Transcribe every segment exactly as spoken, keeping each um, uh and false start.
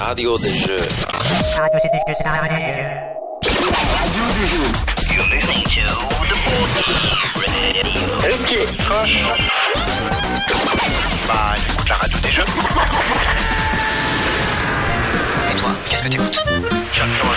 radio des jeux. Radio c'est des jeux, c'est la radio des jeux. Radio des jeux. You're listening to the board radio. Ok, proche. Bah, j'écoute la radio des jeux. Et toi, qu'est-ce que t'écoutes? J'adore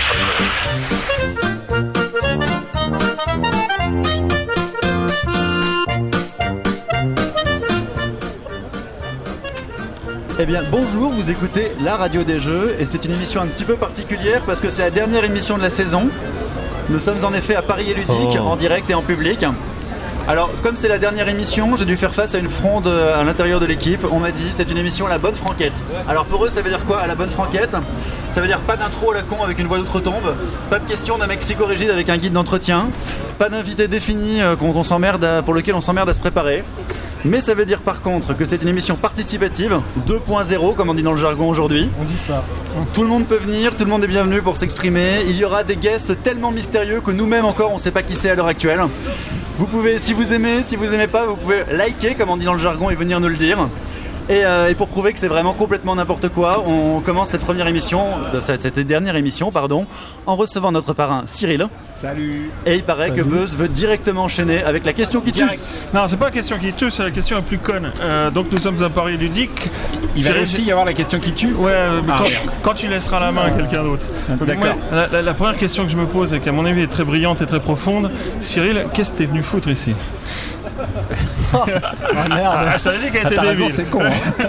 Eh bien, bonjour, vous écoutez la radio des jeux et c'est une émission un petit peu particulière parce que c'est la dernière émission de la saison. Nous sommes en effet à Paris et Ludique, oh. en direct et en public. Alors, comme c'est la dernière émission, j'ai dû faire face à une fronde à l'intérieur de l'équipe. On m'a dit, c'est une émission à la bonne franquette. Alors pour eux, ça veut dire quoi, à la bonne franquette? Ça veut dire pas d'intro à la con avec une voix d'outre-tombe, pas de question d'un mec psychorigide avec un guide d'entretien, pas d'invité défini euh, qu'on, qu'on s'emmerde à, pour lequel on s'emmerde à se préparer. Mais ça veut dire par contre que c'est une émission participative, deux point zéro comme on dit dans le jargon aujourd'hui. On dit ça. Tout le monde peut venir, tout le monde est bienvenu pour s'exprimer. Il y aura des guests tellement mystérieux que nous-mêmes encore on ne sait pas qui c'est à l'heure actuelle. Vous pouvez, si vous aimez, si vous aimez pas, vous pouvez liker comme on dit dans le jargon et venir nous le dire. Et, euh, et pour prouver que c'est vraiment complètement n'importe quoi, on commence cette première émission, cette, cette dernière émission, pardon, en recevant notre parrain Cyril. Salut. Et il paraît Salut. que Buzz veut directement enchaîner avec la question qui tue. Direct. Non, c'est pas la question qui tue, c'est la question la plus conne. Euh, donc nous sommes à Paris Ludique. Il va aussi y avoir la question qui tue. Ouais, euh, ah, quand, quand tu laisseras la main à quelqu'un d'autre. D'accord. Moi, la, la, la première question que je me pose et qui à mon avis est très brillante et très profonde, Cyril, qu'est-ce que t'es venu foutre ici? Oh merde. Ah, je t'avais dit qu'elle était T'as débile. raison, c'est con. Hein.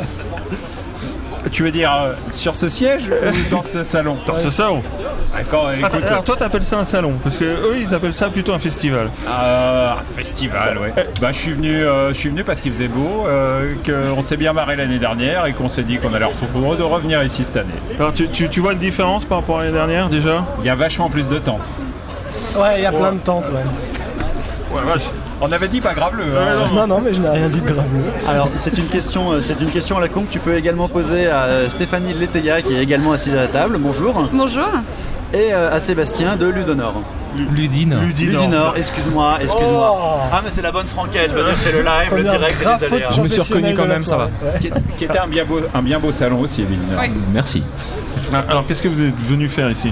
Tu veux dire euh, sur ce siège ou dans ce salon? Dans ce salon. D'accord, écoute. Attends, alors toi t'appelles ça un salon, parce que eux ils appellent ça plutôt un festival. Euh, un festival, ouais. Bah je suis venu, euh, je suis venu parce qu'il faisait beau, euh, qu'on s'est bien marré l'année dernière et qu'on s'est dit qu'on allait de revenir ici cette année. Alors tu, tu, tu vois une différence par rapport à l'année dernière déjà? Il y a vachement plus de tentes. Ouais, il y a plein de tentes, ouais. Ouais, vache. On avait dit pas graveleux. Hein. Ouais, non, non, mais je n'ai rien dit de graveleux. Alors c'est une question, euh, c'est une question à la con que tu peux également poser à euh, Stéphanie Leteya qui est également assise à la table. Bonjour. Bonjour. Et euh, à Sébastien de Ludonor. Ludine. Ludinor, Ludinor excuse-moi, excuse-moi. Oh. Ah mais c'est la bonne franquette, je veux dire c'est le live, le direct et les aléas. Je me suis reconnu quand même, ça va. Ouais. Qui, qui était un bien beau, un bien beau salon aussi, évidemment. Ouais. Merci. Alors qu'est-ce que vous êtes venu faire ici?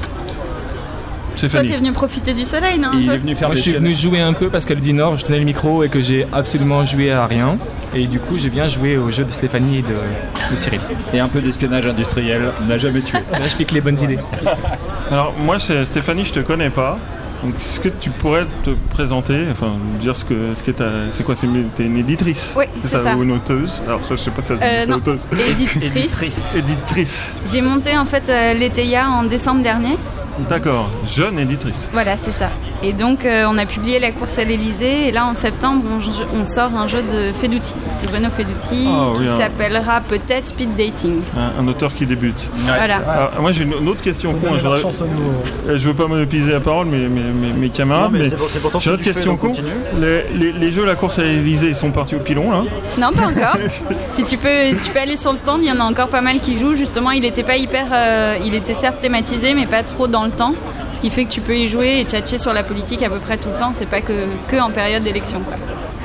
Toi, t'es venu profiter du soleil, non? Il est venu faire Moi, des je suis venu jouer un peu parce qu'à Ludinor, je tenais le micro et que j'ai absolument joué à rien. Et du coup, j'ai bien joué au jeu de Stéphanie et de, de Cyril. Et un peu d'espionnage industriel, n'a jamais tué. Là, je pique les bonnes idées. Alors moi c'est Stéphanie, je te connais pas. Donc est-ce que tu pourrais te présenter, enfin dire ce que ce que t'as, c'est quoi, c'est une, t'es une éditrice? Oui, c'est ça. Ou une auteuse? Alors ça, je sais pas si ça se Euh, dit non, auteuse. éditrice. Éditrice. J'ai monté en fait euh, l'Eteya en décembre dernier. D'accord, jeune éditrice. Voilà, c'est ça. Et donc euh, on a publié La course à l'Elysée et là en septembre on, on sort un jeu de Feduti, de Bruno Feduti, Oh, qui oui, hein. s'appellera peut-être Speed Dating. Un, un auteur qui débute. Voilà. Alors, moi j'ai une, une autre question. Faut con, donner je, leur voudrais- chance au nouveau. euh, je veux pas monopoliser la parole, mais mes, mes, mes camarades. Non, mais mais c'est pour- c'est pourtant ce j'ai une que autre tu fais, question donc con. continue. Les, les, les jeux La course à l'Elysée ils sont partis au pilon là. Non, pas encore. Si tu peux, tu peux aller sur le stand, il y en a encore pas mal qui jouent. Justement, il était pas hyper, euh, il était certes thématisé, mais pas trop dans le temps. Ce qui fait que tu peux y jouer et tchatcher sur la politique à peu près tout le temps. C'est pas que, que en période d'élection, quoi.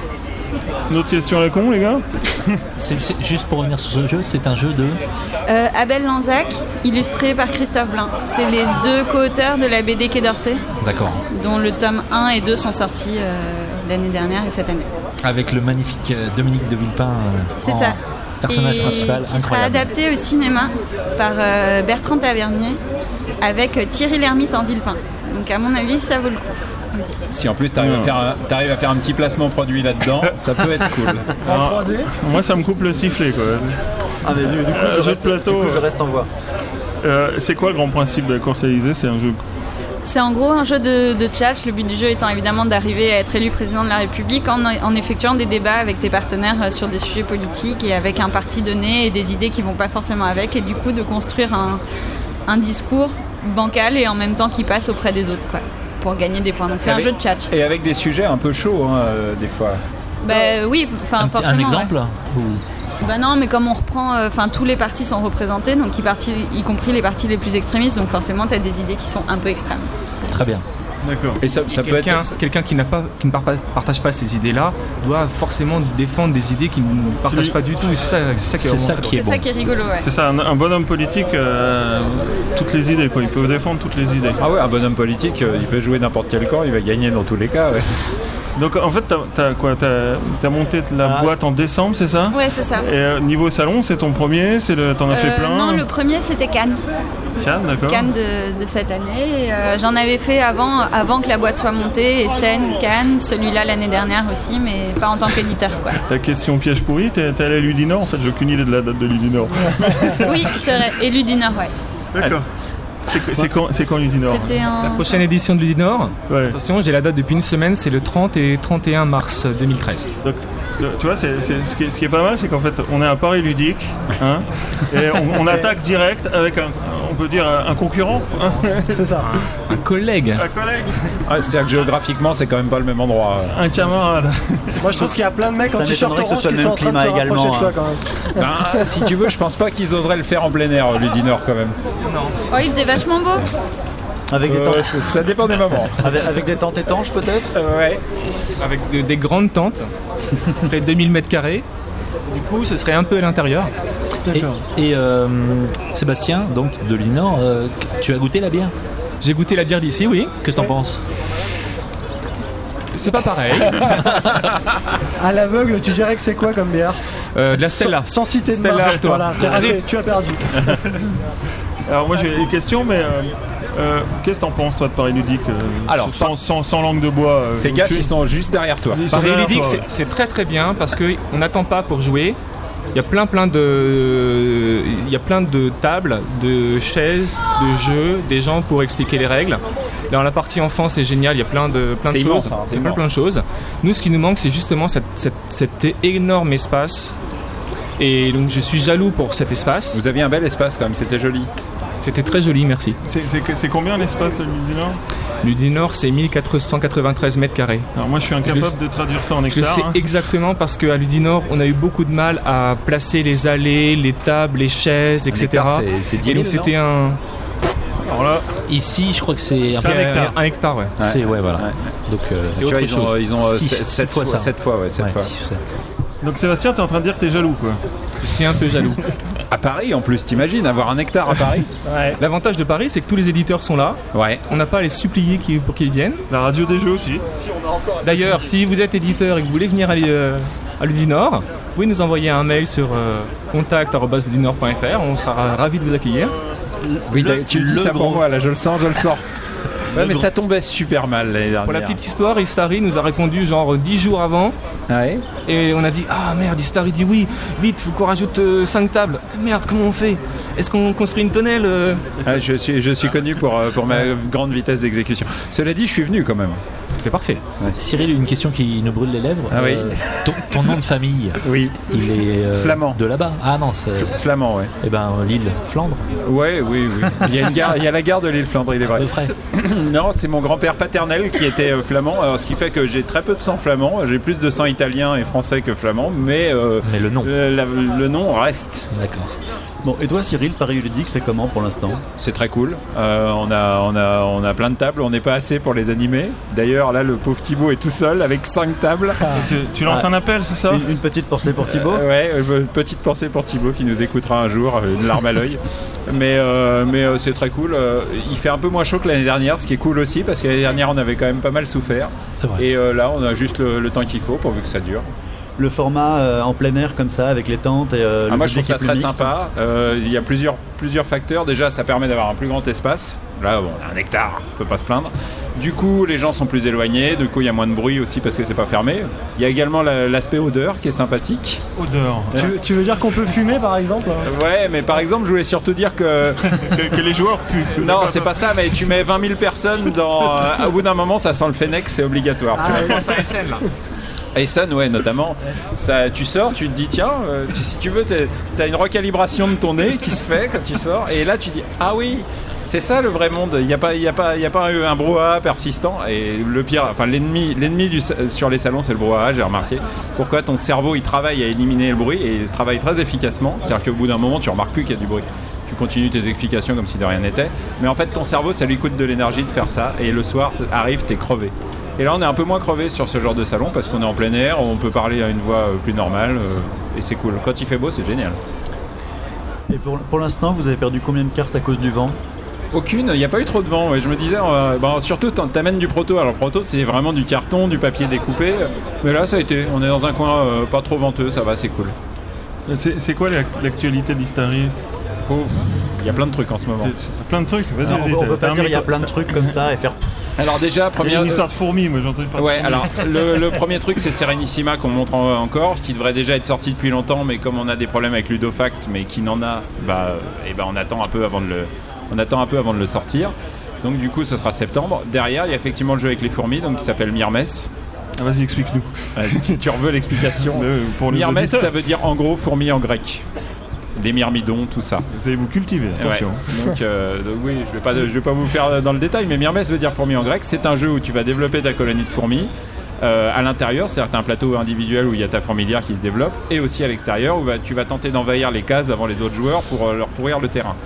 Une autre question à la con, les gars? C'est, c'est, juste pour revenir sur ce jeu, c'est un jeu de... Euh, Abel Lanzac, illustré par Christophe Blain. C'est les deux co-auteurs de la B D Quai d'Orsay, D'accord. dont le tome un et deux sont sortis euh, l'année dernière et cette année. Avec le magnifique euh, Dominique de Villepin euh, C'est en ça. personnage et principal, qui sera incroyable. adapté au cinéma par euh, Bertrand Tavernier avec euh, Thierry Lhermitte en Villepin. Donc à mon avis, ça vaut le coup. Aussi. Si en plus t'arrives à faire un, t'arrives à faire un petit placement produit là-dedans, ça peut être cool. En trois D. Moi ça me coupe le sifflet quoi. Ah mais du, du coup, Euh, je jeu reste, de plateau, du coup, je euh. reste en voix. Euh, c'est quoi le grand principe de La course à l'Elysée? C'est un jeu. C'est en gros un jeu de, de tchatch, le but du jeu étant évidemment d'arriver à être élu président de la République en, en effectuant des débats avec tes partenaires sur des sujets politiques et avec un parti donné et des idées qui vont pas forcément avec, et du coup de construire un, un discours bancal et en même temps qui passe auprès des autres, quoi, pour gagner des points. Donc c'est un Avec- jeu de tchatch. Et avec des sujets un peu chauds, hein, euh, des fois. Bah oui, enfin Un, petit- un forcément. exemple ouais. ou... Bah non, mais comme on reprend, enfin tous les partis sont représentés, donc y, partis, y compris les partis les plus extrémistes, donc forcément t'as des idées qui sont un peu extrêmes. Très bien. D'accord. Et ça, ça peut Quelqu'un, être. quelqu'un qui, n'a pas, qui ne par- pas- partage pas ces idées-là doit forcément défendre des idées qu'il ne partage Oui. pas du tout. Et c'est ça, c'est ça qui est, C'est vraiment ça très qui est C'est bon. ça qui est rigolo, ouais. C'est ça, un, un bonhomme politique, euh, toutes les idées, quoi. Il peut défendre toutes les idées. Ah ouais, un bonhomme politique, euh, il peut jouer n'importe quel camp, il va gagner dans tous les cas. Ouais. Donc en fait, t'as, t'as quoi t'as, t'as monté la Ah. boîte en décembre, c'est ça? Ouais, c'est ça. Et euh, niveau salon, c'est ton premier, c'est le, t'en as fait Euh, plein? non, le premier c'était Cannes. Cannes, d'accord. Cannes de, de cette année. Et, euh, j'en avais fait avant, avant que la boîte soit montée. Essen, Cannes, celui-là l'année dernière aussi, mais pas en tant qu'éditeur, quoi. La question piège pourri, t'es, t'es allé à Ludinor? En fait, j'ai aucune idée de la date de Ludinor. Oui, c'est vrai. Et Ludinor, ouais. D'accord. C'est, c'est quand, c'est quand Ludinor? C'était La en. prochaine édition de Ludinor, Ouais. attention, j'ai la date depuis une semaine, c'est le trente et trente et un mars deux mille treize. Donc, tu- tu vois, c'est, c'est- ce, qui est, ce qui est pas mal, c'est qu'en fait, on est à Paris ludique, hein, et on, on attaque direct avec un, on peut dire un concurrent, hein, C'est ça. Un collègue. un collègue, Ouais, c'est-à-dire que géographiquement, c'est quand même pas le même endroit. un camarade. Moi, je trouve qu'il y a plein de mecs Ça en t-shirt m'étonnerait que ce orange soit le qui même sont en train de se climat rapprocher également, de toi hein. quand même. Ben, si tu veux, je pense pas qu'ils oseraient le faire en plein air, Ludinor, quand même. Oh, il faisait vachement beau. Avec des Euh, tentes, ça, ça dépend des moments. avec, avec des tentes étanches peut-être. Ouais. Avec de- des grandes tentes, près de deux mille mètres carrés. Du coup, ce serait un peu à l'intérieur. Et, et, euh, Sébastien, donc de Linor, euh, tu as goûté la bière? J'ai goûté la bière d'ici, oui. Qu'est-ce que t'en penses? C'est pas pareil. À l'aveugle, tu dirais que c'est quoi comme bière? Euh, de la Stella. Sans, sans citer de Stella marque. Artois. Voilà, c'est Allez. raté, tu as perdu. Alors moi j'ai une question, mais euh, euh, qu'est-ce que t'en penses toi de Paris ludique euh, Alors, sans, sans, sans langue de bois. euh, Fais où gaffe, tu- ils sont juste derrière toi. ils sont Paris derrière ludique, toi, c'est, ouais. c'est très très bien parce qu'on n'attend pas pour jouer. Il y a plein plein de, il y a plein de tables, de chaises, de jeux, des gens pour expliquer les règles. Dans la partie enfant, c'est génial. Il y a plein de plein de C'est choses. immense, hein, c'est Il y a plein, immense. plein de choses. Nous, ce qui nous manque, c'est justement cette, cette- cet énorme espace. Et donc, je suis jaloux pour cet espace. Vous aviez un bel espace quand même, c'était joli. C'était très joli, merci. C'est, c'est, que- c'est combien l'espace de Ludinor? Ludinor, c'est mille quatre cent quatre-vingt-treize mètres carrés. Alors moi je suis incapable Je le- de traduire ça en Je le hectares. sais hein. exactement parce qu'à Ludinor, on a eu beaucoup de mal à placer les allées, les tables, les chaises, et cetera. hectare, c'est- c'est dix Et donc mille, c'était un, Alors là, Ici, je crois que c'est C'est un hectare. un hectare, ouais. C'est ouais, voilà. Ouais. Donc euh, C'est Tu vois, autre ils ont, chose. ils ont euh, Six- sept- six sept fois fois, ça. sept fois, ouais, sept ouais, fois. six ou sept. donc Sébastien, t'es en train de dire que t'es jaloux quoi. Je suis un peu jaloux. À Paris en plus, t'imagines avoir un hectare à Paris? L'avantage de Paris, c'est que tous les éditeurs sont là. Ouais. On n'a pas à les supplier qui- pour qu'ils viennent. La radio des jeux aussi. D'ailleurs, si vous êtes éditeur et que vous voulez venir à, euh, à Ludinor, vous pouvez nous envoyer un mail sur euh, contact arobase ludinor point f r. On sera ravis de vous accueillir. Oui, Le- tu le dis le ça pour gros. moi, là, je le sens, je le sens. Ouais, mais ça tombait super mal l'année dernière. Pour la petite histoire, Istari nous a répondu genre dix jours avant. Ouais. Et on a dit ah merde, Istari dit oui, vite, faut qu'on rajoute cinq tables. Merde, comment on fait? Est-ce qu'on construit une tonnelle euh Ah, je, suis, je suis connu pour, euh, pour ma grande vitesse d'exécution. Cela dit, je suis venu quand même. C'était parfait. Cyril, une question qui nous brûle les lèvres. Ah oui. ton, ton nom de famille, Oui. il est euh, Flamand. de là-bas. Ah non, c'est Flamand, ouais. eh ben l'île Flandre, Ouais, oui, oui. Il y a, une gare, il y a la gare de l'île Flandre, il est à vrai. peu près. Non, c'est mon grand-père paternel qui était euh, flamand, alors, ce qui fait que j'ai très peu de sang flamand. J'ai plus de sang italien et français que flamand, mais, euh, Mais le nom. le, la- le nom reste. D'accord. Bon, et toi Cyril, Paris ludique, c'est comment pour l'instant? C'est très cool. Euh, on, a, on, a, on a plein de tables, on n'est pas assez pour les animer. D'ailleurs, là, le pauvre Thibaut est tout seul avec cinq tables. Tu, tu lances Ah. un appel, c'est ça? Une, une petite pensée pour Thibaut. Euh, ouais, euh, petite pensée pour Thibaut qui nous écoutera un jour, euh, une larme à l'œil. Mais, euh, mais euh, c'est très cool. Euh, il fait un peu moins chaud que l'année dernière, ce qui est cool aussi, parce que l'année dernière, on avait quand même pas mal souffert. C'est vrai. Et euh, là, on a juste le, le temps qu'il faut pourvu que ça dure. Le format euh, en plein air comme ça, avec les tentes et euh, Ah, le moi, je trouve public ça est plus très mixte. sympa. Euh, Il y a plusieurs, plusieurs facteurs. Déjà, ça permet d'avoir un plus grand espace. Là, bon, on a un hectare, on peut pas se plaindre. Du coup, les gens sont plus éloignés. Du coup, il y a moins de bruit aussi parce que c'est pas fermé. Il y a également la- l'aspect odeur qui est sympathique. Odeur. Tu, tu veux dire qu'on peut fumer par exemple? Ouais, mais par exemple, je voulais surtout dire que que, que les joueurs puent. non, c'est pas ça, mais tu mets vingt mille personnes dans. euh, au bout d'un moment, ça sent le Fennec, c'est obligatoire. tu vois. Ça S N là. Essen, ouais, notamment. Ça, tu sors, tu te dis, tiens, euh, tu- si tu veux, t'es- t'as une recalibration de ton nez qui se fait quand tu sors. Et là, tu dis, ah oui, c'est ça le vrai monde. Il n'y a pas, il y a pas, il y a pas un, un brouhaha persistant. Et le pire, enfin, l'ennemi, l'ennemi du, sur les salons, c'est le brouhaha, j'ai remarqué. Pourquoi ton cerveau, il travaille à éliminer le bruit et il travaille très efficacement. C'est-à-dire qu'au bout d'un moment, tu remarques plus qu'il y a du bruit. tu continues tes explications comme si de rien n'était. Mais en fait, ton cerveau, ça lui coûte de l'énergie de faire ça. Et le soir, arrive, t'es crevé. Et là, on est un peu moins crevé sur ce genre de salon parce qu'on est en plein air, on peut parler à une voix plus normale euh, et c'est cool. Quand il fait beau, c'est génial. Et pour, pour l'instant, vous avez perdu combien de cartes à cause du vent ? Aucune, il n'y a pas eu trop de vent. Ouais. Je me disais, euh, bah, surtout, t'amènes du proto. Alors, le proto, c'est vraiment du carton, du papier découpé. Mais là, ça a été. On est dans un coin euh, pas trop venteux, ça va, c'est cool. C'est, c'est quoi l'actualité d'Hystari ? Oh, il y a plein de trucs en ce moment. C'est, plein de trucs, vas-y, alors, vas-y. On, on peut pas dire il y a plein de trucs comme ça et faire. Alors déjà, première... Il y a une histoire de fourmis, moi j'ai entendu parler. Ouais, alors le, le premier truc c'est Serenissima qu'on montre en, encore, qui devrait déjà être sorti depuis longtemps, mais comme on a des problèmes avec Ludofact, mais qui n'en a, bah, et ben on attend un peu avant de le, on attend un peu avant de le sortir. Donc du coup, ce sera septembre. Derrière, il y a effectivement le jeu avec les fourmis, donc qui s'appelle Myrmes. Ah, vas-y, explique-nous. Euh, tu, tu veux l'explication? Myrmes, auditeurs. Ça veut dire en gros fourmis en grec. Les myrmidons, tout ça. Vous allez vous cultiver, attention. Ouais. Donc, euh, donc oui, je vais pas, je vais pas vous faire dans le détail, mais Myrmes veut dire fourmi en grec. C'est un jeu où tu vas développer ta colonie de fourmis euh, à l'intérieur, c'est-à-dire que tu as un plateau individuel où il y a ta fourmilière qui se développe, et aussi à l'extérieur où va, tu vas tenter d'envahir les cases avant les autres joueurs pour euh, leur pourrir le terrain.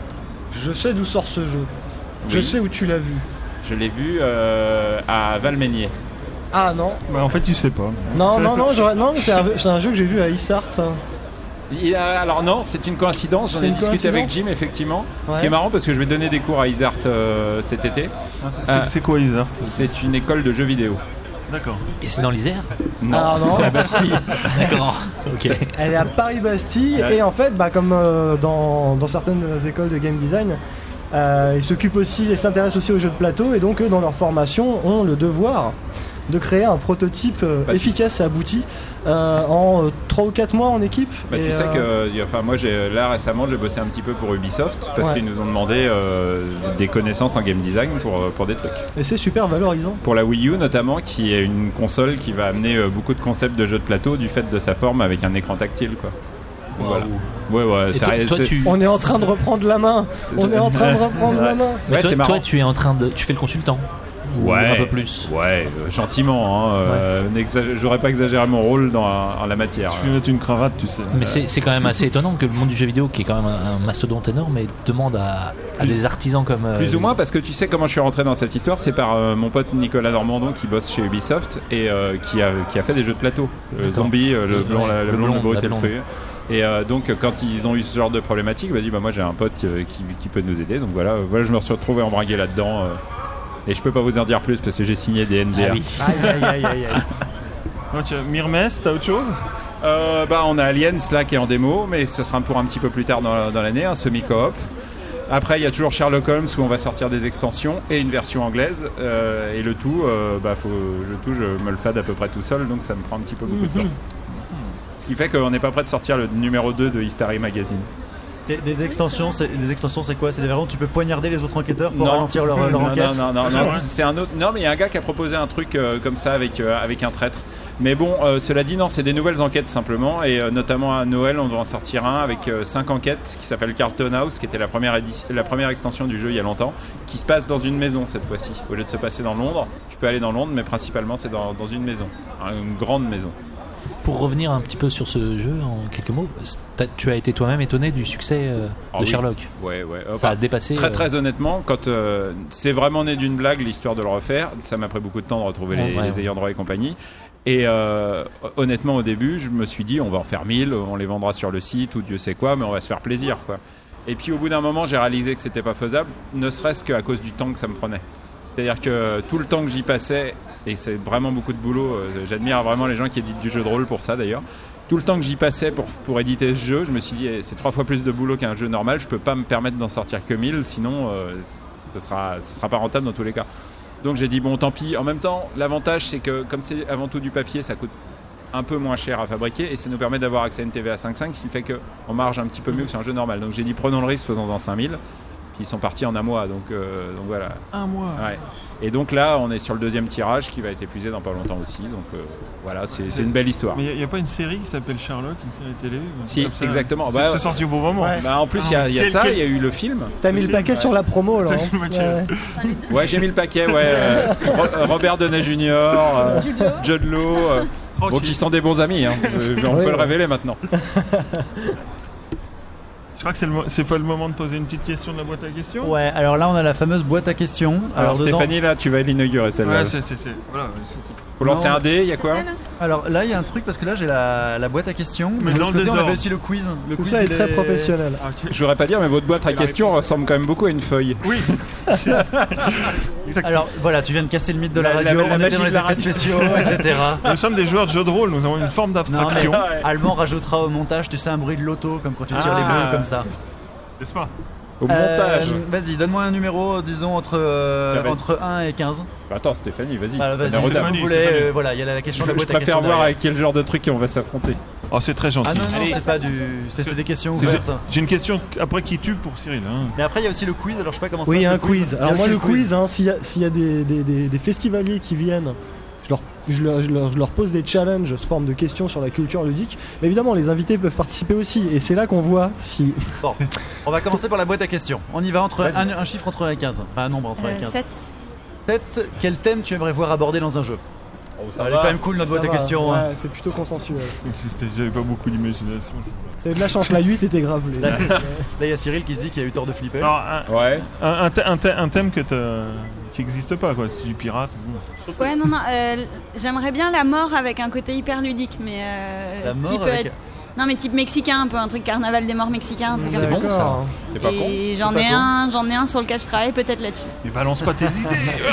Je sais d'où sort ce jeu. Oui. Je sais où tu l'as vu. Je l'ai vu euh, à Valménier. Ah non. Bah, en fait, tu sais pas. Non, non, non, j'aurais... non, c'est un, c'est un jeu que j'ai vu à Issart, ça. Il a, alors non, c'est une coïncidence, j'en C'est ai une discuté avec coïncidence Jim effectivement. Ouais. Ce qui est marrant parce que je vais donner des cours à Isart euh, cet été. Ah, c'est, Euh, c'est quoi Isart? C'est une école de jeux vidéo. D'accord. Et c'est dans l'Isère? Non, Alors non. c'est à Bastille. D'accord. Ok. Elle est à Paris-Bastille Ouais. et en fait, bah, comme euh, dans, dans certaines écoles de game design, euh, ils s'occupent aussi et s'intéressent aussi aux jeux de plateau et donc eux, dans leur formation, ont le devoir de créer un prototype euh, Bah, tu efficace et abouti euh, en trois ou quatre mois en équipe. Bah, et, tu sais euh, que, enfin, moi, j'ai, là récemment, j'ai bossé un petit peu pour Ubisoft parce Ouais. qu'ils nous ont demandé euh, des connaissances en game design pour, pour des trucs. Et c'est super valorisant. Pour la Wii U notamment, qui est une console qui va amener euh, beaucoup de concepts de jeux de plateau du fait de sa forme avec un écran tactile, quoi. Donc, voilà. Ouais, ouais, Et ça- toi, toi, c'est- tu... On est en train de reprendre la main. On est en train de reprendre la main. Mais Ouais, toi, c'est marrant. toi, tu es en train de, tu fais le consultant. Ou Ouais, un peu plus. Ouais, euh, gentiment. Hein, euh, n'exagé- J'aurais pas exagéré mon rôle dans en la matière. Tu fais mettre une cravate, tu sais. Mais c'est, c'est quand même assez étonnant que le monde du jeu vidéo, qui est quand même un, un mastodonte énorme, et demande à, à des artisans comme. euh, Plus ou moins, parce que tu sais comment je suis rentré dans cette histoire, c'est par euh, mon pote Nicolas Normandon qui bosse chez Ubisoft et euh, qui, a, qui a fait des jeux de plateau. Le D'accord. Zombie, euh, le Ouais, blond, la- le le blond, le blond, beau la et le blonde. truc. Et euh, donc, quand ils ont eu ce genre de problématique, il m'a dit bah, moi j'ai un pote euh, qui, qui peut nous aider. Donc voilà, euh, voilà, je me suis retrouvé embringué là-dedans. euh, et je peux pas vous en dire plus parce que j'ai signé des N D A. Ah oui. Aïe, aïe, aïe, aïe, aïe. Donc, euh, Myrmes, t'as autre chose? Euh, bah, on a Aliens là qui est en démo, mais ce sera pour un petit peu plus tard dans, dans l'année, un semi-coop. Après, il y a toujours Sherlock Holmes où on va sortir des extensions et une version anglaise. Euh, et le tout, euh, bah, faut, le tout, je me le fade à peu près tout seul, donc ça me prend un petit peu beaucoup de temps. Ce qui fait qu'on n'est pas prêt de sortir le numéro deux de Hystari Magazine. Et des extensions, c'est, des extensions, c'est quoi? C'est des variantes où tu peux poignarder les autres enquêteurs pour Non. ralentir leur, leur non, enquête? non, non, non, Ah, non, ouais. c'est un autre. Non, mais il y a un gars qui a proposé un truc euh, comme ça avec euh, avec un traître. Mais bon, euh, cela dit, non, c'est des nouvelles enquêtes simplement, et euh, notamment à Noël, on doit en sortir un avec euh, cinq enquêtes qui s'appelle Carlton House, qui était la première édition, la première extension du jeu il y a longtemps, qui se passe dans une maison cette fois-ci. Au lieu de se passer dans Londres, tu peux aller dans Londres, mais principalement c'est dans, dans une maison, une grande maison. Pour revenir un petit peu sur ce jeu en quelques mots, t'as- tu as été toi-même étonné du succès euh, Ah de oui. Sherlock. Ouais, ouais. Ça a dépassé. Très euh, très honnêtement, quand euh, c'est vraiment né d'une blague l'histoire de le refaire, ça m'a pris beaucoup de temps de retrouver les, Ouais, les ouais. ayants droit et compagnie. Et euh, honnêtement au début, je me suis dit on va en faire mille, on les vendra sur le site ou Dieu sait quoi, mais on va se faire plaisir quoi. Et puis au bout d'un moment, j'ai réalisé que c'était pas faisable, ne serait-ce qu'à cause du temps que ça me prenait. C'est-à-dire que tout le temps que j'y passais, et c'est vraiment beaucoup de boulot, euh, j'admire vraiment les gens qui éditent du jeu de rôle pour ça d'ailleurs. Tout le temps que j'y passais pour, pour éditer ce jeu, je me suis dit eh, c'est trois fois plus de boulot qu'un jeu normal, je peux pas me permettre d'en sortir que mille, sinon euh, ce sera, ce sera pas rentable dans tous les cas. Donc j'ai dit bon tant pis. En même temps, l'avantage c'est que comme c'est avant tout du papier, ça coûte un peu moins cher à fabriquer et ça nous permet d'avoir accès à une T V A cinq virgule cinq, ce qui fait qu'on marge un petit peu mieux que sur un jeu normal. Donc j'ai dit prenons le risque, faisons-en cinq mille. Puis ils sont partis en un mois, donc, euh, donc voilà. Un mois. Ouais. Et donc là, on est sur le deuxième tirage qui va être épuisé dans pas longtemps aussi. Donc euh, voilà, c'est, c'est une belle histoire. Mais il n'y a, a pas une série qui s'appelle Sherlock, une série télé ou un Si, truc comme ça? exactement. C'est, Bah, c'est sorti au bon moment. Ouais. Bah, en plus, il y a, il y a Quel- ça, quel- il y a eu le film. T'as mis le paquet Ouais. sur la promo là. T'as hein. mis le paquet. Ouais. Ouais, j'ai mis le paquet, ouais. euh, Ro- Robert Downey junior, euh, Jude Law, euh, bon, qui sont des bons amis, hein. Euh, on Oui, peut le ouais. révéler maintenant. Je crois que c'est, le mo- c'est pas le moment de poser une petite question de la boîte à questions. Ouais, alors là on a la fameuse boîte à questions. Alors, dedans- Stéphanie, là, tu vas l'inaugurer celle-là. Ouais, c'est, c'est, c'est... Voilà, il faut que- Faut lancer Non. un dé, il y a quoi? Alors là il y a un truc parce que là j'ai la, la boîte à questions, mais, Mais de dans l'autre le côté on désordre. avait aussi le quiz. Le Tout quiz ça est il très professionnel. Ah, ok. Je voudrais pas dire, mais votre boîte à questions ressemble quand même beaucoup à une feuille. Oui. Exactement. Alors voilà, tu viens de casser le mythe de la, La- la- radio, la on magie était dans de les la effets radio. spéciaux, et cetera. Nous sommes des joueurs de jeux de rôle, nous avons une forme Non mais d'abstraction, Alban rajoutera au montage, tu sais, un bruit de loto, comme quand tu tires Ah. les boules comme ça. n'est-ce pas? Au montage. Euh, vas-y, donne-moi un numéro, disons entre, euh, Tiens, vas-y. entre un et quinze. Bah, attends, Stéphanie, vas-y. Voilà, vas-y, Honneur aux fais comme dames. vous voulez, Stéphanie. euh, voilà, il y a la question de la Je boîte à préfère questions voir derrière. avec quel genre de truc on va s'affronter. Oh, c'est très gentil. Ah non, non, Allez. c'est pas du. C'est, c'est des questions C'est- ouvertes. J'ai une question après qui tue pour Cyril. Hein. Mais après, il y a aussi le quiz, alors je sais pas comment ça Oui, se il y a passe, un le quiz. Il y a Alors moi, aussi le quiz, hein, s'il y a, s'il y a des, des- des- des festivaliers qui viennent, je leur, je, leur, je, leur, je leur pose des challenges sous forme de questions sur la culture ludique. Mais évidemment, les invités peuvent participer aussi. Et c'est là qu'on voit si... Bon, on va commencer par la boîte à questions. On y va entre Vas-y. un, un chiffre entre un et quinze. Enfin, un nombre entre un et quinze. sept. sept. Quel thème tu aimerais voir abordé dans un jeu? ça Elle va. est quand même cool notre boîte Ça à va, questions. hein. ouais, c'est plutôt consensuel. C'était- J'avais pas beaucoup d'imagination. C'est de la chance, la huit était grave. Là, là, il y a Cyril qui se dit qu'il a eu tort de flipper. Alors, un, Ouais. un, un thè- un thè- un thème que t'as- qui n'existe pas, quoi. C'est du pirate. ou- Ouais, non, non. euh, j'aimerais bien la mort avec un côté hyper ludique, mais. euh, La mort type, avec- euh, non, mais type mexicain, un peu un truc carnaval des morts mexicain, un truc comme ça. bon, ça. T'es pas con? Et j'en C'est pas ai con. un, j'en ai un sur lequel je travaille peut-être là-dessus. Mais balance pas tes idées.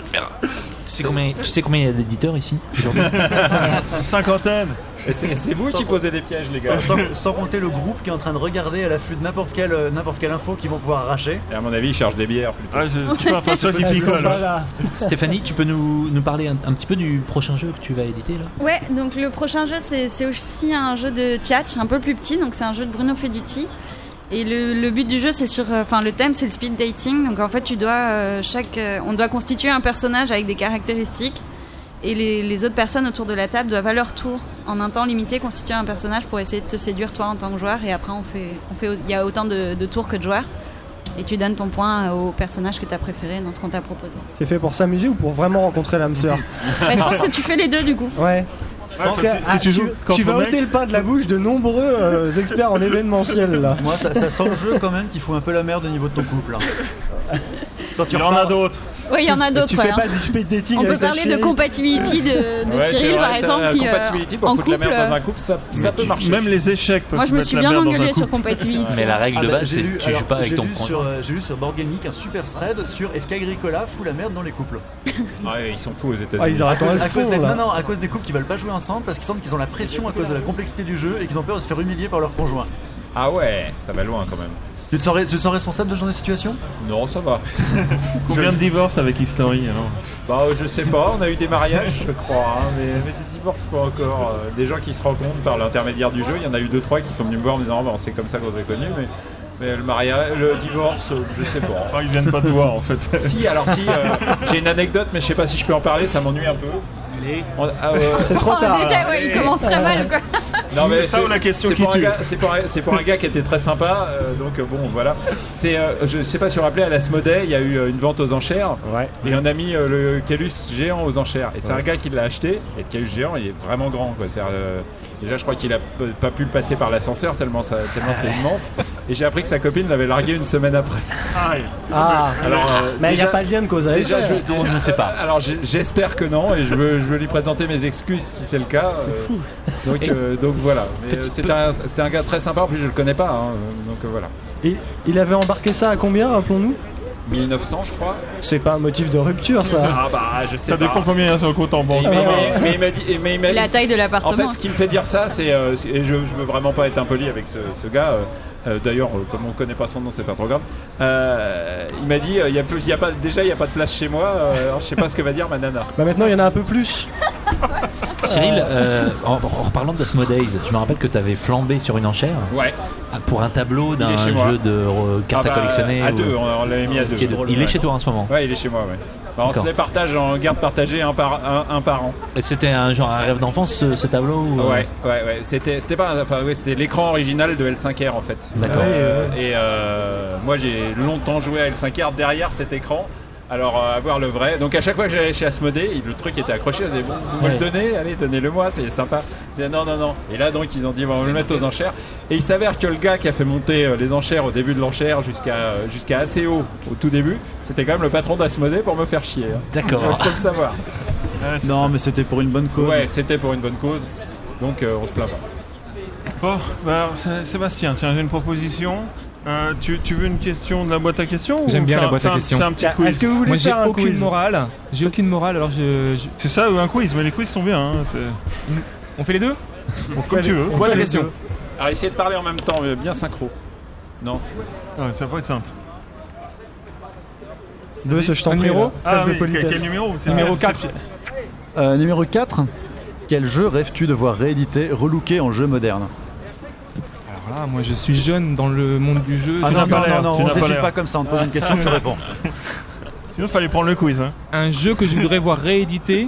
Tu sais combien, tu sais combien il y a d'éditeurs ici aujourd'hui? Une cinquantaine. Et c'est, c'est vous qui posez des pièges, les gars. Sans, sans- sans compter le groupe qui est en train de regarder à l'affût de n'importe quelle, euh, n'importe quelle info qu'ils vont pouvoir arracher. Et à mon avis, ils cherchent des bières plutôt. Ah, c'est- tu vois, pas ça qui Ah, s'y c'est colle. pas là. Stéphanie, tu peux nous, nous parler un, un petit peu du prochain jeu que tu vas éditer là? Ouais, donc le prochain jeu, c'est, c'est aussi un jeu de tchatch, un peu plus petit, donc c'est un jeu de Bruno Feduti. Et le, le but du jeu, c'est sur, enfin le thème, c'est le speed dating. Donc en fait, tu dois euh, chaque, euh, on doit constituer un personnage avec des caractéristiques, et les, les autres personnes autour de la table doivent à leur tour, en un temps limité, constituer un personnage pour essayer de te séduire toi en tant que joueur. Et après, on fait, on fait, il y a autant de, de tours que de joueurs, et tu donnes ton point au personnage que tu as préféré dans ce qu'on t'a proposé. C'est fait pour s'amuser ou pour vraiment rencontrer l'âme sœur? Bah, je pense que tu fais les deux du coup. Ouais. Ouais, que- si, si ah, tu joues contre tu vas mec, ôter le pain de la bouche de nombreux euh, experts en événementiel là. Moi, ça, ça sent le jeu quand même qui fout un peu la merde au niveau de ton couple. hein. Quand tu il y en a repars- d'autres. Oui, il y en a d'autres. Tu ouais, fais hein. pas du speed dating On peut avec ta parler de chérie. compatibility de, de Ouais, c'est Cyril vrai, par ça, exemple la qui euh, compatibility pour en foutre la couple. merde dans euh, un couple, ça, ça peut Tu- marcher. Même les échecs peuvent Moi, je me mettre suis la bien merde dans un engueulée sur couple. compatibility. Mais la règle Ah de bah, base, j'ai c'est lu- que tu alors, joues pas avec j'ai ton lu sur, conjoint. euh, J'ai lu sur Board Game Geek un super thread sur est-ce qu'Agricola fout la merde dans les couples. Ouais, ils sont fous aux États-Unis. Ah, ils À arrêtent cause, le à cause fond des, là. non, non, à cause des couples qui veulent pas jouer ensemble parce qu'ils sentent qu'ils ont la pression à cause de la complexité du jeu et qu'ils ont peur de se faire humilier par leur conjoint. Ah ouais, ça va loin quand même. Tu te sens, tu te sens responsable de ce genre de situation? Non, ça va. Combien de divorces avec History alors? Bah, je sais pas, on a eu des mariages, je crois, hein, mais, mais des divorces pas encore. Euh, des gens qui se rencontrent par l'intermédiaire du jeu. Il y en a eu deux, trois qui sont venus me voir en me disant, bah, c'est comme ça qu'on s'est connus, mais, mais le mariage, le divorce, euh, je sais pas. Ah, ils viennent pas te voir en fait. Si, alors si, euh, j'ai une anecdote, mais je sais pas si je peux en parler, ça m'ennuie un peu. On- ah, euh, C'est trop Oh, tard. déjà, là. ouais, il commence très mal quoi. Non mais C'est ça ou la question c'est qui pour un tue. gars- C'est pour, un- c'est pour un gars qui était très sympa, euh, donc euh, bon voilà. C'est, euh, je sais pas si vous vous rappelez, à l'Asmodée, il y a eu euh, une vente aux enchères, Ouais. et on a mis euh, le Calus géant aux enchères. Et c'est un gars qui l'a acheté, et le Calus géant, il est vraiment grand quoi. C'est, euh, déjà, je crois qu'il a p- pas pu le passer par l'ascenseur tellement, ça, tellement c'est immense. Et j'ai appris que sa copine l'avait largué une semaine après. Aïe. Ah, Alors, euh, mais il n'y déjà- a pas de lien de cause à Déjà, effet. je, On ne sait pas. Alors j'ai- j'espère que non, et je veux, je veux lui présenter mes excuses si c'est le cas. C'est euh, fou. Donc, euh, donc voilà. Mais, Petit euh, c'était un, c'était un gars très sympa, en plus je le connais pas, hein, euh, donc euh, voilà. Et il avait embarqué ça à combien, rappelons-nous? mille neuf cents, je crois. C'est pas un motif de rupture ça. Ah bah, je sais Ça pas. dépend combien il y a sur le compte en banque. Mais, mais- Ah. mais- mais il m'a dit, mais il m'a- La taille de En l'appartement. fait, ce qui me fait dire ça, c'est, euh, c'est- et je, je veux vraiment pas être impoli avec ce, ce gars. euh, euh, D'ailleurs, euh, comme on connaît pas son nom, c'est pas trop grave. Euh, il m'a dit, euh, il y a peu- il y a pas, déjà, il y a pas de place chez moi. euh, alors, je sais pas ce que va dire ma nana. Bah maintenant il y en a un peu plus. Cyril, euh, en, en reparlant d'Asmodees, je me rappelle que tu avais flambé sur une enchère Ouais. ah, pour un tableau d'un Il est chez moi. jeu de euh, cartes Ah bah, à collectionner. À ou- deux, on, on l'avait mis à deux. C'était deux. Il est chez toi en ce moment. Ouais, il est chez moi, ouais. Bah, on D'accord. se les partage en garde partagée un par, un, un par an. Et c'était un genre un rêve d'enfance ce, ce tableau ou, euh, Ouais, ouais, ouais. C'était, c'était pas, un- enfin, ouais, c'était l'écran original de L cinq R en fait. D'accord. Euh, et euh, moi, j'ai longtemps joué à L cinq R derrière cet écran. Alors, euh, avoir le vrai. Donc, à chaque fois que j'allais chez Asmodée, le truc était accroché. Je disais, bon, vous me Ouais. le donnez, allez, donnez-le-moi, c'est sympa. Ils disaient, non, non, non. Et là, donc, ils ont dit, bon, on va le mettre aux enchères. Et il s'avère que le gars qui a fait monter euh, les enchères au début de l'enchère jusqu'à euh, jusqu'à assez haut au tout début, c'était quand même le patron d'Asmodée pour me faire chier. Hein. D'accord. Faut le savoir. Ouais, c'est Non, ça. mais c'était pour une bonne cause. Ouais, c'était pour une bonne cause. Donc, euh, on se plaint pas. Bon, bah alors, Sé- Sébastien, tiens, j'ai une proposition. Euh, tu, tu veux une question de la boîte à questions ou J'aime bien faire- la boîte à faire un- questions. faire un petit Tiens, quiz. Est-ce que vous voulez Moi j'ai faire un aucune quiz morale. J'ai aucune morale alors je, je- C'est ça ou un quiz, mais les quiz sont bien. Hein, c'est... On fait les deux. Comme tu veux. Quoi la les question? deux. Alors, essayez de parler en même temps, euh, bien synchro. Non, c'est- Ouais, ça va pas être simple. Deux, je t'en Un prie. numéro là. Ah Trêve de oui, quel, politesse. quel numéro c'est Numéro c'est- quatre. Euh, numéro quatre. Quel jeu rêves-tu de voir réédité, relooké en jeu moderne? Alors là, moi je suis jeune dans le monde du jeu. Ah Je non, n'as pas non, l'air, non, non, tu on n'as ne pas défile l'air. pas comme ça, on te pose une question, tu réponds. Sinon, fallait prendre le quiz. Hein. Un jeu que je voudrais voir réédité.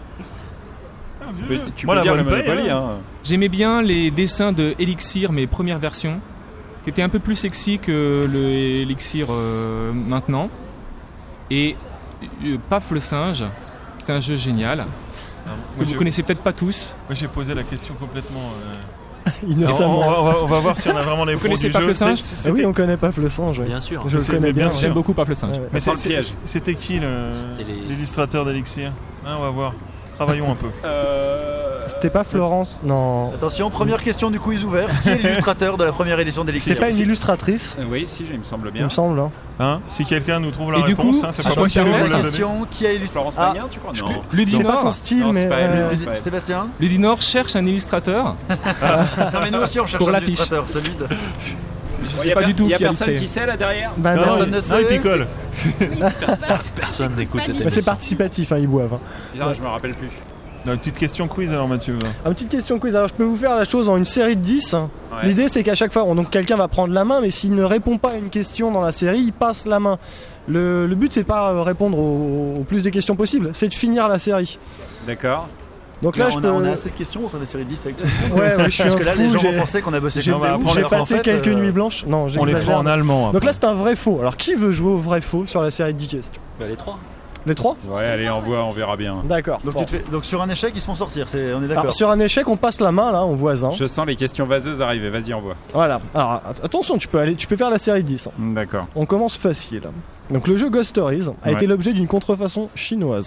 Tu peux, tu Moi, peux la dire le bonne paye, Monopoly, hein. hein. J'aimais bien les dessins de Elixir, mes premières versions, qui étaient un peu plus sexy que le Elixir euh, maintenant. Et euh, Paf le singe, c'est un jeu génial. Moi, Que vous j'ai- connaissez peut-être pas tous. Moi, j'ai posé la question complètement. euh, on, Innocemment. on va, on va- on va voir si on a vraiment les Vous pros connaissez du Paf jeu. le singe C'est- Ah oui, c'était- on connaît pas le singe. ouais. Bien sûr. Je le C'est- connais mais bien bien. sûr. ouais. J'aime beaucoup Paf le singe. Ouais, ouais. Mais Ça sent c'est- le piège. c'est- c'était qui le- C'était les- l'illustrateur d'Elixir Hein, on va voir. Travaillons un peu. Euh, C'était pas Florence, non. Attention, première question du quiz ouvert. Qui est l'illustrateur de la première édition d'Elixir? C'est pas une illustratrice, euh, Oui, si, il me semble il bien. me semble. hein. Hein si quelqu'un nous trouve la Et du réponse, coup, hein, c'est ah, pas je moi crois qui qu'il y vais avait vous Première la donner. question, qui a illustré? Florence Ah, Pagien, tu crois? Non. C'est pas son Ludinor, style, Non, c'est mais. pas elle. euh, c'est pas elle. Sébastien? Ludinor cherche un illustrateur. Non, mais nous aussi on cherche Pour un l'affiche. illustrateur, celui de. Je Il sais y a pas per- du tout Il y a qui a personne illustré. qui sait là derrière? Bah, Non, non, personne il- ne non, sait. il picole. Personne n'écoute cette mais émission. c'est participatif, hein, ils boivent. hein. Putain, je me rappelle plus. Non, une petite question quiz alors, Mathieu. Ah, une petite question quiz. Alors, je peux vous faire la chose en une série de dix. Ouais. L'idée, c'est qu'à chaque fois, on- donc quelqu'un va prendre la main, mais s'il ne répond pas à une question dans la série, il passe la main. Le, le but, c'est pas euh, répondre au, au plus de questions possible, c'est de finir la série. D'accord. Donc là, Là, je on, peux. a, on a assez de questions pour faire des séries de dix avec tout le monde. Ouais, ouais, je suis Parce un que là, fou, les gens j'ai- vont penser qu'on a bossé J'ai comme des ouf, j'ai alors qu'en passé fait, quelques euh, nuits blanches. Non, On les j'exagère. fera en allemand. Donc après. là, c'est un vrai faux. Alors, qui veut jouer au vrai faux sur la série de dix questions? Bah, les trois. Les trois? Ouais, allez, on voit, on verra bien. D'accord. Donc, Bon. tu te fais- donc sur un échec, ils se font sortir, c'est... on est d'accord. Alors, sur un échec, on passe la main là, on voisin. Je sens les questions vaseuses arriver. Vas-y, envoie. Voilà. Alors, att- attention, tu peux aller, tu peux faire la série dix. hein. D'accord. On commence facile. Donc, le jeu Ghost Stories a Ouais. été l'objet d'une contrefaçon chinoise.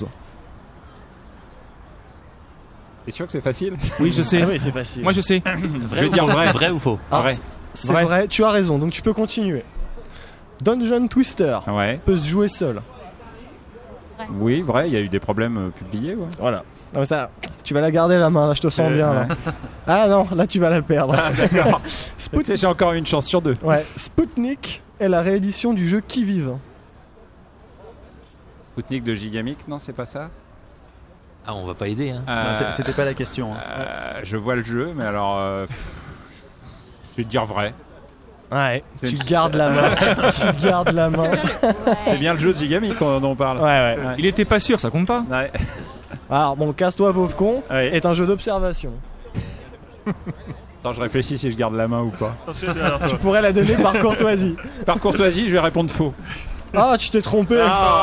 T'es sûr que c'est facile? Oui, je sais. Ah oui, c'est facile. Moi je sais. Je vais dire vrai. Vrai ou faux? Alors, vrai. c'est- C'est Vrai. vrai. tu as raison. Donc, tu peux continuer. Dungeon Twister Ouais. peut se jouer seul. Oui, vrai, il y a eu des problèmes euh, publiés. Ouais. Voilà. Non, mais ça, tu vas la garder la main là, je te sens Euh, bien là. Ah non, là tu vas la perdre. D'accord. Tu Sput- sais, j'ai encore une chance sur deux. Ouais, Sputnik est la réédition du jeu Qui Vive. Sputnik de Gigamic, non, c'est pas ça? Ah, on va pas aider, hein. Non, Euh, c'est- C'était pas la question. hein. euh, je vois le jeu, mais alors. euh, pff, je vais te dire vrai. Ouais, C'est tu une- gardes la main. tu gardes la main. C'est bien le jeu de Gigamic dont on parle. Ouais, ouais. Ouais. Il était pas sûr, ça compte pas. Ouais. Alors bon, Casse-toi pauvre con Ouais. est un jeu d'observation. Attends, je réfléchis si je garde la main ou pas. Attention derrière toi. Tu pourrais la donner par courtoisie. Par courtoisie, je vais répondre faux. Ah, tu t'es trompé.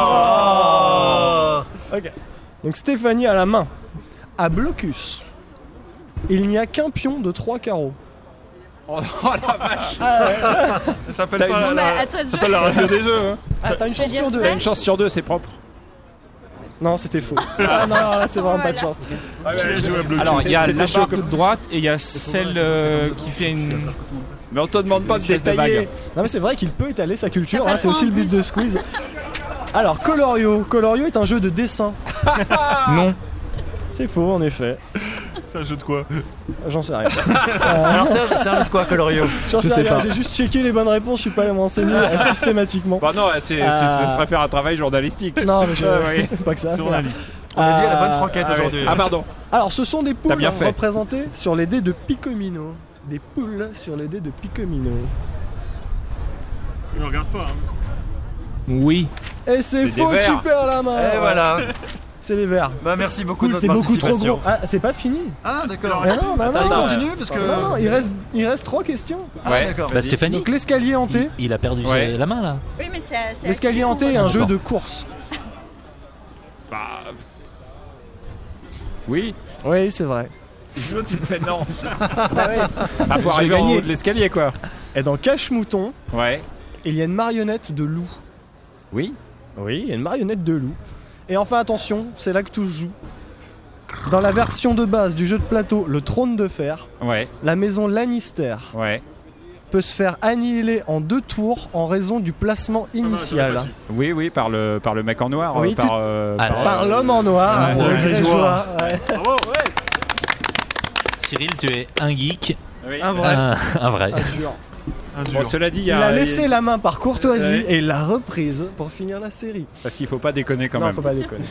Ah. Ok. Donc Stéphanie a la main. À Blocus, il n'y a qu'un pion de trois carreaux. Oh, oh la vache! Ah ouais. Ça s'appelle T'as pas Bon, la, bah, la- à toi de ça s'appelle la jouer. radio des jeux. Hein. Ah, t'as une Je vais chance dire sur deux. vrai. Une chance sur deux, c'est propre. Non, c'était faux. Ah non, là c'est vraiment pas de chance. Qui a joué à Blue Alors il y a C'était la chaud barre comme- toute droite et il y a celle euh, qui fait une. Mais on te demande pas de Espèce de détailler. vague. Non mais c'est vrai qu'il peut étaler sa culture, T'as pas hein, le c'est point aussi en le but plus. de Squeeze. Alors Colorio, Colorio est un jeu de dessin. Non. C'est faux en effet. C'est un jeu de quoi? J'en sais rien. Alors, c'est un- c'est un jeu de quoi, Colorio? J'en Je sais sais rien. pas. J'ai juste checké les bonnes réponses, je suis pas allé m'enseigner euh, systématiquement. Bah non, c'est, c'est- Euh. ce serait faire un travail journalistique. Non mais je... Ah, oui. pas que ça. à faire. Journaliste. On a dit à la bonne Euh, franquette Ah, oui. aujourd'hui. Ah pardon. Alors ce sont des poules T'as bien fait. représentées sur les dés de Picomino. Des poules sur les dés de Picomino. Je regarde pas. Hein. Oui. Et c'est C'est des faux, vers. tu perds la main. Et voilà. C'est des vers. Bah merci beaucoup de Cool, votre c'est beaucoup trop participation. gros. Ah, c'est pas fini. Ah d'accord. Ah non, bah non, Allez, non. continue parce que. Non, non, il reste, il reste trois questions. Ah, Ouais. d'accord. Bah, Stéphanie, Donc l'escalier hanté. il a perdu Ouais. la main là. Oui, mais c'est. c'est L'escalier assez hanté est con, un ouais. jeu de course. Bah. Oui. Oui, c'est vrai. L'autre, il fait non. Ah ouais. Ah, faut J'ai arriver en gagné. haut de l'escalier, quoi. Et dans Cache-Mouton, Ouais. il y a une marionnette de loup. Oui. Oui, il y a une marionnette de loup. Et enfin, attention, c'est là que tout se joue. Dans la version de base du jeu de plateau, le trône de fer, Ouais. la maison Lannister Ouais. peut se faire annihiler en deux tours en raison du placement initial. Oui, oui, par le, par le mec en noir. Oui, euh, par, tout- euh, Ah, par, Par euh, l'homme en noir, ouais, le ouais. Grégeois. Ouais. Cyril, tu es un geek, Oui. Un vrai. un, un vrai. Un dur. Un dur. Bon, cela dit, il y Il a. a laissé la main par courtoisie Ouais. et l'a reprise pour finir la série. Parce qu'il faut pas déconner quand non, même. faut pas déconner.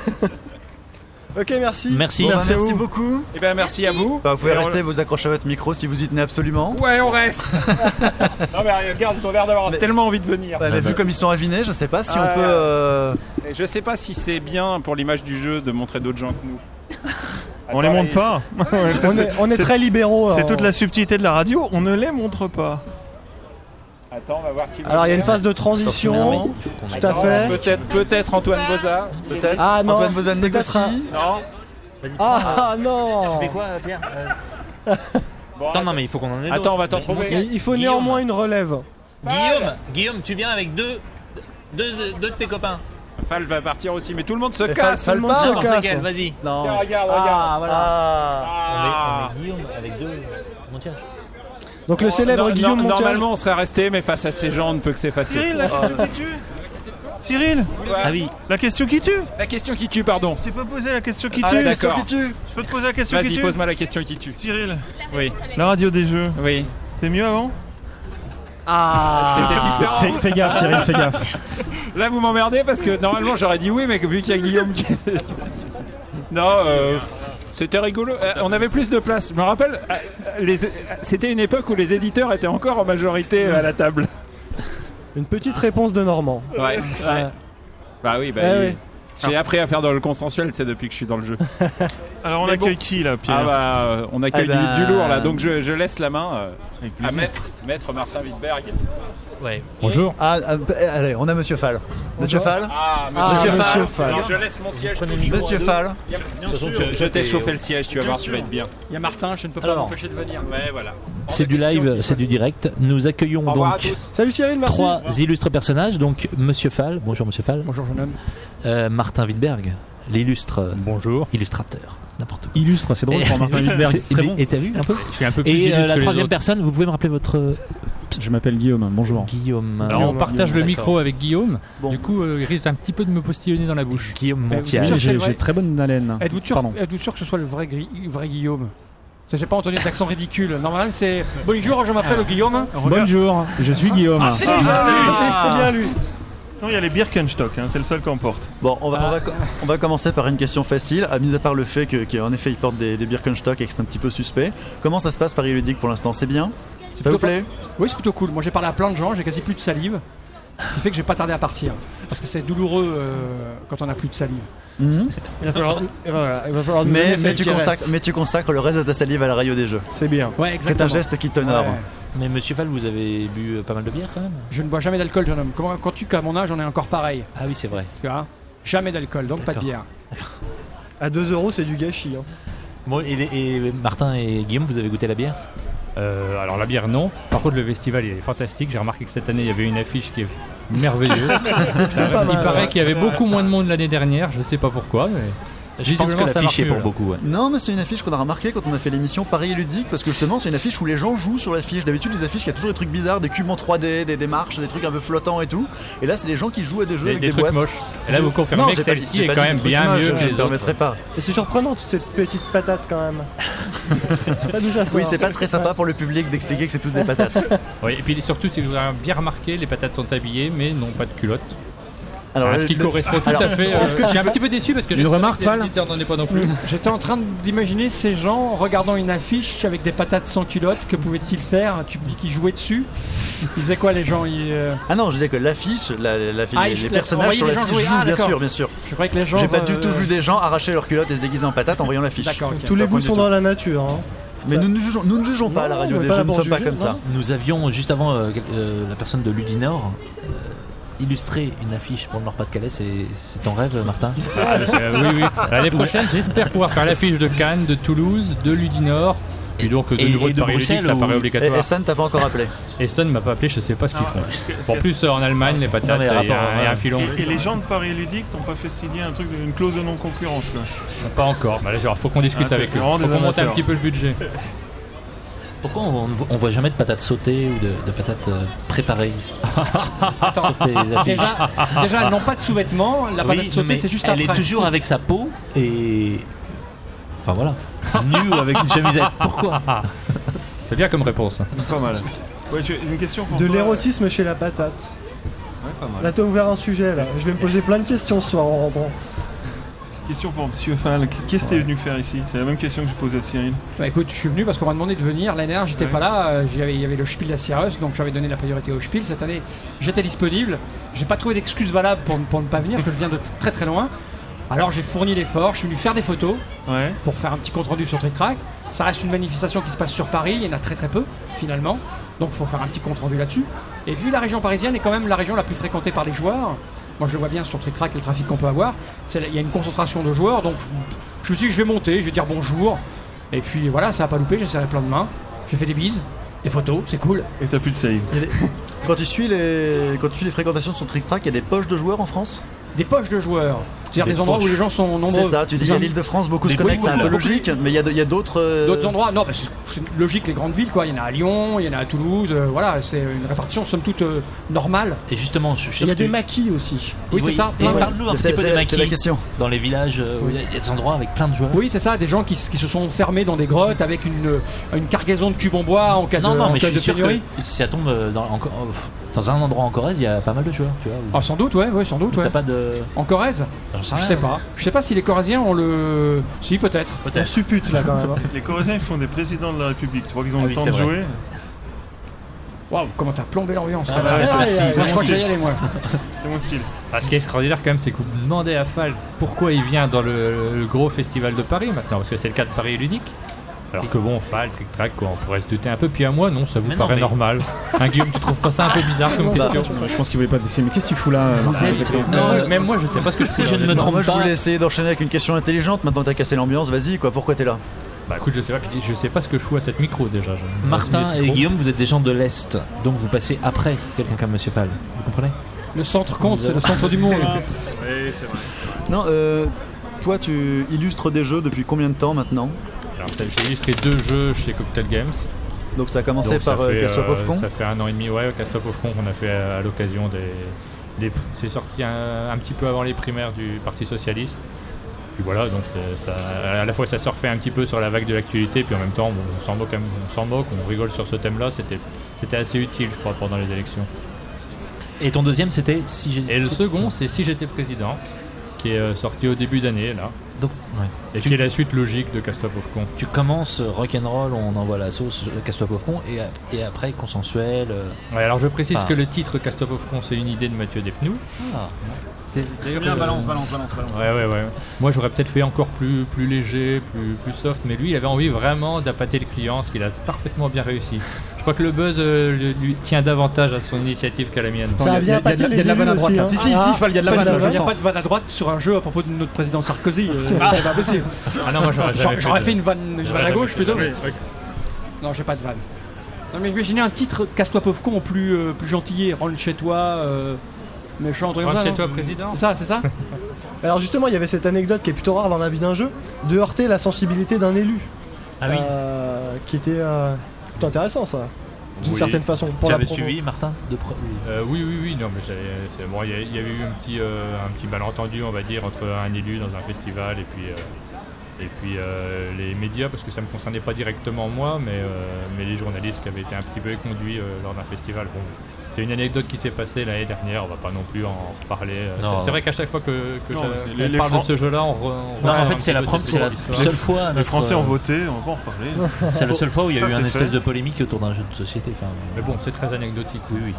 Ok, merci. Merci. Bon, bah, Merci à merci vous. beaucoup. Eh ben, merci à vous. Bah, vous pouvez Et on- rester, vous accrocher à votre micro si vous y tenez absolument. Ouais, on reste. Non, mais regarde, ils ont l'air d'avoir Mais- tellement envie de venir. Ouais, mais vu comme ils sont avinés, je sais pas si Ah, on peut. ouais. euh, Et je sais pas si c'est bien pour l'image du jeu de montrer d'autres gens que nous. On les montre pas. C'est- On est, on est c'est- très libéraux. C'est en- toute la subtilité de la radio, on ne les montre pas. Attends, on va voir qui. Alors il y a une phase de transition. Tout à fait. Peut-être, peut-être Antoine Boza. Peut-être. Ah non. Antoine Bozan peut-être négocie. Non. Ah non. Tu fais quoi, Pierre Bon, Attends, non, mais il faut qu'on en ait d'autres. Attends, on va t'en Mais trouver. montre- Il il faut Guillaume. néanmoins une relève. Guillaume, Guillaume, tu viens avec deux, deux, deux, deux de tes copains. Fal va partir aussi, mais tout le monde se Et casse. Fal- Tout le monde pas, se N'importe casse. lequel, vas-y. Non. Tiens, regarde, Ah regarde. voilà. Ah. On met, Ah. on met Guillaume avec deux montiages. Donc le célèbre Non, Guillaume non, Montiel. Normalement, on serait resté, mais face à ces gens, on ne peut que s'effacer. Cyril, la question qui tue Cyril, Ah oui, la question qui tue La question qui tue, pardon. Je t'ai pas posé la question qui Ah, tue. d'accord. Qui tue. Je peux te poser la question qui Vas-y, tue. pose-moi la question qui tue. Cyril, Oui, la radio des jeux, oui. c'était mieux avant Ah. C'était différent. Fais, fais gaffe, Cyril, fais gaffe. Là, vous m'emmerdez parce que normalement, j'aurais dit oui, mais vu qu'il y a Guillaume qui. Non, euh, c'était rigolo. Euh, on avait plus de place. Je me rappelle, euh, les... c'était une époque où les éditeurs étaient encore en majorité euh, à la table. Une petite réponse de Normand. Ouais. Ouais. Bah oui, bah. Eh il- oui. J'ai appris à faire dans le consensuel, c'est depuis que je suis dans le jeu. Alors on Mais accueille bon. qui là, Pierre Ah bah, euh, on accueille Eh ben, du, du lourd là, donc je, je laisse la main euh, Avec à plaisir. maître, maître Martin Wittberg. ouais. Bonjour. Ah, ah, allez, on a Monsieur Fall. Monsieur Fall. Ah, Ah, Monsieur Monsieur Fall. Fall. Alors, je laisse mon siège. Prenez le micro Monsieur à deux. Fall. Bien sûr, je, je t'ai chauffé le siège, tu vas voir, tu vas être bien. Il y a Martin, je ne peux pas Alors. m'empêcher de venir. Ouais, voilà. C'est du live, c'est du direct. Nous accueillons Au revoir à donc tous. Salut Cyril, merci. trois illustres personnages. Donc Monsieur Fall, bonjour Monsieur Fall. Bonjour jeune homme. Euh, Martin Wittberg, l'illustre Bonjour. illustrateur, n'importe quoi. Illustre, c'est drôle pour Martin Wittberg. C'est- Très bon. Et t'as vu un peu Je suis un peu plus Et illustre euh, la que les troisième autres. personne, vous pouvez me rappeler votre Je m'appelle Guillaume, bonjour. Guillaume. Alors on Guillaume, partage Guillaume, le micro d'accord. avec Guillaume. Bon. Du coup, euh, il risque un petit peu de me postillonner dans la bouche. Guillaume Mais Montiel. vous- J'ai c'est vrai. j'ai très bonne haleine. Êtes-vous sûr, Pardon. êtes-vous sûr que ce soit le vrai, Gri- vrai Guillaume? Parce que j'ai pas entendu d'accent ridicule. Normalement c'est bonjour, je m'appelle Guillaume. Bonjour, je suis Guillaume. C'est bien lui, c'est- c'est bien lui. Non, il y a les Birkenstock, hein, c'est le seul qu'on porte. Bon, on va, on, va, co- on va commencer par une question facile, à mis à part le fait que- qu'en effet, ils portent des, des Birkenstock et que c'est un petit peu suspect. Comment ça se passe Paris Ludique pour l'instant? C'est bien? Ça vous plutôt plaît? Oui, c'est plutôt cool. Moi j'ai parlé à plein de gens, j'ai quasi plus de salive. Ce qui fait que je vais pas tarder à partir. Parce que c'est douloureux euh, quand on a plus de salive. Mhm. Il va falloir, voilà, il va falloir nous donner mais, mais, celle tu qui consacres, reste. mais tu consacres le reste de ta salive à la radio des jeux. C'est bien. Ouais, C'est un geste qui t'honore. Ouais. Mais Monsieur Fall, vous avez bu euh, pas mal de bière quand même. Je ne bois jamais d'alcool, jeune homme. Comment, quand tu, qu'à mon âge, on est encore pareil. Ah oui, c'est vrai. Tu vois, jamais d'alcool, donc pas de D'accord. bière. À deux euros, c'est du gâchis. Hein. Bon, et, les- et Martin et Guillaume, vous avez goûté la bière? Euh, alors la bière non. Par contre le festival il est fantastique. J'ai remarqué que cette année il y avait une affiche qui est merveilleuse. pas il mal, paraît ouais. qu'il y avait beaucoup moins de monde l'année dernière. Je sais pas pourquoi. Mais Je pense que visiblement, ça l'affiche est marche pour mieux, beaucoup. Ouais. Non, mais c'est une affiche qu'on a remarqué quand on a fait l'émission Paris Ludique, parce que justement, c'est une affiche où les gens jouent sur l'affiche. D'habitude, les affiches, il y a toujours des trucs bizarres, des cubes en trois D, des, des marches, des trucs un peu flottants et tout. Et là, c'est les gens qui jouent à des jeux Des, avec des des, trucs boîtes. moches. Et là vous Non, confirmez j'ai que pas dit- celle-ci j'ai est pas quand dit même des trucs bien moches, mieux je que ne les me autres. permettrai pas. Et c'est surprenant toute cette petite patate quand même. Je sais pas d'où ça sort. Oui, c'est pas très sympa pour le public d'expliquer que c'est tous des patates. Oui, et puis surtout, si vous avez bien remarqué, les patates sont habillées, mais n'ont pas de culotte. Alors, Ah, ce le- qui le- correspond tout alors, à fait. est-ce que euh, tu je suis un peux- petit peu déçu parce que Une j'espérais remarque, que les Val auditeurs n'en aient pas non plus. J'étais en train d'imaginer ces gens regardant une affiche avec des patates sans culotte. Que pouvaient-ils faire? Tu me dis qu'ils jouaient dessus. Ils faisaient quoi les gens? Ils, euh, Ah non, je disais que l'affiche, la, la, Ah, les, ils- les on personnages voyait sur les gens l'affiche jouer. jouent, Ah, bien d'accord. sûr, bien sûr. Je croyais que les gens. J'ai pas du euh, tout vu des gens arracher leurs culottes et se déguiser en patates en voyant l'affiche. D'accord, ok. Tous les Pas goûts du sont tout. dans la nature. Hein. Mais nous ne jugeons, nous ne jugeons pas à la Non, radio on est des pas jeux, là nous pour ne sommes pas juger, comme ça. non. Nous avions juste avant euh, quel- euh, la personne de Ludinor. euh, illustrer une affiche pour le Nord-Pas-de-Calais, c'est, c'est ton rêve, Martin? Ah, c'est- euh, oui, oui. L'année prochaine, j'espère pouvoir faire l'affiche de Cannes, de Toulouse, de Ludinor. Puis donc de Et- nouveau et de de Paris Ludique, Bruxelles ça ou- paraît Et obligatoire. Essen t'a pas encore appelé. Essen m'a pas appelé, je sais pas ce qu'ils font. Est-ce que- est-ce En que- plus, euh, en Allemagne, les patates, Non, mais il y a rapport, un- il y a ouais. un filon. Et, et les gens de Paris Ludique t'ont pas fait signer un truc, une clause de non-concurrence quoi. Pas encore. Bah, là, genre, faut qu'on discute Ah, c'est avec eux. vraiment Faut des qu'on monte un amateurs. petit peu le budget. Pourquoi on, on voit jamais de patates sautées ou de, de patates euh, préparées sur tes affiches? Déjà, déjà, elles n'ont pas de sous-vêtements. La patate Oui, sautée, mais c'est juste elle après. est toujours avec sa peau et. Enfin voilà. Nue ou avec une chemisette. Pourquoi? C'est bien comme réponse. Pas mal. Ouais, j'ai une question pour De toi. l'érotisme chez la patate. Ouais, pas mal. Là, t'as ouvert un sujet, là. Je vais me poser plein de questions ce soir en rentrant. Question pour Monsieur Fall. Qu'est-ce que t'es venu faire ici? C'est la même question que je posais à Cyril. Bah écoute, je suis venu parce qu'on m'a demandé de venir. L'année dernière, j'étais Ouais. pas là. euh, j'y avais- Il y avait le Spiel à Sierras, donc j'avais donné la priorité au Spiel. Cette année, j'étais disponible. J'ai pas trouvé d'excuse valable pour, pour ne pas venir, parce que je viens de t- très très loin. Alors j'ai fourni l'effort. Je suis venu faire des photos Ouais. pour faire un petit compte rendu sur Trick Track. Ça reste une manifestation qui se passe sur Paris. Il y en a très très peu finalement, donc il faut faire un petit compte rendu là-dessus. Et puis la région parisienne est quand même la région la plus fréquentée par les joueurs. Moi je le vois bien sur Trick Track et le trafic qu'on peut avoir. C'est- Il y a une concentration de joueurs, donc je, je me suis dit je vais monter, je vais dire bonjour. Et puis voilà, ça a pas loupé, j'ai serré plein de mains, j'ai fait des bises, des photos, c'est cool. Et t'as plus de save. Il y a des- Quand tu suis les, quand tu suis les fréquentations sur Trick Track, il y a des poches de joueurs en France. Des poches de joueurs, c'est-à-dire Des des, endroits poches. où les gens sont nombreux. C'est ça. Tu dis Des à l'île de France, beaucoup Des se connectent, c'est un peu beaucoup- logique, mais il y a, de- il y a d'autres. euh, D'autres endroits, non, bah, c'est c'est logique, les grandes villes, quoi. Il y en a à Lyon, il y en a à Toulouse, euh, voilà, c'est une répartition somme toute euh, normale. Et justement, je suis sûr Il y a que des tu- maquis aussi. Oui, c'est ça. Et Ouais, ouais. parle-nous un C'est- petit peu c'est- des c'est la maquis question. dans les villages euh, où il y a- il y a des endroits avec plein de joueurs. Oui, c'est ça, des gens qui, s- qui se sont fermés dans des grottes avec une, une cargaison de cubes en bois en cas Non, de, non, en mais je cas suis de sûr pénurie. que si ça tombe euh, dans, en- dans un endroit en Corrèze, il y a pas mal de joueurs, tu vois. où- Ah, sans doute, ouais, ouais, sans doute, où ouais. T'as pas de. En Corrèze J'en sais Je rien. sais pas. Je sais pas si les Corréziens ont le. Si, peut-être. On Peut-être. suppute là quand même. hein. Les Corésiens ils font des présidents de la République. Tu crois qu'ils ont Ah le oui, temps c'est de vrai. jouer? Waouh, comment t'as plombé l'ambiance. Ah, quand même. ouais, Ah, merci, ouais, merci. Moi, je crois que je vais y aller, moi. C'est mon style. Ah, ce qui est extraordinaire quand même, c'est que vous demandez à Fall pourquoi il vient dans le, le gros festival de Paris maintenant, parce que c'est le cas de Paris Ludique. Alors que bon, Fall, Trick Track, quoi, on pourrait se douter un peu. Puis à moi, non, ça vous Mais non, paraît mais- normal. Hein, Guillaume, tu trouves pas ça un peu bizarre comme Bah, question? Je pense qu'il voulait pas te laisser. Mais qu'est-ce que tu fous là Vous Martin, êtes- exactement Non, Même- euh, Même moi, je sais pas ce que si c'est. je ne me honnêtement. trompe Moi, je pas. voulais essayer d'enchaîner avec une question intelligente. Maintenant, t'as cassé l'ambiance. Vas-y, quoi. Pourquoi t'es là? Bah écoute, je sais pas, puis je sais pas ce que je fous à cette micro déjà. Je- Martin ce et micro. Guillaume, vous êtes des gens de l'Est, donc vous passez après quelqu'un comme Monsieur Fall. Vous comprenez? Le centre compte, c'est le centre du monde. Oui, c'est vrai. Non, euh, toi, tu illustres des jeux depuis combien de temps maintenant? Alors, ça- j'ai illustré deux jeux chez Cocktail Games. Donc, ça a commencé Donc, ça par euh, fait, Castop euh, of Con. Ça fait un an et demi, ouais, Castop of Con qu'on a fait à, à l'occasion des, des- C'est sorti un, un petit peu avant les primaires du Parti Socialiste. Puis voilà, donc euh, ça, à la fois ça surfait un petit peu sur la vague de l'actualité, puis en même temps bon, on s'en moque, on s'en moque, on rigole sur ce thème-là. C'était, c'était assez utile, je crois, pendant les élections. Et ton deuxième, c'était si j'ai. Et le second, c'est Si j'étais président, qui est euh, sorti au début d'année là, Donc, ouais. et qui est la suite logique de Castop of Con. Tu commences euh, rock'n'roll, on envoie la sauce, euh, Castop of Con, et, a- et après consensuel. euh, Ouais, alors je précise Ah. que le titre Castop of Con, c'est une idée de Mathieu Despnous. Ah. D'ailleurs, Bien, euh, balance, balance, balance, balance. Ouais, ouais, ouais. Moi, j'aurais peut-être fait encore plus, plus léger, plus, plus soft, mais lui, il avait envie vraiment d'appâter le client, ce qu'il a parfaitement bien réussi. Je crois que le buzz euh, lui- lui tient davantage à son initiative qu'à la mienne. Ça a bien appâté les Il y a de la élus vanne à droite aussi, là. hein. Si, si, Ah, si, Fall, il y a de la pas vanne. de Il n'y a vanne. pas de vanne à droite sur un jeu à propos de notre président Sarkozy. euh, C'est pas possible. Ah non, moi, j'aurais jamais J'aurais fait j'aurais de- fait une vanne, une j'aurais vanne à jamais gauche fait de- plutôt. oui, oui. Non, j'ai pas de vanne. Non, mais imaginez un titre Casse-toi pauvre con plus, euh, plus gentillé. Rentre chez toi, euh, méchant, un truc comme Rentre ça. chez toi, non président. C'est ça, c'est ça. Alors justement, il y avait cette anecdote qui est plutôt rare dans la vie d'un jeu, de heurter la sensibilité d'un élu. Ah oui. Euh, qui était euh, plutôt intéressant ça, d'une Oui. certaine façon. Pour Tu la avais promo. suivi, Martin de pre- Euh, oui, oui, oui, non, mais j'avais- c'est- bon, il y, a- il y avait eu un petit, euh, un petit malentendu, on va dire, entre un élu dans un festival et puis, euh, et puis euh, les médias, parce que ça ne me concernait pas directement moi, mais, euh, mais les journalistes qui avaient été un petit peu conduits euh, lors d'un festival. Bon, c'est une anecdote qui s'est passée l'année dernière, on va pas non plus en reparler. Euh, Non. C'est, c'est vrai qu'à chaque fois que, que Non, je, c'est- on les- les parle Fran- de ce jeu-là, on, re, on Non, repart en un fait, c'est petit la, peu prom- cette c'est la histoire. seule fois. Les notre, Français ont euh, voté, on va pas en reparler. C'est la seule fois où il y a Ça, eu c'est un espèce fait. de polémique autour d'un jeu de société. Enfin, Mais bon, c'est très anecdotique. oui, oui.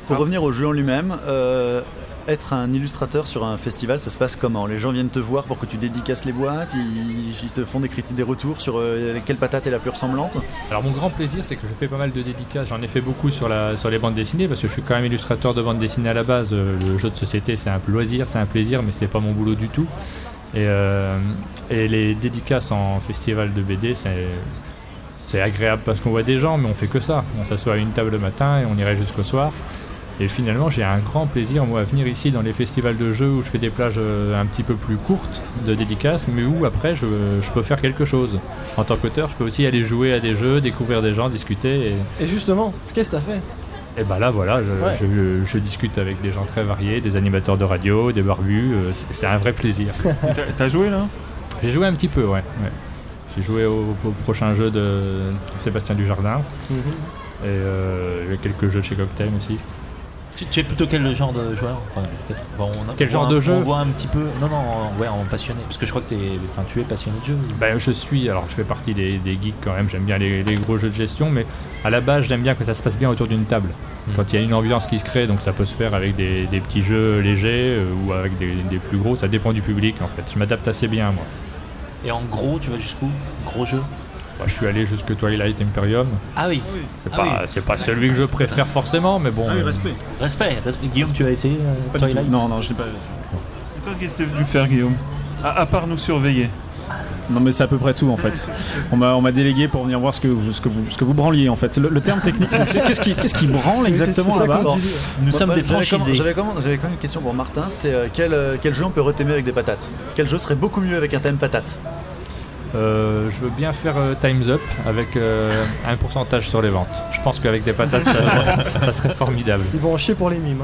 pour revenir au jeu en lui-même, euh, être un illustrateur sur un festival, ça se passe comment? Les gens viennent te voir pour que tu dédicaces les boîtes, ils, ils te font des critiques, des retours sur euh, quelle patate est la plus ressemblante? Alors mon grand plaisir, c'est que je fais pas mal de dédicaces. J'en ai fait beaucoup sur, la, sur les bandes dessinées parce que je suis quand même illustrateur de bandes dessinées à la base. Le jeu de société, c'est un loisir, c'est un plaisir, mais c'est pas mon boulot du tout. Et, euh, et les dédicaces en festival de B D, c'est, c'est agréable parce qu'on voit des gens, mais on fait que ça. On s'assoit à une table le matin et on irait jusqu'au soir. Et finalement, j'ai un grand plaisir, moi, à venir ici dans les festivals de jeux où je fais des plages un petit peu plus courtes de dédicaces, mais où après, je, je peux faire quelque chose. En tant qu'auteur, je peux aussi aller jouer à des jeux, découvrir des gens, discuter. Et, et justement, qu'est-ce que t'as fait? Et ben là, voilà, je, ouais. je, je, je discute avec des gens très variés, des animateurs de radio, des barbus. Euh, c'est, c'est un vrai plaisir. t'as, t'as joué là? J'ai joué un petit peu, ouais. ouais. J'ai joué au, au prochain jeu de Sébastien Dujardin. Mm-hmm. Et euh, il y a quelques jeux de chez Cocktail aussi. Tu, tu es plutôt quel genre de joueur? Enfin, bon, on a, Quel on genre un, de jeu? On voit un petit peu. Non, non, en, ouais, en passionné. Parce que je crois que t'es, enfin, tu es passionné de jeu. Ben, je suis. Alors, je fais partie des, des geeks quand même. J'aime bien les, les gros jeux de gestion, mais à la base, j'aime bien que ça se passe bien autour d'une table. Mmh. Quand il y a une ambiance qui se crée, donc ça peut se faire avec des, des petits jeux légers euh, ou avec des, des plus gros. Ça dépend du public en fait. Je m'adapte assez bien moi. Et en gros, tu vas jusqu'où? Gros jeu? Bah, je suis allé jusque Twilight Imperium. Ah oui. C'est ah pas, oui. c'est pas celui que je préfère forcément, mais bon. Ah oui, respect. Euh... Respect, respect. Guillaume, tu as essayé euh, pas Twilight? Non, non, je l'ai pas. Et toi, qu'est-ce que t'es venu faire, Guillaume? à, à part nous surveiller. Non, mais c'est à peu près tout en fait. On m'a, on m'a délégué pour venir voir ce que vous, ce que vous, ce que vous branliez en fait. Le, le terme technique, c'est qu'est-ce qui, qu'est-ce qui branle exactement c'est, c'est là-bas? Nous sommes des franchisés. J'avais quand, j'avais quand même une question pour Martin. C'est euh, quel, euh, quel jeu on peut retémer avec des patates? Quel jeu serait beaucoup mieux avec un thème patate? Euh, je veux bien faire euh, Time's Up avec euh, un pourcentage sur les ventes. Je pense qu'avec des patates, ça, ça serait formidable. Ils vont en chier pour les mimes. Hein.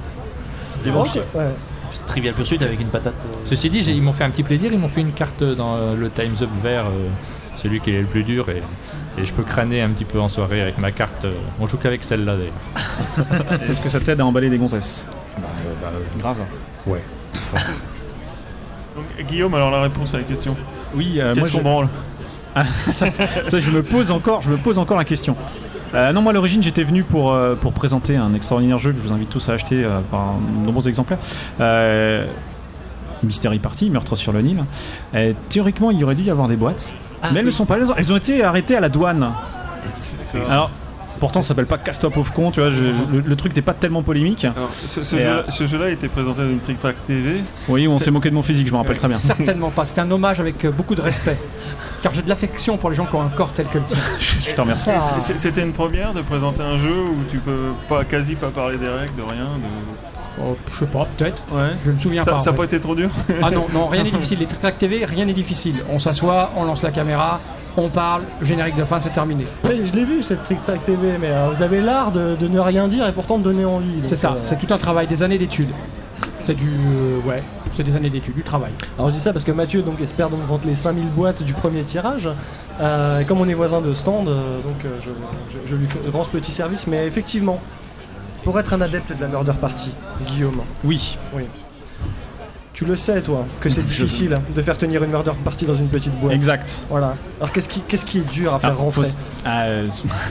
Ils vont en chier. Ouais. Trivial Pursuit avec une patate. Euh... Ceci dit, j'ai, ils m'ont fait un petit plaisir. Ils m'ont fait une carte dans euh, le Time's Up vert, euh, celui qui est le plus dur, et, et je peux crâner un petit peu en soirée avec ma carte. Euh, on joue qu'avec celle-là d'ailleurs. Est-ce que ça t'aide à emballer des gonzesses? Bah, euh, bah, euh, Grave. Ouais. Donc, Guillaume, alors la réponse à la question. Oui, euh, Qu'est-ce moi qu'on je... branle? Ah, ça, ça, je me pose encore, je me pose encore la question. Euh, non, moi à l'origine j'étais venu pour, euh, pour présenter un extraordinaire jeu que je vous invite tous à acheter euh, par de nombreux exemplaires. Euh, Mystery Party, Meurtre sur le Nil. Euh, théoriquement, il y aurait dû y avoir des boîtes, ah, mais elles oui. ne sont pas. Elles ont été arrêtées à la douane. C'est, c'est Alors, pourtant, ça s'appelle pas Casse-toi pauvre con, tu vois. Je, je, le, le truc n'était pas tellement polémique. Alors, ce, ce, Et, jeu-là, euh, ce jeu-là était présenté dans une Trick Track T V. Oui, on s'est moqué de mon physique, je me rappelle très bien. Certainement pas. C'était un hommage avec beaucoup de respect. Car j'ai de l'affection pour les gens qui ont un corps tel que le tien. Je te remercie. Ah. C'est- C'était une première de présenter un jeu où tu peux pas, quasi pas parler des règles, de rien. De... Oh, je sais pas, peut-être. Ouais. Je me souviens Ça pas. n'a en pas fait. été trop dur? Ah non, non, rien n'est difficile. Les Trick T V, rien n'est difficile. On s'assoit, on lance la caméra, on parle, générique de fin, c'est terminé. Mais je l'ai vu cette Trick Track T V, mais euh, vous avez l'art de, de ne rien dire et pourtant de donner envie. donc, C'est ça, euh, c'est tout un travail, des années d'études. C'est du. euh, ouais, c'est des années d'études, du travail. Alors je dis ça parce que Mathieu donc, espère donc vendre les cinq mille boîtes du premier tirage. Euh, et comme on est voisins de stand, euh, donc euh, je, je, je lui fais- rends ce petit service. Mais effectivement, pour être un adepte de la Murder Party, Guillaume, Oui. oui. Tu le sais, toi, que c'est Je- difficile de faire tenir une Murder Party dans une petite boîte. Exact. Voilà. Alors qu'est-ce qui, qu'est-ce qui est dur à faire Alors, rentrer faut- ah, euh,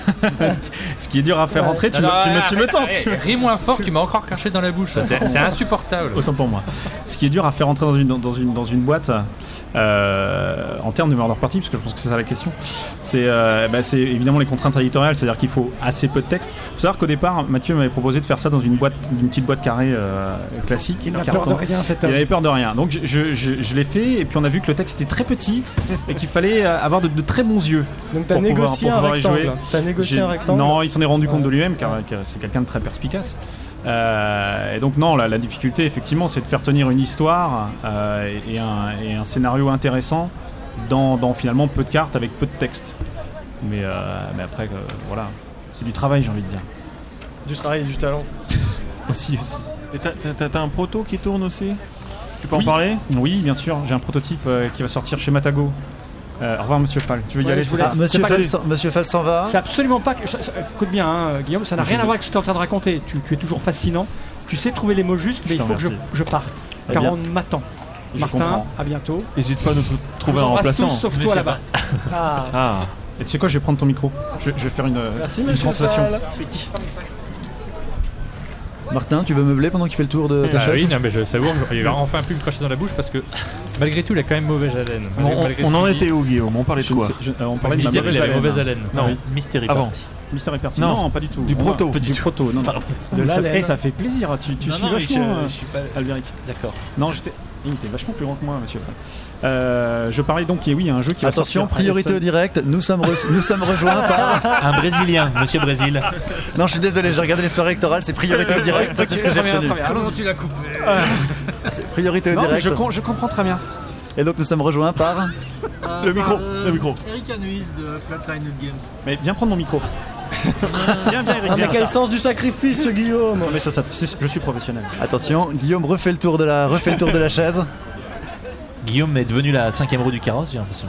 ce qui est dur à faire Ouais. rentrer, tu, Non, me, tu, me, non, tu me arrête, tentes. arrête, tu me- Ris moins fort, tu m'as encore craché dans la bouche. C'est, c'est insupportable. Autant pour moi. Ce qui est dur à faire rentrer dans une, dans une, dans une boîte, euh, en termes de Murder Party, parce que je pense que c'est ça la question, c'est, euh, bah, c'est évidemment les contraintes éditoriales, c'est-à-dire qu'il faut assez peu de texte. Il faut savoir qu'au départ, Mathieu m'avait proposé de faire ça dans une boîte, une petite boîte carrée euh, classique. Il a en peur carton. de rien, cet Il homme. avait peur de rien. Donc je, je, je l'ai fait, et puis on a vu que le texte était très petit et qu'il fallait euh, avoir de, de très bons yeux. Donc t'as pour pouvoir- négocié pour un pouvoir y rectangle. jouer. T'as négocié J'ai- un rectangle. Non, il s'en est rendu compte Ouais. de lui-même car, car c'est quelqu'un de très perspicace. Euh, et donc non, la, la difficulté effectivement, c'est de faire tenir une histoire euh, et, et un, et un scénario intéressant dans, dans finalement peu de cartes avec peu de texte. Mais, euh, mais après, euh, voilà, c'est du travail, j'ai envie de dire. Du travail et du talent. Aussi, aussi. Et t'as, t'as- t'as un proto qui tourne aussi? Tu peux Oui. en parler? Oui, bien sûr, j'ai un prototype euh, qui va sortir chez Matago. Euh, au revoir, Monsieur Fall. Tu veux y Ouais, aller je c'est voulais- ça Ah, Monsieur pas Fall, que- s'en- Monsieur Fall s'en va. C'est absolument pas. que- ça- ça- Écoute bien, hein, Guillaume, ça n'a Je rien à veux- voir avec ce que tu es en train de raconter. Tu, tu es toujours fascinant. Tu sais trouver les mots justes, mais Je il t'en faut que je, remercie. je parte. Eh Car bien. on m'attend. Je Martin, comprends. à bientôt. N'hésite pas à nous tr- Je trouver vous un embrasse remplaçant. tous, sauf toi là-bas. Ah. Ah. Et tu sais quoi, je vais prendre ton micro. Je, je vais faire une, Merci une Monsieur translation. Fall. Martin, tu veux meubler pendant qu'il fait le tour de ta Ah chaise oui, non, mais je savoure, il va enfin plus me cracher dans la bouche parce que malgré tout, il a quand même mauvaise haleine. On, on- Malgré on ce en qu'il était dit. où, Guillaume? On parlait de Je ne quoi? sais- je- euh, on parlait de Je ma dirais qu'il avait mauvaise mauvaise haleine. Non, Oui, Mystery avant. Party. Mystère et Party. Non. Non, pas du tout. Du On va- proto. Du proto, non, non. De ça, l'haleine. eh, ça fait plaisir, tu, tu Non, suis non, mais vachement, je- euh, je suis pas- Albéric. D'accord. Non, j'étais. Il était vachement plus grand que moi, monsieur Frey. Euh, je parlais donc, et oui, un jeu qui va Attention, sortir. priorité au direct, nous sommes, re- nous sommes rejoints par... Un Brésilien, monsieur Brésil. Non, je suis désolé, j'ai regardé les soirées électorales, c'est priorité au direct, ça c'est ce que j'ai Très bien, retenu. très bien. Allons, tu l'as coupé. C'est priorité au Non, mais direct. je, com- je comprends très bien. Et donc nous sommes rejoints par... Le micro, le micro. Eric Anuis de Flatline Games. Mais viens prendre mon micro. Viens, viens, Eric. Ah, mais viens. quel sens du sacrifice, ce Guillaume. Non, mais ça, ça, c'est- je suis professionnel. Attention, Guillaume refait le tour de la, refait le tour de la chaise. Guillaume est devenu la cinquième roue du carrosse, j'ai l'impression.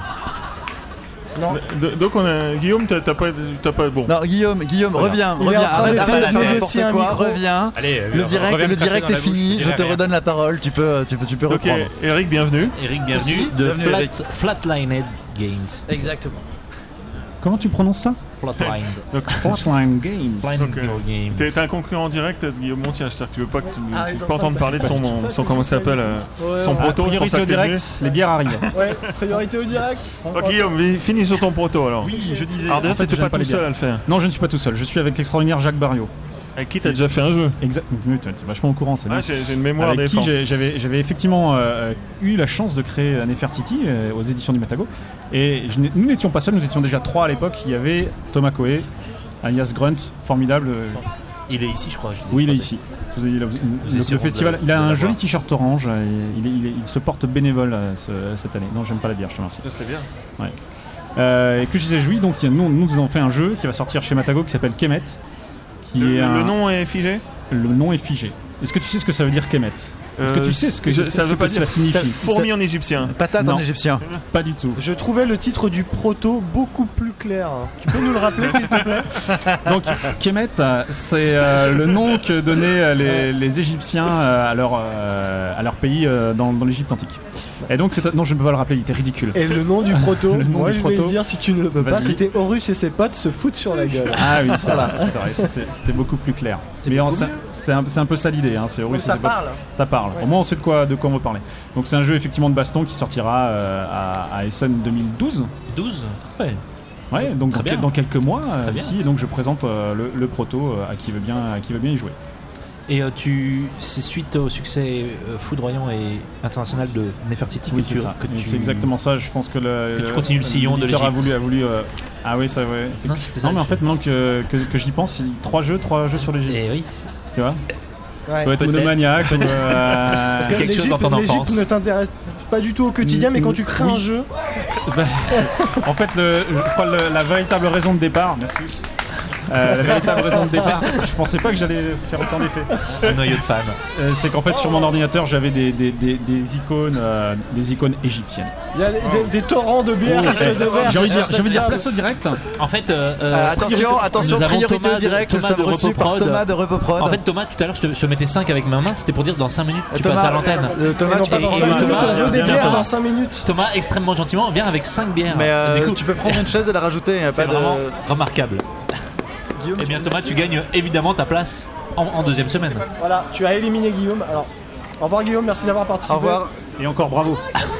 Non. De- donc on a Guillaume, t'as t'as pas, t'as pas bon. Non, Guillaume, Guillaume, reviens, Il est reviens, en train arrête, d'essayer arrête de de faire n'importe négocier un quoi, micro. reviens. Allez, Le euh, direct, reviens le me cracher direct dans est la bouche, fini, je je te dirai rien. redonne la parole, tu peux, tu peux, tu peux Ok, reprendre. Eric, bienvenue. Eric, bienvenue Merci. de Bienvenue, Flat, Eric. Flatlined Games. Exactement. Comment tu prononces ça? Flatlined. Donc, Flatline Games. Flatlined Donc, euh, Games. T'es t'es un concurrent direct de Guillaume Montier, c'est-à-dire que tu veux pas que tu, Ah, tu il est veux en pas train entendre de- parler de son, Ça, son c'est comment ça s'appelle, euh, Ouais, son ouais. proto. c'est pour ça Priorité au que t'es direct, les bières arrivent. Ouais, priorité au direct. venu. Oh, Guillaume, vi- finis sur ton proto alors. Oui, je disais. Alors déjà, en fait, t'étais j'aime pas les tout seul bières. à le faire. Non, je ne suis pas tout seul. Je suis avec l'extraordinaire Jacques Barriot. Avec qui t'as déjà fait un jeu? Exact. Mais T'es t'es vachement au courant, c'est bien. Ouais, j'ai j'ai une mémoire Avec qui d'éléphant. j'ai- j'avais j'avais effectivement euh, eu la chance de créer euh, Nefertiti euh, aux éditions du Matago. Et je n'ai- nous n'étions pas seuls, nous étions déjà trois à l'époque. Il y avait Thomas Coé, alias Grunt, formidable. euh, Il est ici, je crois. je l'ai Oui, il est croisé. ici. Vous avez- il a- le, essayerons le festival, de- il a de un l'avoir. joli t-shirt orange. euh, et il, est- il est- il se porte bénévole euh, ce- cette année. Non, j'aime pas la bière, je te remercie. C'est bien. Ouais. Euh, et que je disais joui, donc il y a- nous, nous avons fait un jeu qui va sortir chez Matago qui s'appelle Kemet. Qui Le, est un- le nom est figé? le nom est figé. Est-ce que tu sais ce que ça veut dire Kemet? Est-ce que Euh, tu sais ce que je- ce ça que veut pas cela dire signifie? fourmi en égyptien. Patate Non. en égyptien. Pas du tout. Je trouvais le titre du proto beaucoup plus clair. Tu peux nous le rappeler, s'il te plaît? Donc Kemet, euh, c'est euh, le nom que donnaient euh, les, les Égyptiens euh, à, leur, euh, à leur pays euh, dans, dans l'Égypte antique. Et donc c'est non, je ne peux pas le rappeler, il était ridicule. Et le nom du proto, Le nom moi du je vais proto. te dire si tu ne le peux pas, Vas-y. c'était Horus et ses potes se foutent sur la gueule. Ah oui, c'est vrai, c'est vrai, c'était- c'était beaucoup plus clair. Mais en- c'est c'est un, c'est un peu ça l'idée, hein, c'est Horus et ça ses potes. parle. Ça parle. Au moins on sait de quoi, de quoi on veut parler. Donc c'est un jeu effectivement de baston qui sortira euh, à, à Essen deux mille douze. douze. Ouais. Ouais, donc Très dans, bien. quel- dans quelques mois euh, Très bien. ici, et donc je présente euh, le, le proto euh, à qui veut bien, à qui veut bien y jouer. Et euh, tu, c'est suite au succès euh, foudroyant et international de Nefertiti Oui, que c'est tu, ça. que Et tu- C'est exactement ça. Je pense que le, que tu continues le sillon de l'éditeur a l'Égypte. voulu, a voulu. euh, Ah oui, ça, ouais. Non, c'était ça Non, mais en que fait, maintenant que, que, que j'y pense, il- trois jeux, trois jeux sur l'Égypte. Et oui. Tu vois. Ouais. Peut être Peut-être. monomaniaque. ou, euh, Parce que quelque chose l'Égypte dans ton l'Égypte enfance. ne t'intéresse pas du tout au quotidien, mais quand tu crées Oui. un jeu, bah, en fait, le, je crois le, la véritable raison de départ. Merci. Euh, la véritable raison de départ, je pensais pas que j'allais faire autant d'effets. Un noyau de fans. Euh, c'est qu'en fait sur mon ordinateur j'avais des, des, des, des icônes euh, des icônes égyptiennes. il y a des, des- des torrents de bière qui se Eh, déversent. J'ai envie de dire, sur je veux cette dire table. place au direct. En fait, euh, Euh, euh, attention, attention, nous avons priorité Thomas au direct, de, nous Thomas sommes de reçus par Repoprod. Thomas de Repoprod. En fait, Thomas, tout à l'heure, je te, je te mettais cinq avec ma main, c'était pour dire dans cinq minutes, tu Thomas, passes à l'antenne. euh, Thomas, Et non tu pas peux dans et- cinq et minutes, Thomas, on veut des viens, bières Thomas. dans cinq minutes. Thomas, extrêmement gentiment, vient avec cinq bières. Mais euh, Du coup, tu peux prendre une chaise et la rajouter. y a c'est pas de... vraiment remarquable. Guillaume, Et tu bien peux Thomas, passer tu gagnes évidemment ta place en, en deuxième semaine. Voilà, tu as éliminé Guillaume. Alors, au revoir Guillaume, merci d'avoir participé. Au revoir. Et encore bravo.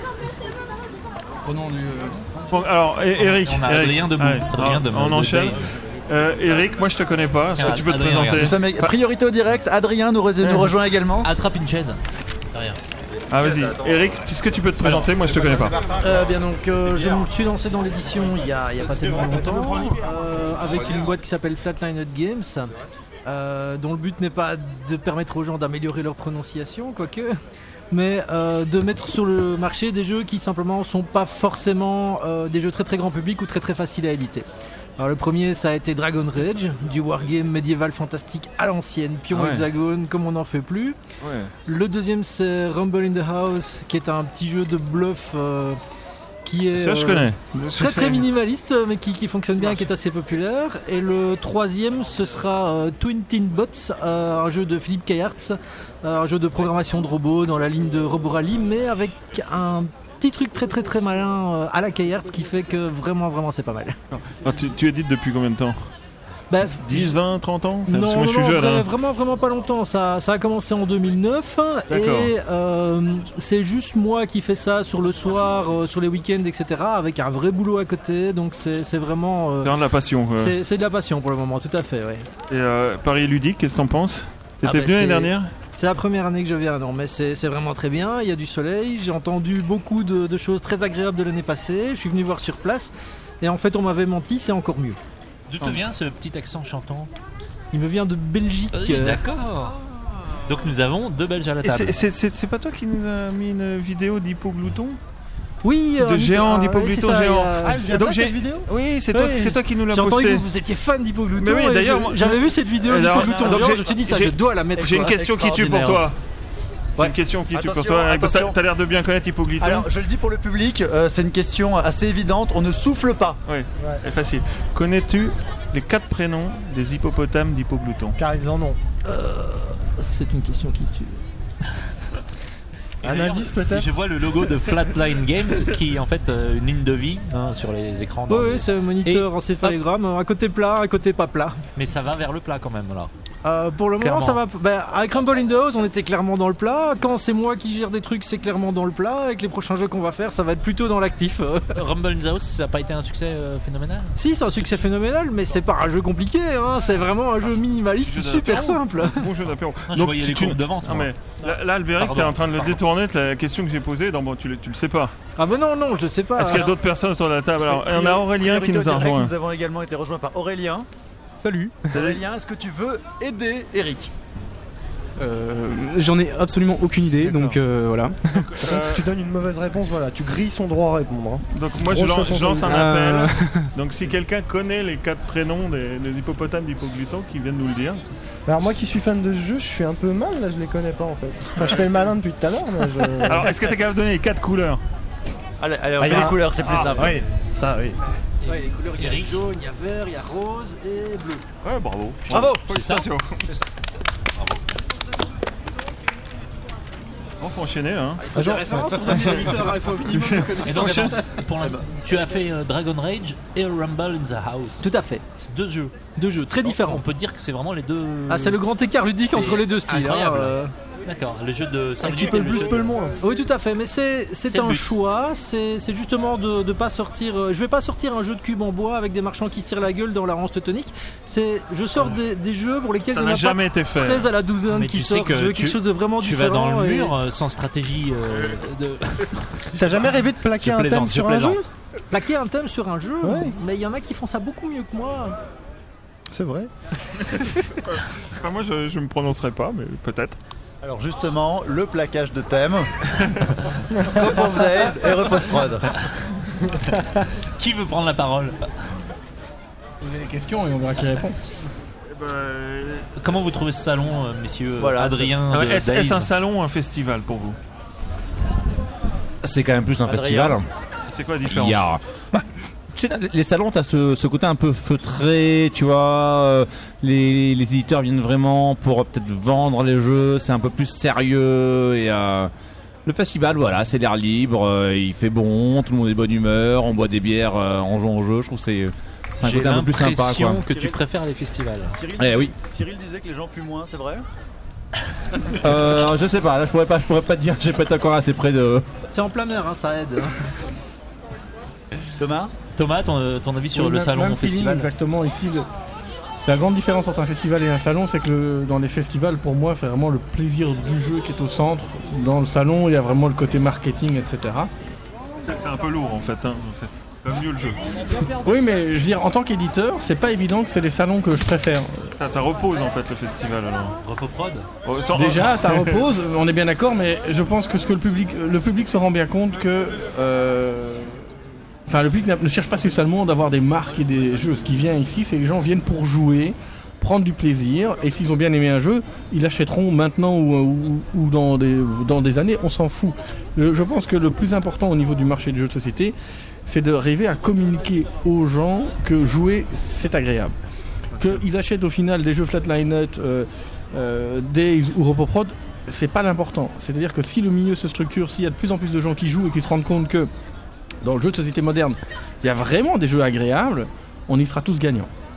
Prenons du. Bon, alors, et- Eric. On a Eric. Adrien debout. Ouais, Adrien de- on de enchaîne. Days. Euh, Eric, moi je te connais pas. Est-ce que Tiens, tu peux te Adrien, présenter? Nous sommes priorité au direct. Adrien nous, re- nous rejoint également. Attrape une chaise. Rien. Ah, vas-y. Eric, est-ce que tu peux te présenter? Moi je te connais pas. Euh, bien donc, euh, je me suis lancé dans l'édition il y a, il y a pas tellement longtemps, euh, avec une boîte qui s'appelle Flatline Games, euh, dont le but n'est pas de permettre aux gens d'améliorer leur prononciation, quoique, mais euh, de mettre sur le marché des jeux qui simplement sont pas forcément euh, des jeux très très grand public ou très très faciles à éditer. Alors le premier, ça a été Dragon Rage, du wargame médiéval fantastique à l'ancienne, pion Ah ouais. hexagone comme on n'en fait plus. Ouais. Le deuxième, c'est Rumble in the House, qui est un petit jeu de bluff euh, qui est Ça je euh, connais. très très minimaliste, mais qui, qui fonctionne bien, qui est assez populaire. Et le troisième, ce sera euh, Twin Teen Bots, euh, un jeu de Philippe Kayartz, euh, un jeu de programmation de robots dans la ligne de Roborally, mais avec un petit truc très très très malin euh, à la Kayartz qui fait que vraiment vraiment c'est pas mal. Ah, tu, tu édites depuis combien de temps? Bah, dix, vingt, trente ans? Non, Parce que moi, non, je suis non, jeune. vra- hein. vraiment, vraiment pas longtemps. Ça, ça a commencé en deux mille neuf D'accord. et euh, c'est juste moi qui fais ça sur le soir, euh, sur les week-ends, et cetera. Avec un vrai boulot à côté. Donc c'est, c'est vraiment. euh, C'est de la passion. quoi. c'est, c'est de la passion pour le moment, tout à fait. Ouais. Et euh, Paris Ludique, qu'est-ce que t'en penses? T'étais Ah bah, venu l'année c'est- dernière? C'est la première année que je viens, non, mais c'est, c'est vraiment très bien. Il y a du soleil. J'ai entendu beaucoup de, de choses très agréables de l'année passée. Je suis venu voir sur place. Et en fait, on m'avait menti, c'est encore mieux. D'où te vient ce petit accent chantant? Il me vient de Belgique. Oui, d'accord. Donc nous avons deux Belges à la Et table. c'est- c'est c'est- c'est pas toi qui nous a mis une vidéo d'hypoglouton? Oui, De euh, géant, ah, d'hypoglouton ouais, c'est ça, géant. il y a- Ah, elle vient Et donc pas, j'ai- cette vidéo? Oui, c'est toi, Ouais. c'est toi qui nous l'as J'ai entendu posté. que vous étiez fan d'hypoglouton. Mais oui, et d'ailleurs, je- moi- j'avais vu cette vidéo Alors, d'hypoglouton donc géant. j'ai- Je me suis dit, ça, j'ai- je dois la mettre. J'ai une quoi. question qui tue pour Extraordinaire. toi. J'ai une question qui tue pour Attention, toi. attention. T'as t'as l'air de bien connaître Hypoglouton. Alors, je le dis pour le public, euh, c'est une question assez évidente. On ne souffle pas. Oui, c'est facile. Connais-tu les quatre prénoms des hippopotames d'Hypoglouton? Car ils en ont. Euh, C'est une question qui tue. Et Un d'ailleurs, indice, peut-être? Je vois le logo de Flatline Games qui est en fait euh, une ligne de vie hein, sur les écrans. Oui, dans oui, les- c'est un moniteur Et- encéphalogramme. Un côté plat, un côté pas plat. Mais ça va vers le plat quand même là. Euh, pour le moment, Clairement. ça va. Ben, avec Rumble in the House, on était clairement dans le plat. Quand c'est moi qui gère des trucs, c'est clairement dans le plat. Avec les prochains jeux qu'on va faire, ça va être plutôt dans l'actif. Rumble in the House, ça n'a pas été un succès euh, phénoménal? Si, c'est un succès phénoménal, mais c'est pas un jeu compliqué. Hein. C'est vraiment un jeu minimaliste, Jeu super d'apéro. simple. Bon jeu d'apéro. Ah, je Donc, voyais tu- les tu- courbes de vente, Non, moi. mais là, là, Albéric, Pardon. t'es en train de le détourner de la question que j'ai posée. Donc, bon, tu, le- tu le sais pas. Ah ben non, non, je le sais pas. Est-ce qu'il y a d'autres personnes autour de la table? Alors, on a Aurélien qui nous a Direct, rejoint. Nous avons également été rejoints par Aurélien. Salut. Aurélien, est-ce que tu veux aider Eric? Euh, J'en ai absolument aucune idée, donc euh, voilà. Par contre, si tu donnes une mauvaise réponse, voilà, tu grilles son droit à répondre. hein. Donc moi je Grosse lance, je lance un Euh, appel. Donc si quelqu'un connaît les quatre prénoms des, des hippopotames d'Hypoglouton, qui viennent nous le dire. Alors moi qui suis fan de ce jeu, je suis un peu mal, là je les connais pas en fait. Enfin je fais le malin depuis tout à l'heure, mais je... Alors est-ce que t'es capable de donner les quatre couleurs? Allez, allez, on Ah, fait il y a les un- couleurs, c'est plus Ah, simple. oui, ça oui. Ouais, les couleurs, il y a jaune, il y a vert, il y a rose et bleu. Ouais, bravo. Bravo. Félicitations. On faut enchaîner hein. Il faut des références pour devenir éditeur, hein, il faut au minimum connaître. Et donc, attends, pour l'instant, tu as fait euh, Dragon Rage et Rumble in the House. Tout à fait. C'est deux jeux. Deux jeux très différents. On peut dire que c'est vraiment les deux. Ah, c'est le grand écart ludique C'est entre les deux styles. hein, incroyable. euh. D'accord, le jeu de cinq Qui minutes peut et le plus, jeu peut de- le moins. Oui, tout à fait, mais c'est, c'est C'est le un but. choix. C'est, c'est justement de ne pas sortir. euh, Je vais pas sortir un jeu de cube en bois avec des marchands qui se tirent la gueule dans la range teutonique. C'est, je sors des, des jeux pour lesquels Ça il n'y n'a en a jamais pas été fait. treize à la douzaine Mais qui tu sais sortent. que Je veux tu- quelque chose de vraiment Tu vas différent. dans le et- mur euh, sans stratégie euh, de. T'as jamais rêvé de plaquer Je un plaisante, thème je sur un jeu? plaisante. Plaquer un thème sur un jeu, Ouais. mais il y en a qui font ça beaucoup mieux que moi. C'est vrai. Enfin, moi je, je me prononcerai pas, mais peut-être. Alors justement, le plaquage de thème. Repose Days et Repose Prod. Qui veut prendre la parole? Posez les questions et on verra qui répond. Comment vous trouvez ce salon, euh, messieurs Voilà, Adrien Ah ouais, de Est-ce Days est-ce un salon ou un festival pour vous? C'est quand même plus un Adrien. festival. C'est quoi la Il différence? y a- Bah, tu sais, les salons, t'as ce, ce côté un peu feutré, tu vois. euh, Les, les éditeurs viennent vraiment pour euh, peut-être vendre les jeux, c'est un peu plus sérieux. Et euh, le festival, voilà, c'est l'air libre, euh, il fait bon, tout le monde est de bonne humeur, on boit des bières euh, en jouant au jeu. Je trouve que c'est c'est un J'ai côté un peu plus sympa, quoi. l'impression que tu Cyril- préfères les festivals. Cyril, Eh oui. Cyril disait que les gens puent moins, c'est vrai? Euh, je sais pas, là je pourrais pas, je pourrais pas te dire, j'ai pas été encore assez près de. C'est en plein air, hein, ça aide. Thomas? Thomas, ton, ton avis sur Oui, le même- salon même au feeling, festival? Exactement, ici, le- la grande différence entre un festival et un salon, c'est que le- dans les festivals, pour moi, c'est vraiment le plaisir du jeu qui est au centre. Dans le salon, il y a vraiment le côté marketing, et cetera. C'est c'est un peu lourd en fait. Hein. C'est c'est pas mieux le jeu. Oui, mais je veux dire, en tant qu'éditeur, c'est pas évident que c'est les salons que je préfère. Ça, ça repose en fait le festival alors. Repos prod. Oh, sans- Déjà, ça repose, on est bien d'accord, mais je pense que ce que le public, le public se rend bien compte que, euh, enfin, le public n'a- ne cherche pas spécialement d'avoir des marques et des jeux. Ce qui vient ici, c'est que les gens viennent pour jouer, prendre du plaisir, et s'ils ont bien aimé un jeu, ils l'achèteront maintenant ou, ou, ou dans des, ou dans des années, on s'en fout. Le- je pense que le plus important au niveau du marché de jeux de société, c'est d'arriver à communiquer aux gens que jouer, c'est agréable. Qu'ils achètent au final des jeux Flatline euh, euh, Days ou Repoprod, c'est pas l'important. C'est-à-dire que si le milieu se structure, s'il y a de plus en plus de gens qui jouent et qui se rendent compte que, dans le jeu de société moderne, il y a vraiment des jeux agréables, on y sera tous gagnants. Ouais, C'est-à-dire que si le milieu se structure, s'il y a de plus en plus de gens qui jouent et qui se rendent compte que, dans le jeu de société moderne, il y a vraiment des jeux agréables, on y sera tous gagnants.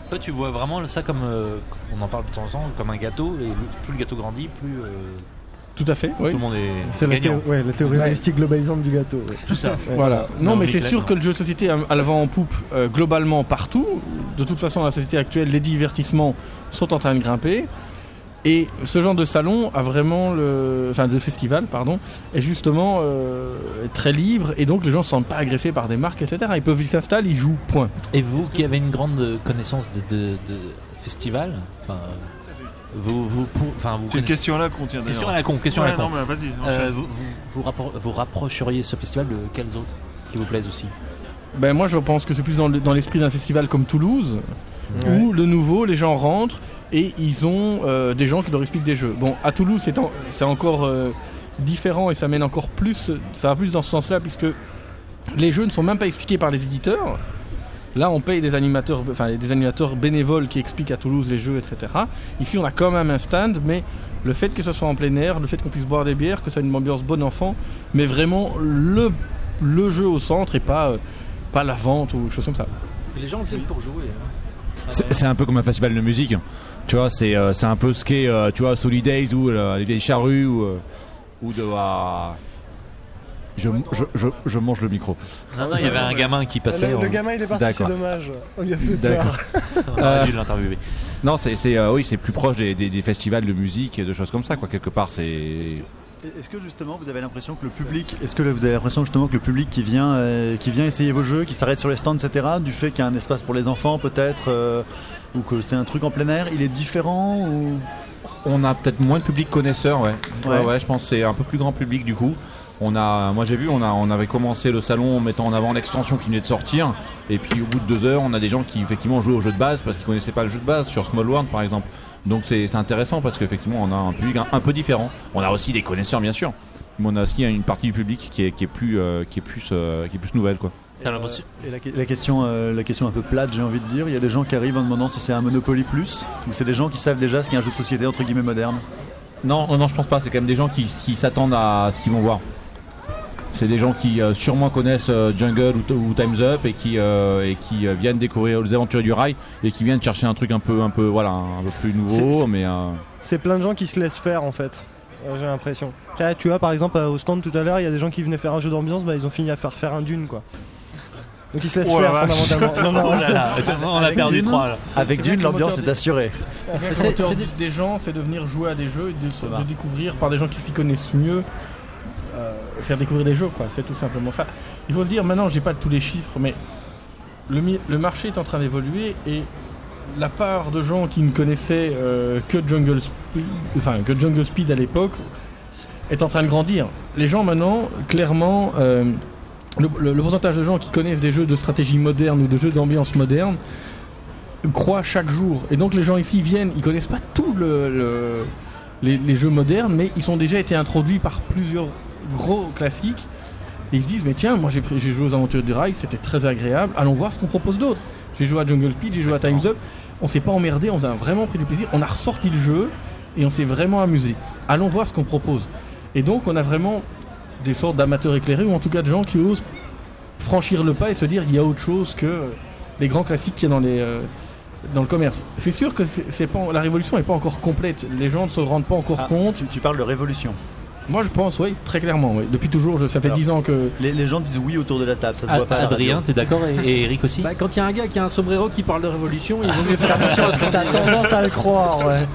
Toi, tu vois vraiment ça comme, euh, on en parle de temps en temps, comme un gâteau, et le- plus le gâteau grandit, plus euh, Tout à fait. tout oui. le monde est C'est la, gagnant. théo- ouais, la théorie Ouais. holistique globalisante du gâteau. ouais. Tout ça. Ouais. Voilà. Non, Non, mais mais c'est clairement. sûr que le jeu de société a, a le vent en poupe euh, globalement partout. De toute façon, dans la société actuelle, les divertissements sont en train de grimper. Et ce genre de salon a vraiment le, enfin de festival, pardon, est justement euh, très libre et donc les gens ne se sentent pas agressés par des marques, et cetera. Ils peuvent ils s'installent, ils jouent, point. Et vous qui avez une grande connaissance de, de, de festival, enfin, vous, vous, pour- enfin, vous C'est une connaissez- question à la con, tiens, d'ailleurs. Question à la con, question Ouais, à la con. non, mais vas-y, Euh, enchaîne. vous, vous, vous, rappro- vous rapprocheriez ce festival de quels autres qui vous plaisent aussi? Ben moi je pense que c'est plus dans, le- dans l'esprit d'un festival comme Toulouse, Ouais. où le nouveau, les gens rentrent et ils ont euh, des gens qui leur expliquent des jeux. Bon, à Toulouse c'est, en- c'est encore euh, différent et ça mène encore plus, ça va plus dans ce sens-là puisque les jeux ne sont même pas expliqués par les éditeurs. Là on paye des animateurs, enfin des animateurs bénévoles qui expliquent à Toulouse les jeux, et cetera. Ici on a quand même un stand, mais le fait que ce soit en plein air, le fait qu'on puisse boire des bières, que ça ait une ambiance bon enfant, mais vraiment le, le jeu au centre et pas, euh, pas la vente ou chose comme ça. Les gens viennent pour jouer. hein. C'est c'est un peu comme un festival de musique. Tu vois, c'est euh, c'est un peu ce qu'est, euh, tu vois, Solidays ou euh, les vieilles charrues ou, euh, ou de. euh, je, je, je, je mange le micro. Non, non, il y avait un gamin qui passait. Le, on- le gamin il est parti, c'est D'accord. dommage. On lui a fait D'accord. peur. on aurait dû l'interviewer. Non, c'est c'est, euh, oui, c'est plus proche des, des, des festivals de musique et de choses comme ça, quoi. Quelque part, c'est. Est-ce que justement vous avez l'impression que le public, est-ce que vous avez l'impression justement que le public qui vient, euh, qui vient essayer vos jeux, qui s'arrête sur les stands, et cetera, du fait qu'il y a un espace pour les enfants peut-être, euh, ou que c'est un truc en plein air, il est différent ou... On a peut-être moins de public connaisseur, ouais. Ouais, Ouais. ouais, je pense que c'est un peu plus grand public du coup. On a, moi j'ai vu, on a, on avait commencé le salon en mettant en avant l'extension qui venait de sortir, et puis au bout de deux heures, on a des gens qui effectivement jouaient au jeu de base parce qu'ils connaissaient pas le jeu de base sur Small World par exemple. Donc c'est c'est intéressant parce qu'effectivement on a un public un, un peu différent. On a aussi des connaisseurs bien sûr, mais on a aussi une partie du public qui est, qui est plus, euh, qui est plus, euh, qui est plus nouvelle quoi. T'as l'impression- Et la, la question, euh, la question un peu plate, j'ai envie de dire, il y a des gens qui arrivent en demandant si c'est un Monopoly Plus, ou c'est des gens qui savent déjà ce qu'est un jeu de société entre guillemets moderne. Non, non, non, je pense pas. C'est quand même des gens qui, qui s'attendent à ce qu'ils vont voir. C'est des gens qui euh, sûrement connaissent euh, Jungle ou, ou Time's Up et qui, euh, et qui euh, viennent découvrir les aventures du rail et qui viennent chercher un truc un peu, un peu, voilà, un peu plus nouveau, C'est- mais. Euh... C'est plein de gens qui se laissent faire en fait. Euh, J'ai l'impression. Là, tu vois, par exemple, euh, au stand tout à l'heure, il y a des gens qui venaient faire un jeu d'ambiance, bah, ils ont fini à faire faire un dune quoi. Donc ils se laissent Oh la faire vache. fondamentalement. Non, non. Oh là là, on a Avec perdu Dune, trois là. Avec C'est Dune, vrai que le l'ambiance moteur est assurée. C'est, C'est- c'est c'est des... des gens, c'est de venir jouer à des jeux, et de, Ça de va. découvrir par des gens qui s'y connaissent mieux, euh, faire découvrir des jeux, quoi. C'est tout simplement ça. Il faut se dire, maintenant, j'ai pas tous les chiffres, mais le, mi- le marché est en train d'évoluer et la part de gens qui ne connaissaient euh, que Jungle Speed, enfin que Jungle Speed à l'époque, est en train de grandir. Les gens maintenant, clairement, euh, le, le- le pourcentage de gens qui connaissent des jeux de stratégie moderne ou de jeux d'ambiance moderne croît chaque jour. Et donc les gens ici viennent, ils connaissent pas tout le, le- les, les jeux modernes, mais ils ont déjà été introduits par plusieurs gros classiques. Et ils se disent, mais tiens, moi j'ai, pris- j'ai joué aux Aventures du Rail, c'était très agréable, allons voir ce qu'on propose d'autre. J'ai joué à Jungle Speed, j'ai joué à Time's Up, on s'est pas emmerdé, on a vraiment pris du plaisir, on a ressorti le jeu et on s'est vraiment amusé. Allons voir ce qu'on propose. Et donc on a vraiment des sortes d'amateurs éclairés, ou en tout cas de gens qui osent franchir le pas et se dire, il y a autre chose que les grands classiques qu'il y a dans les... euh, dans le commerce. C'est sûr que c'est, c'est pas, la révolution n'est pas encore complète. Les gens ne se rendent pas encore Ah, compte. Tu, tu parles de révolution. Moi, je pense, oui, très clairement. Oui. Depuis toujours, je, ça fait Alors, dix ans que. Les, les gens disent oui autour de la table, ça se Ad- voit pas. à la Adrien, radio. t'es d'accord et, et Eric aussi? Bah, quand il y a un gars qui a un sombrero qui parle de révolution, il vaut mieux faire attention à ce qu'on T'as tendance à le croire, ouais.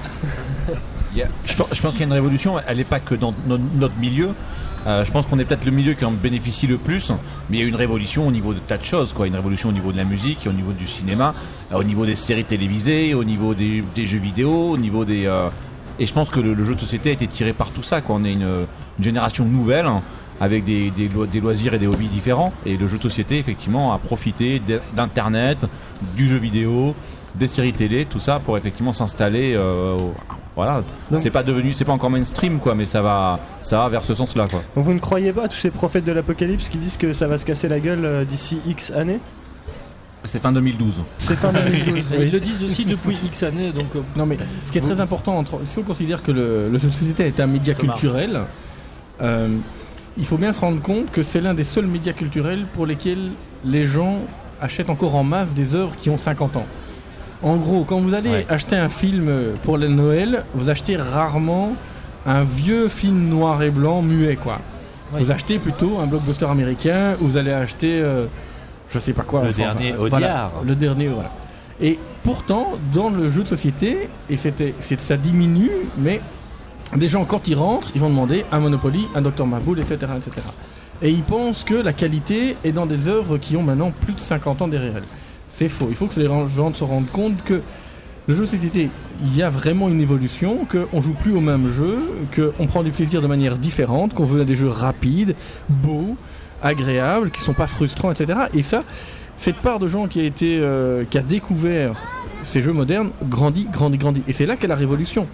Il y a- je, pense, je pense qu'il y a une révolution, elle n'est pas que dans no- notre milieu. Euh, je pense qu'on est peut-être le milieu qui en bénéficie le plus, mais il y a une révolution au niveau de tas de choses, quoi. Une révolution au niveau de la musique, au niveau du cinéma, euh, au niveau des séries télévisées, au niveau des, des jeux vidéo, au niveau des. euh, Et je pense que le, le jeu de société a été tiré par tout ça, quoi. On est une, une génération nouvelle hein, avec des, des, lo- des loisirs et des hobbies différents, et le jeu de société effectivement a profité d'- d'internet, du jeu vidéo, des séries télé, tout ça pour effectivement s'installer. Euh, au- voilà, Donc- c'est pas devenu, c'est pas encore mainstream quoi, mais ça va, ça va vers ce sens-là quoi. Donc vous ne croyez pas à tous ces prophètes de l'apocalypse qui disent que ça va se casser la gueule euh, d'ici X années? C'est fin deux mille douze. C'est fin deux mille douze. Ils le disent aussi depuis X années, donc. euh, Non, mais ce qui est très important, entre, si on considère que le, le jeu de société est un média Thomas. culturel, euh, il faut bien se rendre compte que c'est l'un des seuls médias culturels pour lesquels les gens achètent encore en masse des œuvres qui ont cinquante ans. En gros, quand vous allez Ouais. acheter un film pour le Noël, vous achetez rarement un vieux film noir et blanc muet, quoi. Oui. Vous achetez plutôt un blockbuster américain, ou vous allez acheter, euh, je sais pas quoi. Le dernier Audiard. Voilà, le dernier, voilà. Et pourtant, dans le jeu de société, et c'était, c'est, ça diminue, mais les gens, quand ils rentrent, ils vont demander un Monopoly, un docteur Maboul, et cetera, et cetera. Et ils pensent que la qualité est dans des œuvres qui ont maintenant plus de cinquante ans derrière elles. C'est faux. Il faut que les gens se rendent compte que le jeu de société, il y a vraiment une évolution, qu'on joue plus au même jeu, qu'on prend du plaisir de manière différente, qu'on veut des jeux rapides, beaux, agréables, qui sont pas frustrants, et cetera. Et ça, cette part de gens qui a été, euh, qui a découvert ces jeux modernes, grandit, grandit, grandit. Et c'est là qu'est la révolution.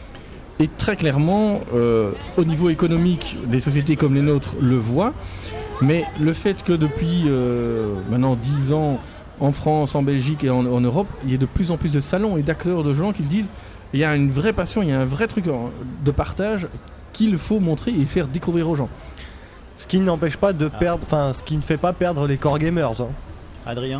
Et très clairement, euh, au niveau économique, des sociétés comme les nôtres le voient, mais le fait que depuis euh, maintenant dix ans, en France, en Belgique et en, en Europe, il y a de plus en plus de salons et d'acteurs, de gens qui se disent il y a une vraie passion, il y a un vrai truc de partage qu'il faut montrer et faire découvrir aux gens. Ce qui n'empêche pas de perdre, enfin, ce qui ne fait pas perdre les core gamers. Hein. Adrien.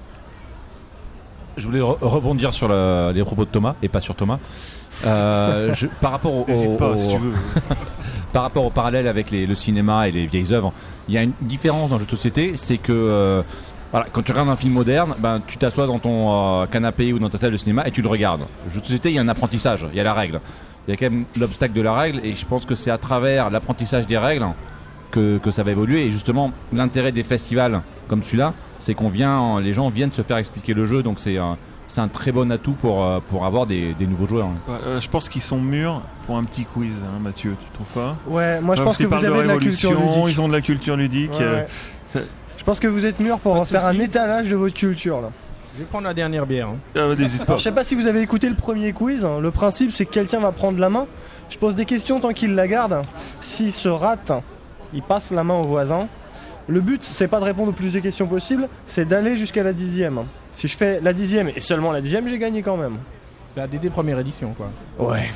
Je voulais re- rebondir sur la- les propos de Thomas et pas sur Thomas. Euh, je- par rapport au, N'hésite pas, au- si tu veux. par rapport au parallèle avec les- le cinéma et les vieilles œuvres, il y a une différence dans le jeu de société, c'est que euh, voilà, quand tu regardes un film moderne, ben, tu t'assois dans ton euh, canapé ou dans ta salle de cinéma et tu le regardes. Le jeu de société, il y a un apprentissage, il y a la règle. Il y a quand même l'obstacle de la règle et je pense que c'est à travers l'apprentissage des règles que, que ça va évoluer. Et justement, l'intérêt des festivals comme celui-là, c'est qu'on vient, les gens viennent se faire expliquer le jeu, donc c'est un, c'est un très bon atout pour, euh, pour avoir des, des nouveaux joueurs. Euh, je pense qu'ils sont mûrs pour un petit quiz, hein, Mathieu, tu trouves pas? Ouais, moi je Ouais, pense parce que qu'ils vous parlent avez de la culture révolution, ludique. Ils ont de la culture ludique. Ouais, euh, ouais. ça- Je pense que vous êtes mûrs pour Pas de faire un souci. étalage de votre culture là. Je vais prendre la dernière bière. Hein. Ah, n'hésite pas. Alors, je sais pas si vous avez écouté le premier quiz. hein. Le principe, c'est que quelqu'un va prendre la main. Je pose des questions tant qu'il la garde. S'il se rate, il passe la main au voisin. Le but, c'est pas de répondre au plus de questions possible, c'est d'aller jusqu'à la dixième. Si je fais la dixième et seulement la dixième, j'ai gagné quand même. C'est la D D première édition, quoi. Ouais.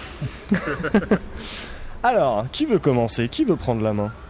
Alors, qui veut commencer? Qui veut prendre la main?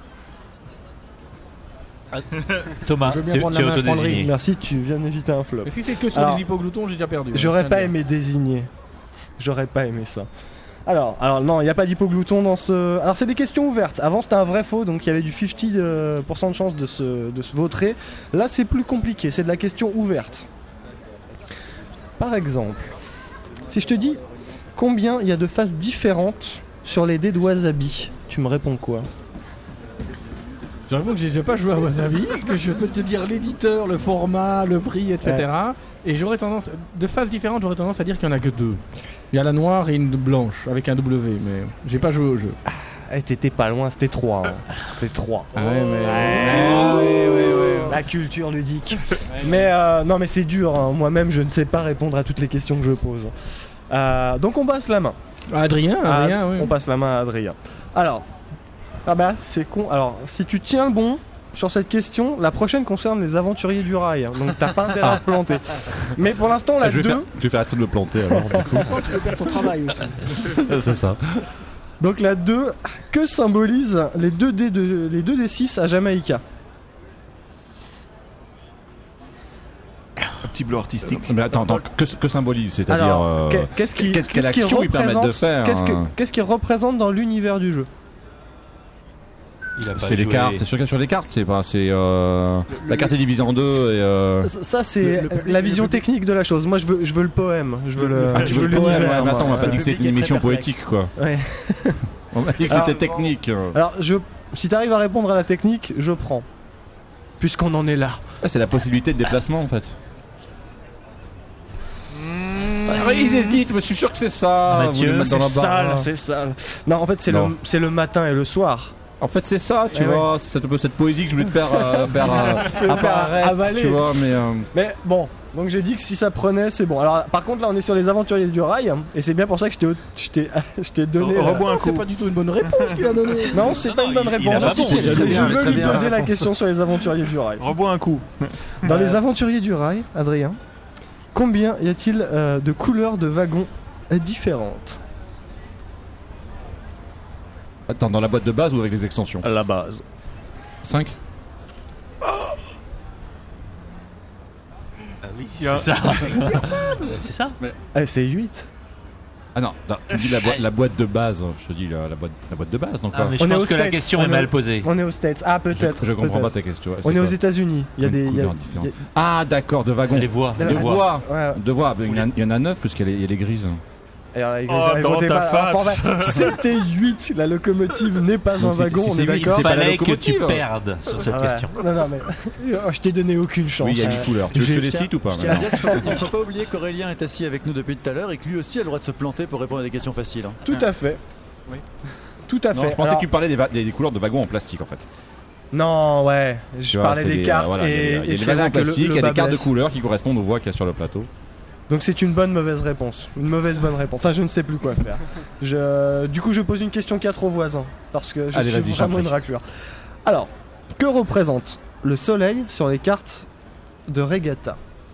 Thomas, Je veux bien tu, prendre tu la es main, je prends le autodésigné. Merci, tu viens d'éviter un flop. Mais si c'est que sur Alors, les hippogloutons, j'ai déjà perdu. J'aurais Je pas tiens à le aimé désigner. J'aurais pas aimé ça. Alors, alors non, il n'y a pas d'hypoglouton dans ce... Alors c'est des questions ouvertes. Avant c'était un vrai faux, donc il y avait du cinquante pour cent de chance de se, de se vautrer. Là c'est plus compliqué, c'est de la question ouverte. Par exemple, si je te dis combien il y a de faces différentes sur les dés de Wasabi, tu me réponds quoi? J'avoue que j'ai pas joué à Wasabi, que je peux te dire l'éditeur, le format, le prix, et cetera. Et j'aurais tendance, de phases différentes, j'aurais tendance à dire qu'il y en a que deux. Il y a la noire et une blanche avec un W, mais j'ai pas joué au jeu. Ah, t'étais pas loin, c'était trois. Hein. C'était trois. Ah ouais, mais. Ouais, ouais, ouais, ouais. La culture ludique. mais euh, non, mais c'est dur. Hein. Moi-même, je ne sais pas répondre à toutes les questions que je pose. Euh, donc on passe la main. Adrien, Adrien, Ah, oui. On passe la main à Adrien. Alors, ah bah c'est con. Alors, si tu tiens le bon sur cette question, la prochaine concerne les aventuriers du rail. hein. Donc t'as pas intérêt à te planter. Mais pour l'instant, la je vais deux. faire, je vais faire un truc de me planter alors. Du coup. Tu peux perdre ton travail aussi. C'est ça. Donc la deux, que symbolisent les deux dés de les deux dés six à Jamaïca? Un petit bleu artistique. Mais attends, attends, que, que symbolise, c'est-à-dire Alors, euh, qu'est- qu'est-ce qui, qu'est-ce qu'est-ce quelle qui action ils permettent de représente- faire Qu'est-ce que- hein. qu'est-ce qui représente dans l'univers du jeu? Il a pas C'est les joué. cartes, c'est sur, sur les cartes, c'est pas, c'est euh, la carte est divisée en deux et euh... Ça, ça, c'est la vision technique de la chose. Moi je veux, je veux le poème. Je veux le, Ah, tu je veux le poème, l'univers, ouais, mais moi. attends, on m'a pas Euh, dit que c'était une émission poétique quoi. Ouais. On m'a dit que Alors- c'était technique. Alors, je, si t'arrives à répondre à la technique, je prends. Puisqu'on en est là. Ah, c'est la possibilité de déplacement en fait. Mmh. Ah, ils hésitent, mais je suis sûr que c'est ça. Mathieu, Vous le mettez dans c'est la barre. sale, c'est sale. Non, en fait, c'est le, Non. c'est le matin et le soir. En fait, c'est ça, tu Eh vois. C'est cette, cette poésie que je voulais te faire, euh, faire Je vais euh, le faire apparaître, avaler. tu vois, mais. euh, Mais bon, donc j'ai dit que si ça prenait, c'est bon. Alors, par contre, là, on est sur les aventuriers du rail, et c'est bien pour ça que je t'ai, je t'ai, je t'ai donné. Re- la- rebois un C'est coup. pas du tout une bonne réponse qu'il a donnée. Non, c'est pas une bonne il- il a réponse. pas bon, Si, il a je très bien, veux très lui bien poser la réponse. question sur les aventuriers du rail. Rebois un coup. Dans les aventuriers du rail, Adrien, combien y a-t-il euh, de couleurs de wagons euh, différentes? Attends, dans la boîte de base ou avec les extensions? À la base. cinq. Ah oui, Il y a- c'est ça. C'est ça. Eh, c'est huit. Ah non, non, tu dis la, boi- la boîte de base, je te dis la, la boîte, la boîte de base. Donc, Ah, euh, mais je On est pense aux que la States, question on est est- mal posée. On est aux States. Ah, peut-être. je, je comprends peut-être. pas ta question. ouais, On c'est est aux quoi États-Unis. Il y a Une des. il y a- couleur il y a- différente. Ah d'accord, de wagons. Les voies. Les De voies. voix. Ouais. De voix. Il y en a- il y en a neuf puisqu'il y a les- il y a les grises. Et alors, les Oh, gars, ils dans votaient ta pas- enfin, face. enfin, C'était huit. La locomotive n'est pas un Donc, si- wagon, si on c'est est huit, d'accord. c'est Il pas la fallait que tu locomotive. perdes sur cette Ah ouais. question. Non, non, mais oh, je t'ai donné aucune chance. Oui, il y a Euh, huit couleurs. Tu veux que je te les Tiens, cite ou pas je tiens à maintenant dire qu'il ne faut pas oublier qu'Aurélien est assis avec nous depuis tout à l'heure et que lui aussi a le droit de se planter pour répondre à des questions faciles. hein. Tout à fait. Oui. Tout à Non, fait. je pensais Alors- que tu parlais des, va- des- des couleurs de wagons en plastique en fait. Non, ouais. Je Tu vois, parlais c'est des des- cartes voilà, il y a- et, il y a et des c'est wagons là en que le, plastique, il le y a bas des cartes de blesse. couleurs qui correspondent aux voies qu'il y a sur le plateau. Donc c'est une bonne mauvaise réponse. Une mauvaise bonne réponse. Enfin, je ne sais plus quoi faire. Je... Du coup, je pose une question quatre aux voisins. Parce que je Allez, suis vas-y, j'en vraiment prie. une raclure. Alors, que représente le soleil sur les cartes de Regatta?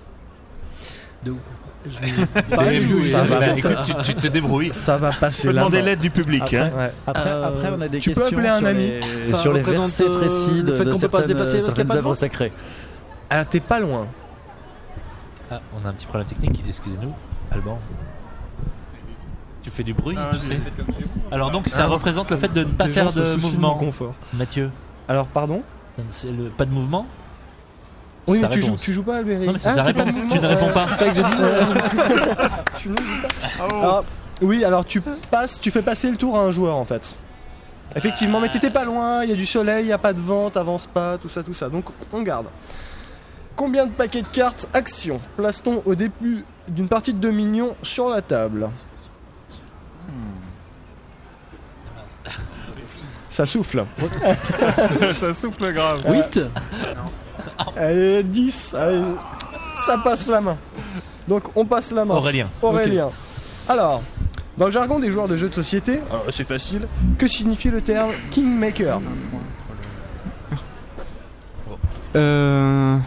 Pas du tout, ça va Bah, pas- écoute, tu, tu te débrouilles. Ça va Tu passer peux là. demander l'aide du public. Après, hein. Ouais. après, Euh, après, on a des tu peux questions appeler un sur ami. les, Ça sur les représente, versets euh, précis de, le fait de qu'on peut pas se certaines, déplacer parce qu'il y a certaines pas de œuvres vent sacrées. Alors, t'es pas loin. Ah, on a un petit problème technique, excusez-nous. Alban. Tu fais du bruit, tu sais. Alors donc ça Ah. représente le fait de ne pas Les faire gens se de soucient mouvement. mon confort. Mathieu, Alors, pardon? c'est le pas de mouvement. Oui, C'est mais sa tu joues, réponse. tu joues pas, Albéric. Non, mais c'est Ah, sa c'est pas réponse. de Tu ne mouvement, réponds pas. C'est ça que j'ai dit. Tu ne joues pas. Alors, oui, alors tu passes, tu fais passer le tour à un joueur en fait. Effectivement, mais t'étais pas loin, il y a du soleil, il n'y a pas de vent, t'avances pas, tout ça, tout ça. Donc on garde. Combien de paquets de cartes action place-t-on au début d'une partie de Dominion sur la table? Ça souffle. Ça souffle grave. huit Allez, dix. Allez, ça passe la main. Donc on passe la main. Aurélien. Aurélien. Alors, dans le jargon des joueurs de jeux de société, alors, c'est facile, que signifie le terme Kingmaker? Euh...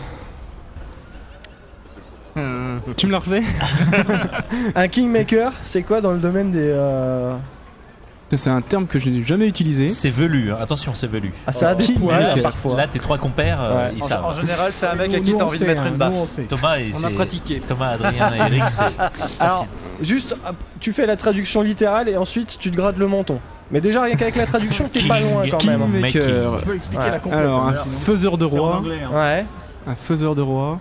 euh, Tu me la refais? Un Kingmaker, c'est quoi dans le domaine des... euh, C'est un terme que je n'ai jamais utilisé. C'est velu, hein. Attention, c'est velu. Ah, ça a des Mais poils, là, parfois. Là, tes trois compères, euh, Ouais. ils En, savent. en général, c'est un mec à Nous, qui nous, t'as on envie sait, de mettre hein, une nous, baffe. on sait. Thomas, et On a c'est- pratiqué. Thomas, Adrien et Eric, c'est Alors, facile. juste, hop, tu fais la traduction littérale et ensuite tu te grattes le menton. Mais déjà, rien qu'avec la traduction, t'es pas loin quand même. Kingmaker. Tu peux expliquer Ouais. la complète. Alors, un Alors, faiseur de C'est en roi. anglais, hein. Ouais. Un faiseur de roi.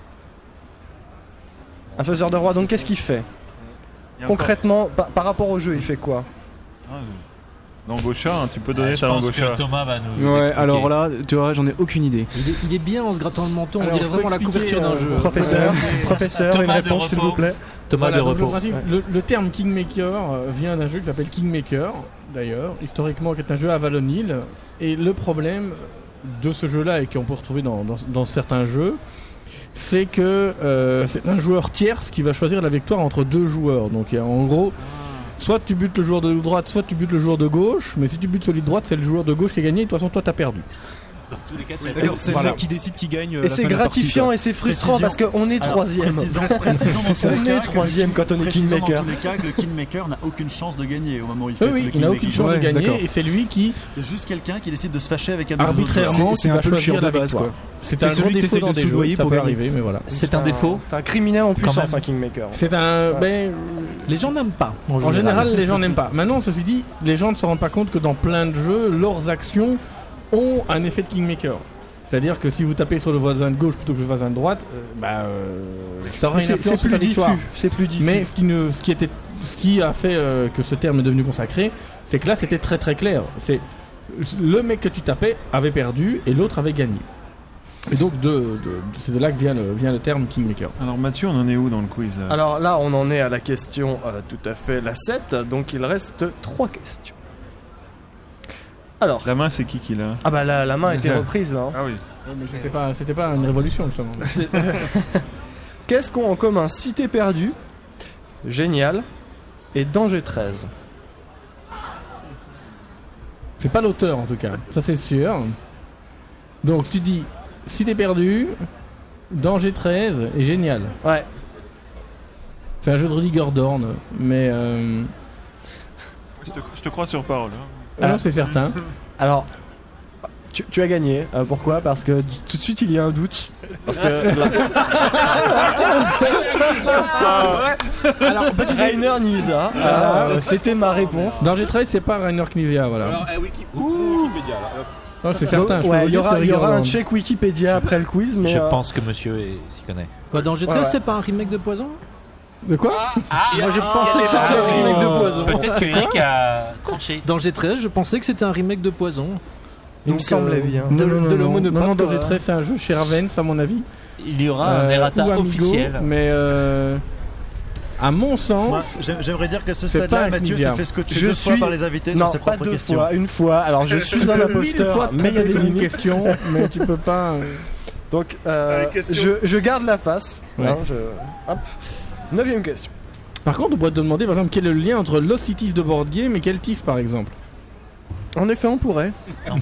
Un faiseur de roi, donc qu'est-ce qu'il fait? Il y a Concrètement, par, par rapport au jeu, il fait quoi? encore- Ah, Langocha, hein, tu peux donner Ah, je ta pense langocha. que Thomas va nous Ouais, expliquer. alors là, tu vois, j'en ai aucune idée. Il est, il est bien en se grattant le menton, Alors, on dirait je peux vraiment la expliquer, couverture d'un euh, jeu. Professeur, professeur, une Thomas de réponse s'il repos. vous plaît. Thomas Voilà, de donc le, repos. principe- Ouais. le- le terme Kingmaker euh, vient d'un jeu qui s'appelle Kingmaker, d'ailleurs, historiquement qui est un jeu à Avalon Hill. Et le problème de ce jeu-là, et qu'on peut retrouver dans, dans- dans certains jeux, c'est que euh, c'est un joueur tierce qui va choisir la victoire entre deux joueurs. Donc il y a, en gros, soit tu butes le joueur de droite, soit tu butes le joueur de gauche. Mais si tu butes celui de droite, c'est le joueur de gauche qui a gagné. Et de toute façon, toi, t'as perdu. Dans tous les cas, tu as D'ailleurs, c'est Voilà. le jeu qui décide qui gagne. euh, Et la c'est fin de la partie, gratifiant quoi. et c'est frustrant Précision. parce qu'on est Alors, troisième. précisons- précisons dans tous les On cas est que- troisième quand on est précisons Kingmaker. dans tous les cas que le Kingmaker n'a aucune chance de gagner au moment où il fait Oui, ce oui, le il n'a Kingmaker. aucune chance Ouais, de gagner. d'accord. Et c'est lui qui, C'est juste quelqu'un qui décide de se fâcher avec un des deux autres. arbitrairement, C'est- qui c'est un va peu le choisir chieur la de base, victoire. quoi. C'est C'est un celui grand que défaut t'essayes dans de des jeux, soudoyer ça pour peut gagner. arriver, mais voilà. C'est un défaut. C'est un criminel en puissance, même. un Kingmaker. C'est un. Ouais. Ben, Les gens n'aiment pas. en général, les gens n'aiment pas. Maintenant, ceci dit, les gens ne se rendent pas compte que dans plein de jeux, leurs actions ont un effet de Kingmaker. C'est-à-dire que si vous tapez sur le voisin de gauche plutôt que le voisin de droite, euh, bah, euh, ça aura Mais une C'est influence c'est sur sa plus victoire. diffus. C'est plus diffus. Mais ce qui, ne, ce, qui était, ce qui a fait euh, que ce terme est devenu consacré, c'est que là, c'était très très clair. C'est le mec que tu tapais avait perdu et l'autre avait gagné. Et donc, de, de- c'est de là que vient le, vient le terme Kingmaker. Alors Mathieu, on en est où dans le quiz là Alors là, on en est à la question euh, tout à fait la sept, donc il reste trois questions. Alors, La main, c'est qui qui l'a ah bah la, la main a été reprise là. hein. Ah oui. Mais c'était pas, c'était pas une révolution, justement. Qu'est-ce qu'ont en commun Cité perdue, Génial et Danger treize? C'est pas l'auteur, en tout cas. Ça, c'est sûr. Donc, tu dis Cité perdue, Danger treize et Génial. Ouais. C'est un jeu de Rudy Gordon, mais... Euh... Je te, je te crois sur parole. hein. Ah non, c'est certain. Alors, tu tu, tu as gagné. Euh, pourquoi? Parce que tout de suite il y a un doute. Parce que. Alors, petit Rainer Knizia, Ah, euh, c'était ma réponse. Dans G treize, c'est pas Rainer Knizia, voilà. Alors, eh, Wiki- Wikipédia là. hop. Non, c'est certain. Donc, je ouais, peux vous il y dire, aura, c'est il y aura un Rigorland. check Wikipédia après le quiz, mais Je euh, pense que monsieur est- s'y connaît. Quoi, dans G treize, Ouais, ouais. c'est pas un remake de Poison? De quoi? Moi, je pensais que c'était un Ah, remake de Poison. Peut-être que Eric a tranché. Dans G treize, je pensais que c'était un remake de Poison. il me Donc, semblait euh, bien. De, non, non, de non, l'homo non, non, dans G quoi. treize, c'est un jeu chez Ravens, à mon avis. Il y aura un Euh, errata ou Amigo, officiel. Mais euh, à mon sens, Moi, j'ai- j'aimerais dire que ce c'est stade-là, pas un Mathieu Knizia. s'est fait scotcher Je deux fois suis- par les invités Non, sur ses pas propres deux questions. fois, une fois. Alors je suis un mille imposteur, fois mais il y a des tromper sur une limites. question, mais tu peux pas. euh, Donc euh, Allez, question. je, je garde la face. Ouais. Hein, je... Hop. Neuvième question. Par contre, on pourrait te demander, par exemple, quel est le lien entre Lost Cities de board game et Keltis, par exemple. En effet, on pourrait.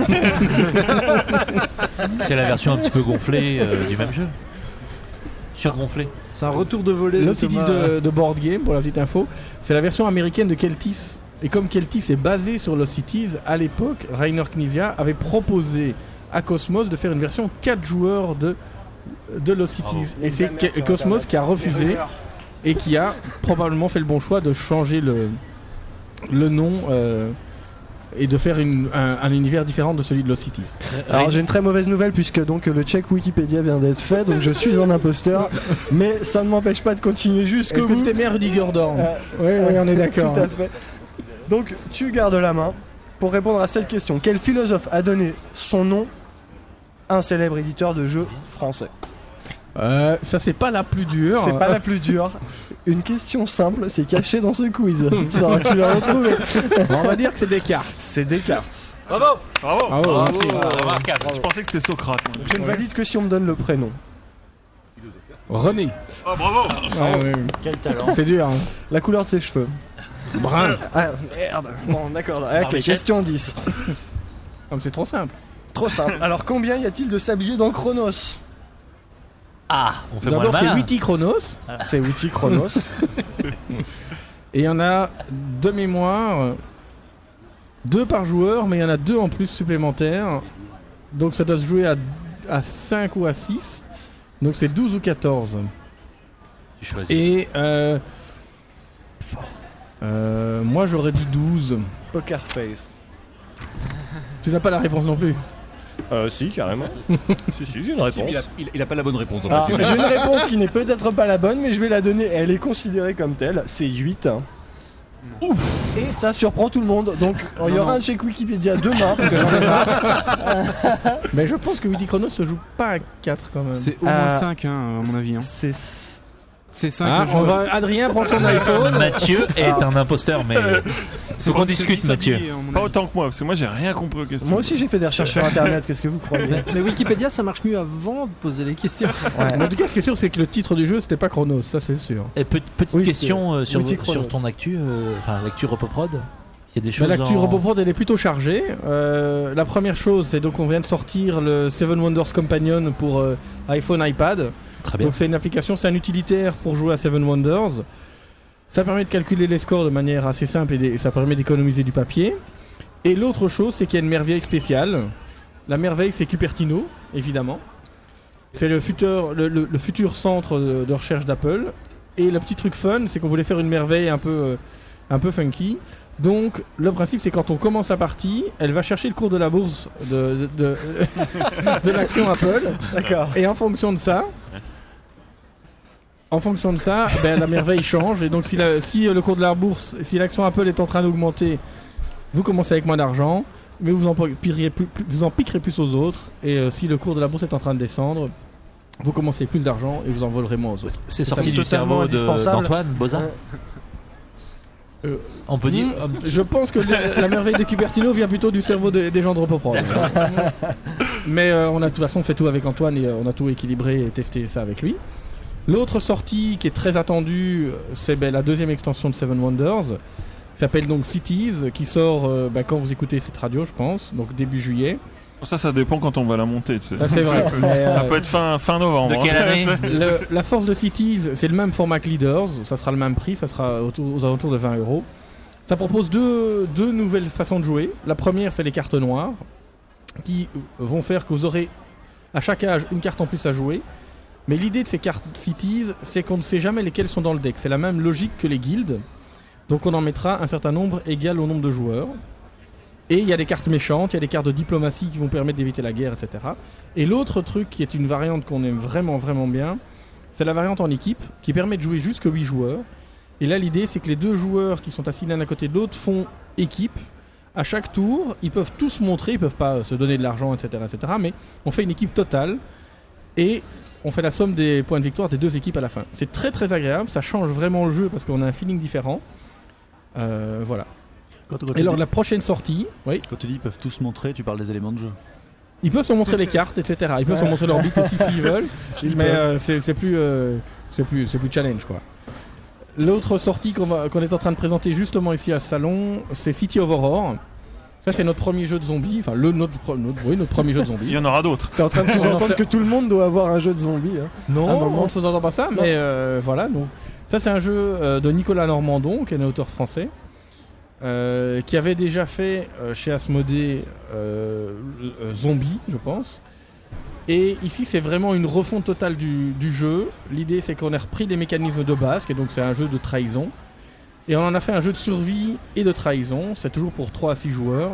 C'est la version un petit peu gonflée euh, du même jeu. Surgonflée. C'est un retour de volée. Lost de Cities Thomas. de, de board game, pour la petite info, c'est la version américaine de Keltis. Et comme Keltis est basé sur Lost Cities, à l'époque, Rainer Knizia avait proposé à Cosmos de faire une version quatre joueurs de, de Lost Cities. Bravo. Et c'est Ke- Cosmos qui a refusé et qui a probablement fait le bon choix de changer le, le nom euh, et de faire une- un, un univers différent de celui de Lost Cities. Alors j'ai une très mauvaise nouvelle puisque donc le check Wikipédia vient d'être fait, donc je suis un imposteur, mais ça ne m'empêche pas de continuer jusqu'au Est-ce que bout. c'était bien Rudiger Dorn? Euh, Oui, oui, on est d'accord. Tout à fait. Donc tu gardes la main pour répondre à cette question. Quel philosophe a donné son nom à un célèbre éditeur de jeux français? Euh, ça c'est pas la plus dure. C'est pas la plus dure. Une question simple, c'est caché dans ce quiz. Sauras-tu la retrouver? On va dire que c'est Descartes. C'est Descartes. Bravo. Bravo. Bravo, Bravo. merci. Bravo. Je pensais que c'était Socrate. moi. Je ne valide que si on me donne le prénom. René. Oh, bravo. Ah, oui, oui. Quel talent. C'est dur. Hein. La couleur de ses cheveux. Brun. Ah merde. Bon d'accord. Ok, Michel. question dix. Comme c'est trop simple. Trop simple. Alors combien y a-t-il de sabliers dans Chronos? Ah, on fait moins le D'abord c'est malin. Witty Chronos. C'est Witty Chronos. Et il y en a de mémoire deux par joueur, mais il y en a deux en plus supplémentaires. Donc ça doit se jouer à, à cinq ou à six. Donc c'est douze ou quatorze. Tu choisis. Et euh, euh, moi j'aurais dit douze. Poker face. Tu n'as pas la réponse non plus. Euh, si, carrément. si, si, j'ai une Si, mais il, a, réponse. il- il a pas la bonne réponse. en Alors, fait. j'ai une réponse qui n'est peut-être pas la bonne, mais je vais la donner. Elle est considérée comme telle. C'est huit. Ouf. Et ça surprend tout le monde. Donc il y Non, aura non. un check Wikipédia demain parce que j'en ai marre. Mais je pense que Witty Chronos se joue pas à quatre quand même. C'est au moins Euh, cinq, hein, à mon avis. Hein. C'est C'est cinq. Ah, on va, Adrien prend son iPhone. Mathieu est un imposteur, mais faut qu'on discute, Mathieu. Pas autant que moi, parce que moi j'ai rien compris aux questions. Moi aussi j'ai fait des recherches sur internet. Qu'est-ce que vous croyez? Mais Wikipédia, ça marche mieux avant de poser les questions. Ouais. Mais en tout cas, ce qui est sûr, c'est que le titre du jeu, c'était pas Chronos, ça c'est sûr. Et pe- petite Oui, question c'est euh, sur, Witty Chronos. sur ton actu, euh, enfin l'actu Repoprod. Il y a des Mais choses. l'actu en... Repoprod, elle est plutôt chargée. Euh, la première chose, c'est donc on vient de sortir le Seven Wonders Companion pour euh, iPhone, iPad. Très bien. Donc c'est une application, c'est un utilitaire pour jouer à Seven Wonders. Ça permet de calculer les scores de manière assez simple et, des- et ça permet d'économiser du papier. Et l'autre chose, c'est qu'il y a une merveille spéciale. La merveille, c'est Cupertino, évidemment. C'est le futur, le, le- le futur centre de, de recherche d'Apple. Et le petit truc fun, c'est qu'on voulait faire une merveille un peu, euh, un peu funky. Donc, le principe, c'est quand on commence la partie, elle va chercher le cours de la bourse de, de, de, de l'action Apple. D'accord. Et en fonction de ça, en fonction de ça, ben, la merveille change. Et donc, si, la- si euh, le cours de la bourse, si l'action Apple est en train d'augmenter, vous commencez avec moins d'argent, mais vous en, piquerez plus, plus- vous en piquerez plus aux autres. Et euh, si le cours de la bourse est en train de descendre, vous commencez avec plus d'argent et vous en volerez moins aux autres. C'est ça, sorti du totalement cerveau de- indispensable. d'Antoine Boza. Euh, Euh, On peut dire. Hmm, je pense que le- la merveille de Cupertino vient plutôt du cerveau de- des gens de Repoprod. Mais euh, on a de toute façon fait tout avec Antoine et euh, on a tout équilibré et testé ça avec lui. L'autre sortie qui est très attendue, c'est ben, la deuxième extension de Seven Wonders, qui s'appelle donc Cities, qui sort euh, ben, quand vous écoutez cette radio, je pense, donc début juillet. Ça, ça dépend quand on va la monter. Tu sais. Ça, c'est vrai. Ça, Mais, euh, ça peut être fin, fin novembre. De quelle hein. année Le- la force de Cities, c'est le même format que Leaders, ça sera le même prix, ça sera autour- aux alentours de vingt euros. Ça propose deux, deux nouvelles façons de jouer. La première, c'est les cartes noires. qui vont faire que vous aurez à chaque âge une carte en plus à jouer. Mais l'idée de ces cartes cities, c'est qu'on ne sait jamais lesquelles sont dans le deck. C'est la même logique que les guildes. Donc on en mettra un certain nombre égal au nombre de joueurs. Et il y a des cartes méchantes, il y a des cartes de diplomatie qui vont permettre d'éviter la guerre, et cetera. Et l'autre truc qui est une variante qu'on aime vraiment vraiment bien, c'est la variante en équipe, qui permet de jouer jusqu'à huit joueurs. Et là l'idée c'est que les deux joueurs qui sont assis l'un à côté de l'autre font équipe. À chaque tour, ils peuvent tous montrer, ils peuvent pas se donner de l'argent, et cetera, et cetera. Mais on fait une équipe totale et on fait la somme des points de victoire des deux équipes à la fin. C'est très très agréable, ça change vraiment le jeu parce qu'on a un feeling différent. Euh, voilà. Quand, quand et lors dis, de la prochaine sortie, oui. Quand tu dis ils peuvent tous montrer, tu parles des éléments de jeu. Ils peuvent se montrer les cartes, et cetera. Ils peuvent se montrer leur bit aussi s'ils veulent, Ils mais peuvent. euh, c'est, c'est plus, euh, c'est plus, c'est plus challenge quoi. L'autre sortie qu'on, va, qu'on est en train de présenter justement ici à ce salon, c'est City of Horror. Ça c'est notre premier jeu de zombies, enfin le notre, notre, oui, notre premier jeu de zombies. Il y en aura d'autres. T'es en train de sous-entendre que tout le monde doit avoir un jeu de zombies. Hein. Non, À un moment. on ne s'entend pas ça, mais euh, voilà. Donc, ça, c'est un jeu euh, de Nicolas Normandon, qui est un auteur français, euh, qui avait déjà fait euh, chez Asmodée euh, euh, Zombie, je pense. Et ici, c'est vraiment une refonte totale du, du jeu. L'idée, c'est qu'on a repris les mécanismes de base, et donc c'est un jeu de trahison. Et on en a fait un jeu de survie et de trahison. C'est toujours pour trois à six joueurs.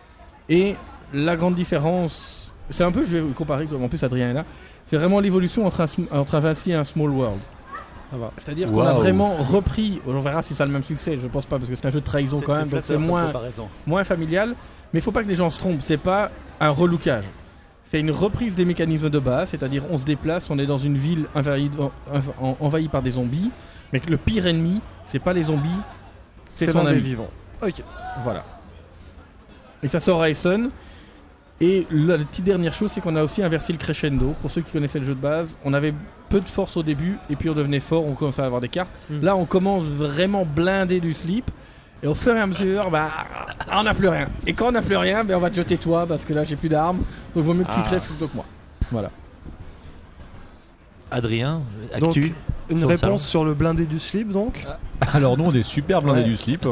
Et la grande différence, c'est un peu, je vais vous comparer, comme en plus Adrien est là, c'est vraiment l'évolution entre un, entre un Vinci et un Small World. Ça va. C'est-à-dire wow. qu'on a vraiment repris, on verra si ça a le même succès, je pense pas, parce que c'est un jeu de trahison c'est, quand même, donc c'est moins, moins familial. Mais il faut pas que les gens se trompent, c'est pas un relookage. C'est une reprise des mécanismes de base, c'est-à-dire on se déplace, on est dans une ville envahie, envahie par des zombies, mais que le pire ennemi, c'est pas les zombies, c'est, c'est son ami. Vivant. Ok. Voilà. Et ça sort à Essen. Et la, la petite dernière chose, c'est qu'on a aussi inversé le crescendo. Pour ceux qui connaissaient le jeu de base, on avait peu de force au début, et puis on devenait fort, on commençait à avoir des cartes. Mm. Là, on commence vraiment blindé du slip. Et au fur et à mesure, bah, on n'a plus rien. Et quand on n'a plus rien, bah, on va te jeter toi, parce que là, j'ai plus d'armes. Donc, il vaut mieux que tu Ah. crèves plutôt que moi. Voilà. Adrien, actu. Donc, une sur le salon. réponse sur le blindé du slip, donc Alors nous on est super blindés Ouais. du slip.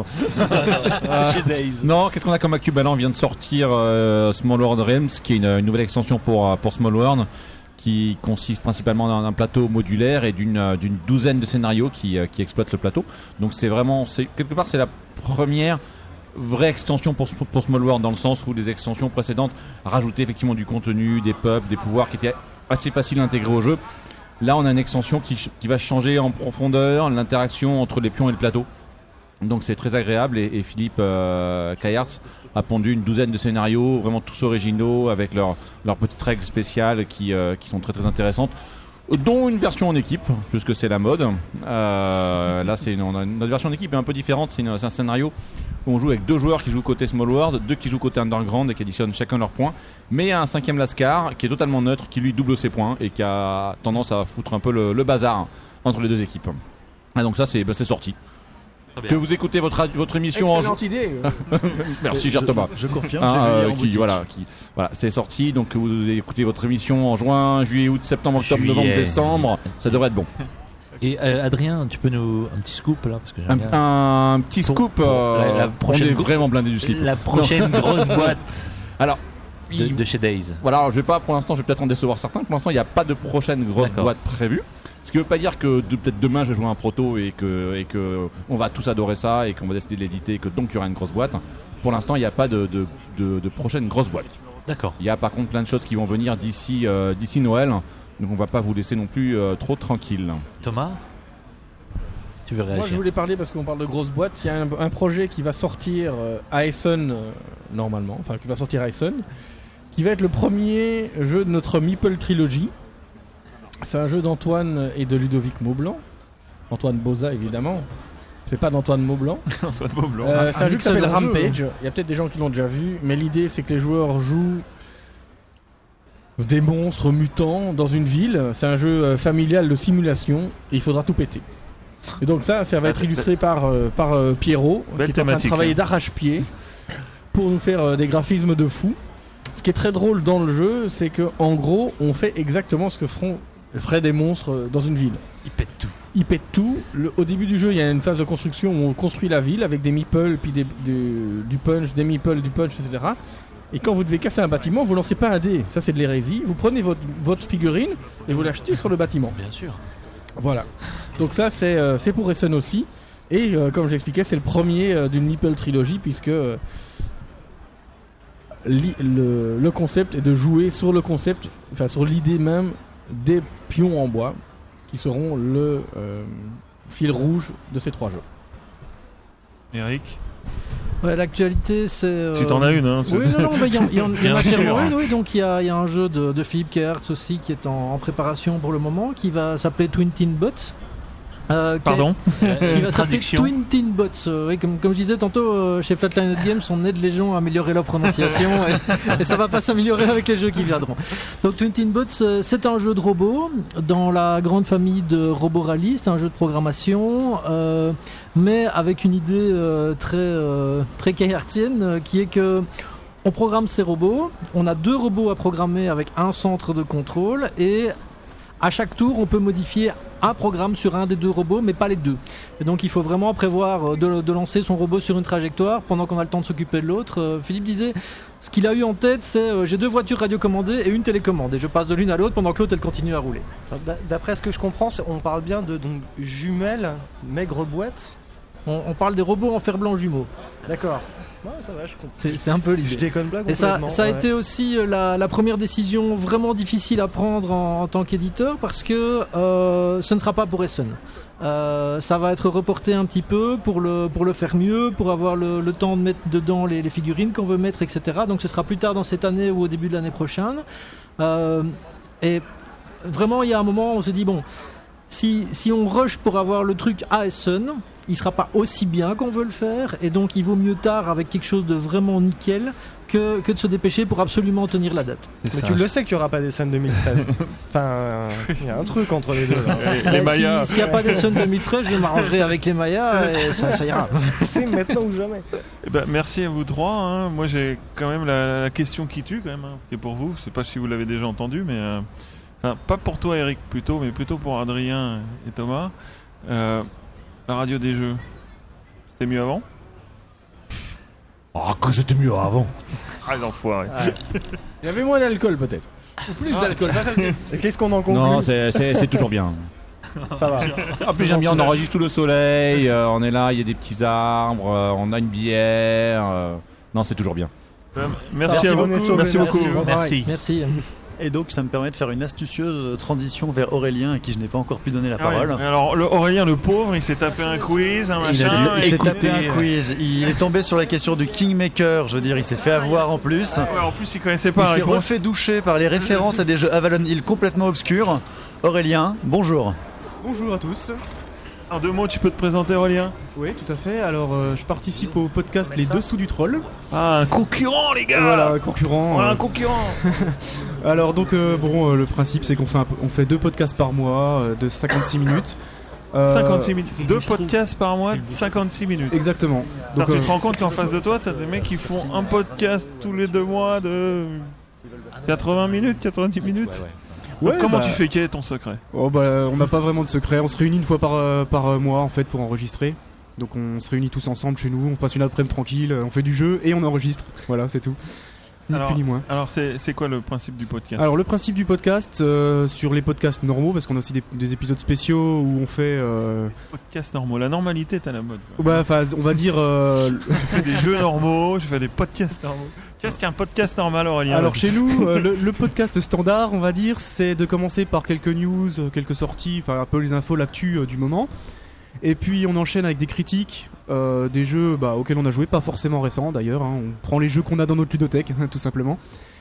Non, qu'est-ce qu'on a comme actu? Bah là on vient de sortir euh, Small World Realms, qui est une, une nouvelle extension pour, euh, pour Small World, qui consiste principalement dans un plateau modulaire et d'une, euh, d'une douzaine de scénarios qui, euh, qui exploitent le plateau. Donc c'est vraiment, c'est, quelque part c'est la première vraie extension pour, pour Small World, dans le sens où les extensions précédentes rajoutaient effectivement du contenu, des peuples, des pouvoirs qui étaient assez faciles à intégrer au jeu. Là, on a une extension qui, qui va changer en profondeur l'interaction entre les pions et le plateau. Donc c'est très agréable et, et Philippe euh, Kayarts a pondu une douzaine de scénarios, vraiment tous originaux, avec leurs leurs petites règles spéciales qui, euh, qui sont très très intéressantes, dont une version en équipe, puisque c'est la mode. Euh, là, c'est une, on a une, notre version en équipe est un peu différente, c'est, une, c'est un scénario où on joue avec deux joueurs qui jouent côté Small World, deux qui jouent côté Underground et qui additionnent chacun leurs points. Mais il y a un cinquième Lascar qui est totalement neutre, qui lui double ses points et qui a tendance à foutre un peu le, le bazar entre les deux équipes. Ah, donc ça, c'est, ben, c'est sorti. Que vous écoutez votre, votre émission Excellente en idée. Merci, cher Thomas. Je confirme, Hein, j'ai vu euh, hier en qui, boutique. voilà, qui, voilà, c'est sorti. Donc vous écoutez votre émission en juin, juillet, août, septembre, octobre, Juillet. novembre, décembre. Ça devrait être bon. Et euh, Adrien, tu peux nous un petit scoop là, parce que j'aime Un, bien. un petit Pour- scoop. pour euh, la, la on prochaine est go- vraiment blindé du slip. La prochaine Non. grosse boîte. Alors. De, il- de chez Days. Voilà, je vais pas pour l'instant, je vais peut-être en décevoir certains. Pour l'instant, il n'y a pas de prochaine grosse D'accord. boîte prévue. Ce qui veut pas dire que de- peut-être demain je vais jouer un proto et que et que on va tous adorer ça et qu'on va décider de l'éditer et que donc il y aura une grosse boîte. Pour l'instant, il n'y a pas de, de, de, de prochaine grosse boîte. D'accord. Il y a par contre plein de choses qui vont venir d'ici euh, d'ici Noël. Donc on va pas vous laisser non plus euh, trop tranquille. Thomas, tu veux Moi, réagir? je voulais parler parce qu'on parle de grosses boîtes. Il y a un, un projet qui va sortir euh, à Essen euh, normalement, enfin qui va sortir à Essen, qui va être le premier jeu de notre Meeple Trilogy. C'est un jeu d'Antoine et de Ludovic Maublanc. Antoine Boza évidemment. C'est pas d'Antoine Maublanc. Antoine Maublanc. Euh, c'est un, Un jeu qui s'appelle excellent jeu, Rampage. Il y a peut-être des gens qui l'ont déjà vu, mais l'idée c'est que les joueurs jouent des monstres mutants dans une ville. C'est un jeu euh, familial de simulation et il faudra tout péter. Et donc ça, ça va être illustré par, euh, par euh, Pierrot, Belle qui est en train de thématique, travailler hein. d'arrache-pied pour nous faire euh, des graphismes de fou. Ce qui est très drôle dans le jeu, c'est que en gros, on fait exactement ce que feront, feraient des monstres euh, dans une ville. Ils pètent tout. Ils pètent tout. Le- au début du jeu, il y a une phase de construction où on construit la ville avec des meeples, puis des, des- du punch, des meeples, du punch, et cetera. Et quand vous devez casser un bâtiment, vous lancez pas un dé. Ça, c'est de l'hérésie. Vous prenez votre, votre figurine et vous l'achetez sur le bâtiment. Bien sûr. Voilà. Donc ça, c'est, euh, c'est pour Essen aussi. Et euh, comme j'expliquais, c'est le premier euh, d'une Meeple trilogie, puisque euh, li- le, le concept est de jouer sur le concept, enfin sur l'idée même des pions en bois, qui seront le euh, fil rouge de ces trois jeux. Eric ? Ouais, l'actualité, c'est. Euh... Si t'en as une, hein. Oui, non, non, il y, y, y en Bien a sûr. clairement une, oui. Donc il y a, y a un jeu de, de Philippe Kertz aussi qui est en, en préparation pour le moment, qui va s'appeler Twin Teen Bots. Euh, qui Pardon est- Qui va s'appeler Traduction. Twin Teen Bots. Euh, oui, comme, comme je disais tantôt, euh, chez Flatline Games, on aide les gens à améliorer leur prononciation et, et ça va pas s'améliorer avec les jeux qui viendront. Donc Twin Teen Bots, euh, c'est un jeu de robots dans la grande famille de Robo Rally. C'est un jeu de programmation, euh, mais avec une idée euh, très euh, très kayartienne, euh, qui est que on programme ces robots. On a deux robots à programmer avec un centre de contrôle et à chaque tour, on peut modifier un programme sur un des deux robots, mais pas les deux. Et donc, il faut vraiment prévoir de, de lancer son robot sur une trajectoire pendant qu'on a le temps de s'occuper de l'autre. Euh, Philippe disait, ce qu'il a eu en tête, c'est euh, j'ai deux voitures radiocommandées et une télécommande. Et je passe de l'une à l'autre pendant que l'autre, elle continue à rouler. Enfin, d'a- D'après ce que je comprends, c'est- on parle bien de donc, jumelles, maigres boîtes. On, on parle des robots en fer-blanc jumeaux. D'accord. Ouais, ça va, je comprends. C'est, c'est un peu l'idée. Je déconne pas Et ça, complètement, ça a ouais. été aussi euh, la, la première décision vraiment difficile à prendre en, en tant qu'éditeur parce que euh, ce ne sera pas pour Essen. Euh, ça va être reporté un petit peu pour le, pour le faire mieux, pour avoir le, le temps de mettre dedans les, les figurines qu'on veut mettre, et cetera. Donc ce sera plus tard dans cette année ou au début de l'année prochaine. Euh, et vraiment, il y a un moment, on s'est dit, bon, si, si on rush pour avoir le truc à Essen, il sera pas aussi bien qu'on veut le faire, et donc il vaut mieux tard avec quelque chose de vraiment nickel que, que de se dépêcher pour absolument tenir la date. Mais tu le sais qu'il n'y aura pas des scènes deux mille treize. Enfin, il y a un truc entre les deux. Là. Les, les Mayas. S'il n'y a pas des scènes deux mille treize, je m'arrangerai avec les Mayas et ça, ça ira. C'est maintenant ou jamais. Eh ben, merci à vous trois. Hein. Moi, j'ai quand même la, la question qui tue, quand même, hein, qui est pour vous. Je sais pas si vous l'avez déjà entendu, mais euh, enfin, pas pour toi, Eric, plutôt, mais plutôt pour Adrien et Thomas. Euh, la radio des jeux, c'était mieux avant? Ah, que c'était mieux avant. Ah, l'enfoiré. Il y avait moins d'alcool peut-être. Ou plus d'alcool. Et qu'est-ce qu'on en conclut? Non, c'est, c'est, c'est toujours bien. Ça va. En plus, j'aime bien, on enregistre tout le soleil, euh, on est là, il y a des petits arbres, euh, on a une bière. euh, Non, c'est toujours bien. Euh, merci, à René beaucoup. Sauvé, Merci beaucoup. Merci. Merci. Et donc ça me permet de faire une astucieuse transition vers Aurélien à qui je n'ai pas encore pu donner la Ah ouais. parole. Alors, le Aurélien, le pauvre, il s'est tapé un quiz, un Il, a machin. dû- il s'est écoutez- tapé un quiz, il est tombé sur la question du Kingmaker, je veux dire, il s'est fait avoir en plus. Ouais, en plus, il connaissait Il pas la s'est réponse. refait doucher par les références à des jeux Avalon Hill complètement obscurs. Aurélien, bonjour. Bonjour à tous. En deux mots, tu peux te présenter, Aurélien? Oui, tout à fait. Alors, euh, je participe au podcast Les Dessous du Troll. Ah, un concurrent, les gars. Voilà, un concurrent. Voilà, euh. un concurrent. Alors, donc, euh, bon, euh, le principe, c'est qu'on fait, un peu- on fait deux podcasts par mois euh, de cinquante-six minutes. Euh, cinquante-six minutes. Deux podcasts par mois, cinquante-six minutes. Exactement. Donc, Donc, tu euh, te rends compte qu'en face de toi, t'as des mecs qui font un podcast tous les deux mois de quatre-vingts minutes, quatre-vingt-dix minutes. Ouais, comment bah- tu fais? Quel est ton secret? Oh bah, on n'a pas vraiment de secret. On se réunit une fois par, euh, par euh, mois en fait pour enregistrer. Donc on se réunit tous ensemble chez nous, on passe une après-midi tranquille, on fait du jeu et on enregistre. Voilà, c'est tout. Ni alors, plus ni moins. alors c'est, c'est quoi le principe du podcast? Alors le principe du podcast, euh, sur les podcasts normaux, parce qu'on a aussi des, des épisodes spéciaux où on fait... Euh, Podcast normaux, la normalité est à la mode. quoi. bah, enfin, on va dire... euh, Je fais des jeux normaux, je fais des podcasts normaux. Qu'est-ce qu'un podcast normal, Aurélien? Alors Vas-y. chez nous, euh, le, le podcast standard, on va dire, c'est de commencer par quelques news, euh, quelques sorties, enfin un peu les infos, l'actu euh, du moment. Et puis on enchaîne avec des critiques, euh, des jeux bah, auxquels on a joué, pas forcément récents d'ailleurs. Hein, on prend les jeux qu'on a dans notre ludothèque, tout simplement.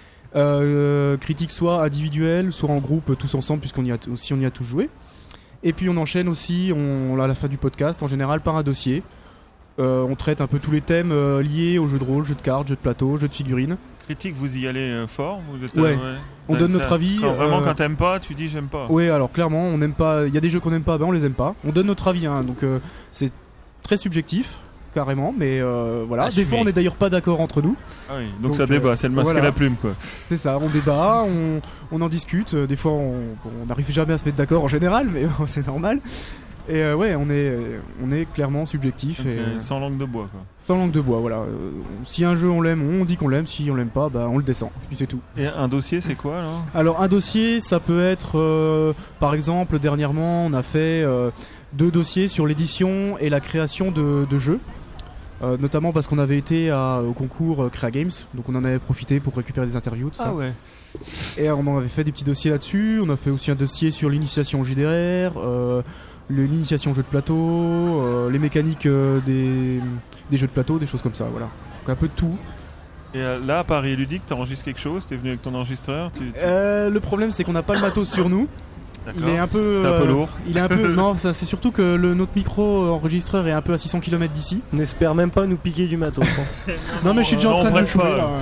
Euh, critiques soit individuelles, soit en groupe, tous ensemble, puisqu'on y a t- aussi on y a tous joué. Et puis on enchaîne aussi, on, à la fin du podcast, en général par un dossier. Euh, on traite un peu tous les thèmes euh, liés aux jeux de rôle, jeux de cartes, jeux de plateau, jeux de figurines. Critique, vous y allez euh, fort? Vous êtes, Ouais. euh, On donne Ça- notre avis, quand- vraiment, euh, quand t'aimes pas, tu dis j'aime pas. Oui, alors clairement, on n'aime pas. Il y a des jeux qu'on n'aime pas, ben on les aime pas. On donne notre avis, hein, donc euh, c'est très subjectif, carrément. Mais euh, voilà. Assumé. Des fois, on n'est d'ailleurs pas d'accord entre nous. Ah oui, donc ça débat, c'est le masque et voilà. la plume, quoi. C'est ça, on débat, on, on en discute. euh, Des fois, on on n'arrive jamais à se mettre d'accord en général, mais bon, c'est normal. Et euh, ouais, on est, on est clairement subjectif. Okay, et, euh, sans langue de bois, quoi. Sans langue de bois, voilà. Euh, si un jeu on l'aime, on dit qu'on l'aime. Si on l'aime pas, bah on le descend. Puis c'est tout. Et un dossier, c'est quoi alors? Alors un dossier, ça peut être, euh, par exemple, dernièrement, on a fait euh, deux dossiers sur l'édition et la création de, de jeux. Euh, notamment parce qu'on avait été à, au concours euh, Créa Games, donc on en avait profité pour récupérer des interviews, tout ça. Ah ouais. Et on en avait fait des petits dossiers là-dessus. On a fait aussi un dossier sur l'initiation J D R, euh, l'initiation jeu de plateau, euh, les mécaniques euh, des, des jeux de plateau, des choses comme ça, voilà. Donc un peu de tout. Et euh, là, à Paris Ludique, t'enregistres quelque chose? T'es venu avec ton enregistreur? tu... Euh, le problème, c'est qu'on n'a pas le matos sur nous. D'accord. Il est un peu, c'est un peu euh, lourd. Il est un peu. Non, ça, c'est surtout que le, notre micro enregistreur est un peu à six cents kilomètres d'ici. N'espère même pas nous piquer du matos. Hein. non, mais je suis déjà non, en train de le bref jouer pas. là.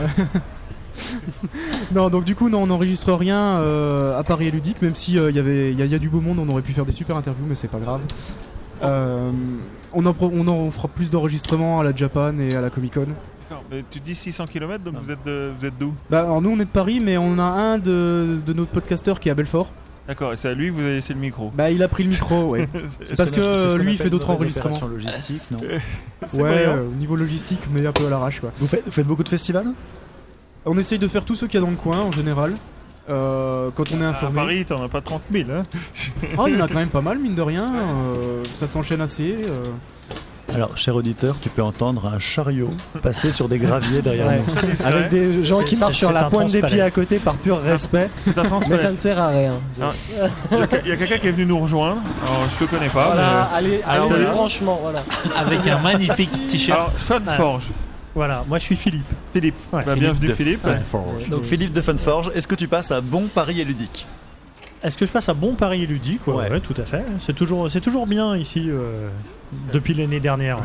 Non, donc du coup, non, on n'enregistre rien euh, à Paris et Ludique, même si il euh, y avait, il y, y a du beau monde, on aurait pu faire des super interviews, mais c'est pas grave. Euh, on, en, pro- on en fera plus d'enregistrements à la Japan et à la Comic Con. D'accord. Mais tu dis six cents kilomètres, donc vous êtes de, vous êtes d'où? Bah, alors nous, on est de Paris, mais on a un de, de nos podcasteurs qui est à Belfort. D'accord, et c'est à lui que vous avez laissé le micro. Bah, il a pris le micro, ouais. C'est Parce ce que qu'on a- c'est ce qu'on lui, il appelle fait d'autres une mauvaise enregistrements. opération logistique, non? C'est Ouais, brillant. euh, au niveau logistique, mais un peu à l'arrache, quoi. Vous faites, vous faites beaucoup de festivals? On essaye de faire tout ce qu'il y a dans le coin, en général. Euh, quand on est À informé. Paris, t'en as pas trente mille, hein? Oh, il y en a quand même pas mal, mine de rien. euh, ça s'enchaîne assez. euh. Alors, cher auditeur, tu peux entendre un chariot passer sur des graviers derrière Ouais. nous. Avec des gens qui C'est- marchent c'est- sur c'est la un pointe des pieds transpalette. à côté par pur respect. C'est un Mais transpalette. ça ne sert à rien. Ah, Il y a, il y a quelqu'un qui est venu nous rejoindre. Alors, je le connais pas. Voilà, mais... allez, Alors, allez voilà. franchement, voilà. Avec un magnifique t-shirt. Alors, Funforge. Voilà, moi je suis Philippe. Philippe. Ouais, Bah, Philippe bienvenue, de Philippe. Funforge. Donc, Philippe de Funforge, est-ce que tu passes à bon Paris et Ludique? Est-ce que je passe à bon Paris ludique? Ouais, Ouais. ouais, tout à fait. C'est toujours, c'est toujours bien ici euh, depuis l'année dernière.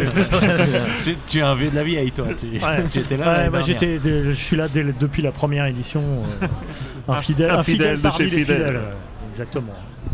C'est- tu es un vieux de la vieille, toi. Tu, Ouais. tu étais là. Ouais, l'année moi, dernière. j'étais, dès- je suis là dès- depuis la première édition. euh, un Un- fidèle, un un fidèle fidèle de parmi chez les fidèles. fidèles. euh, Exactement.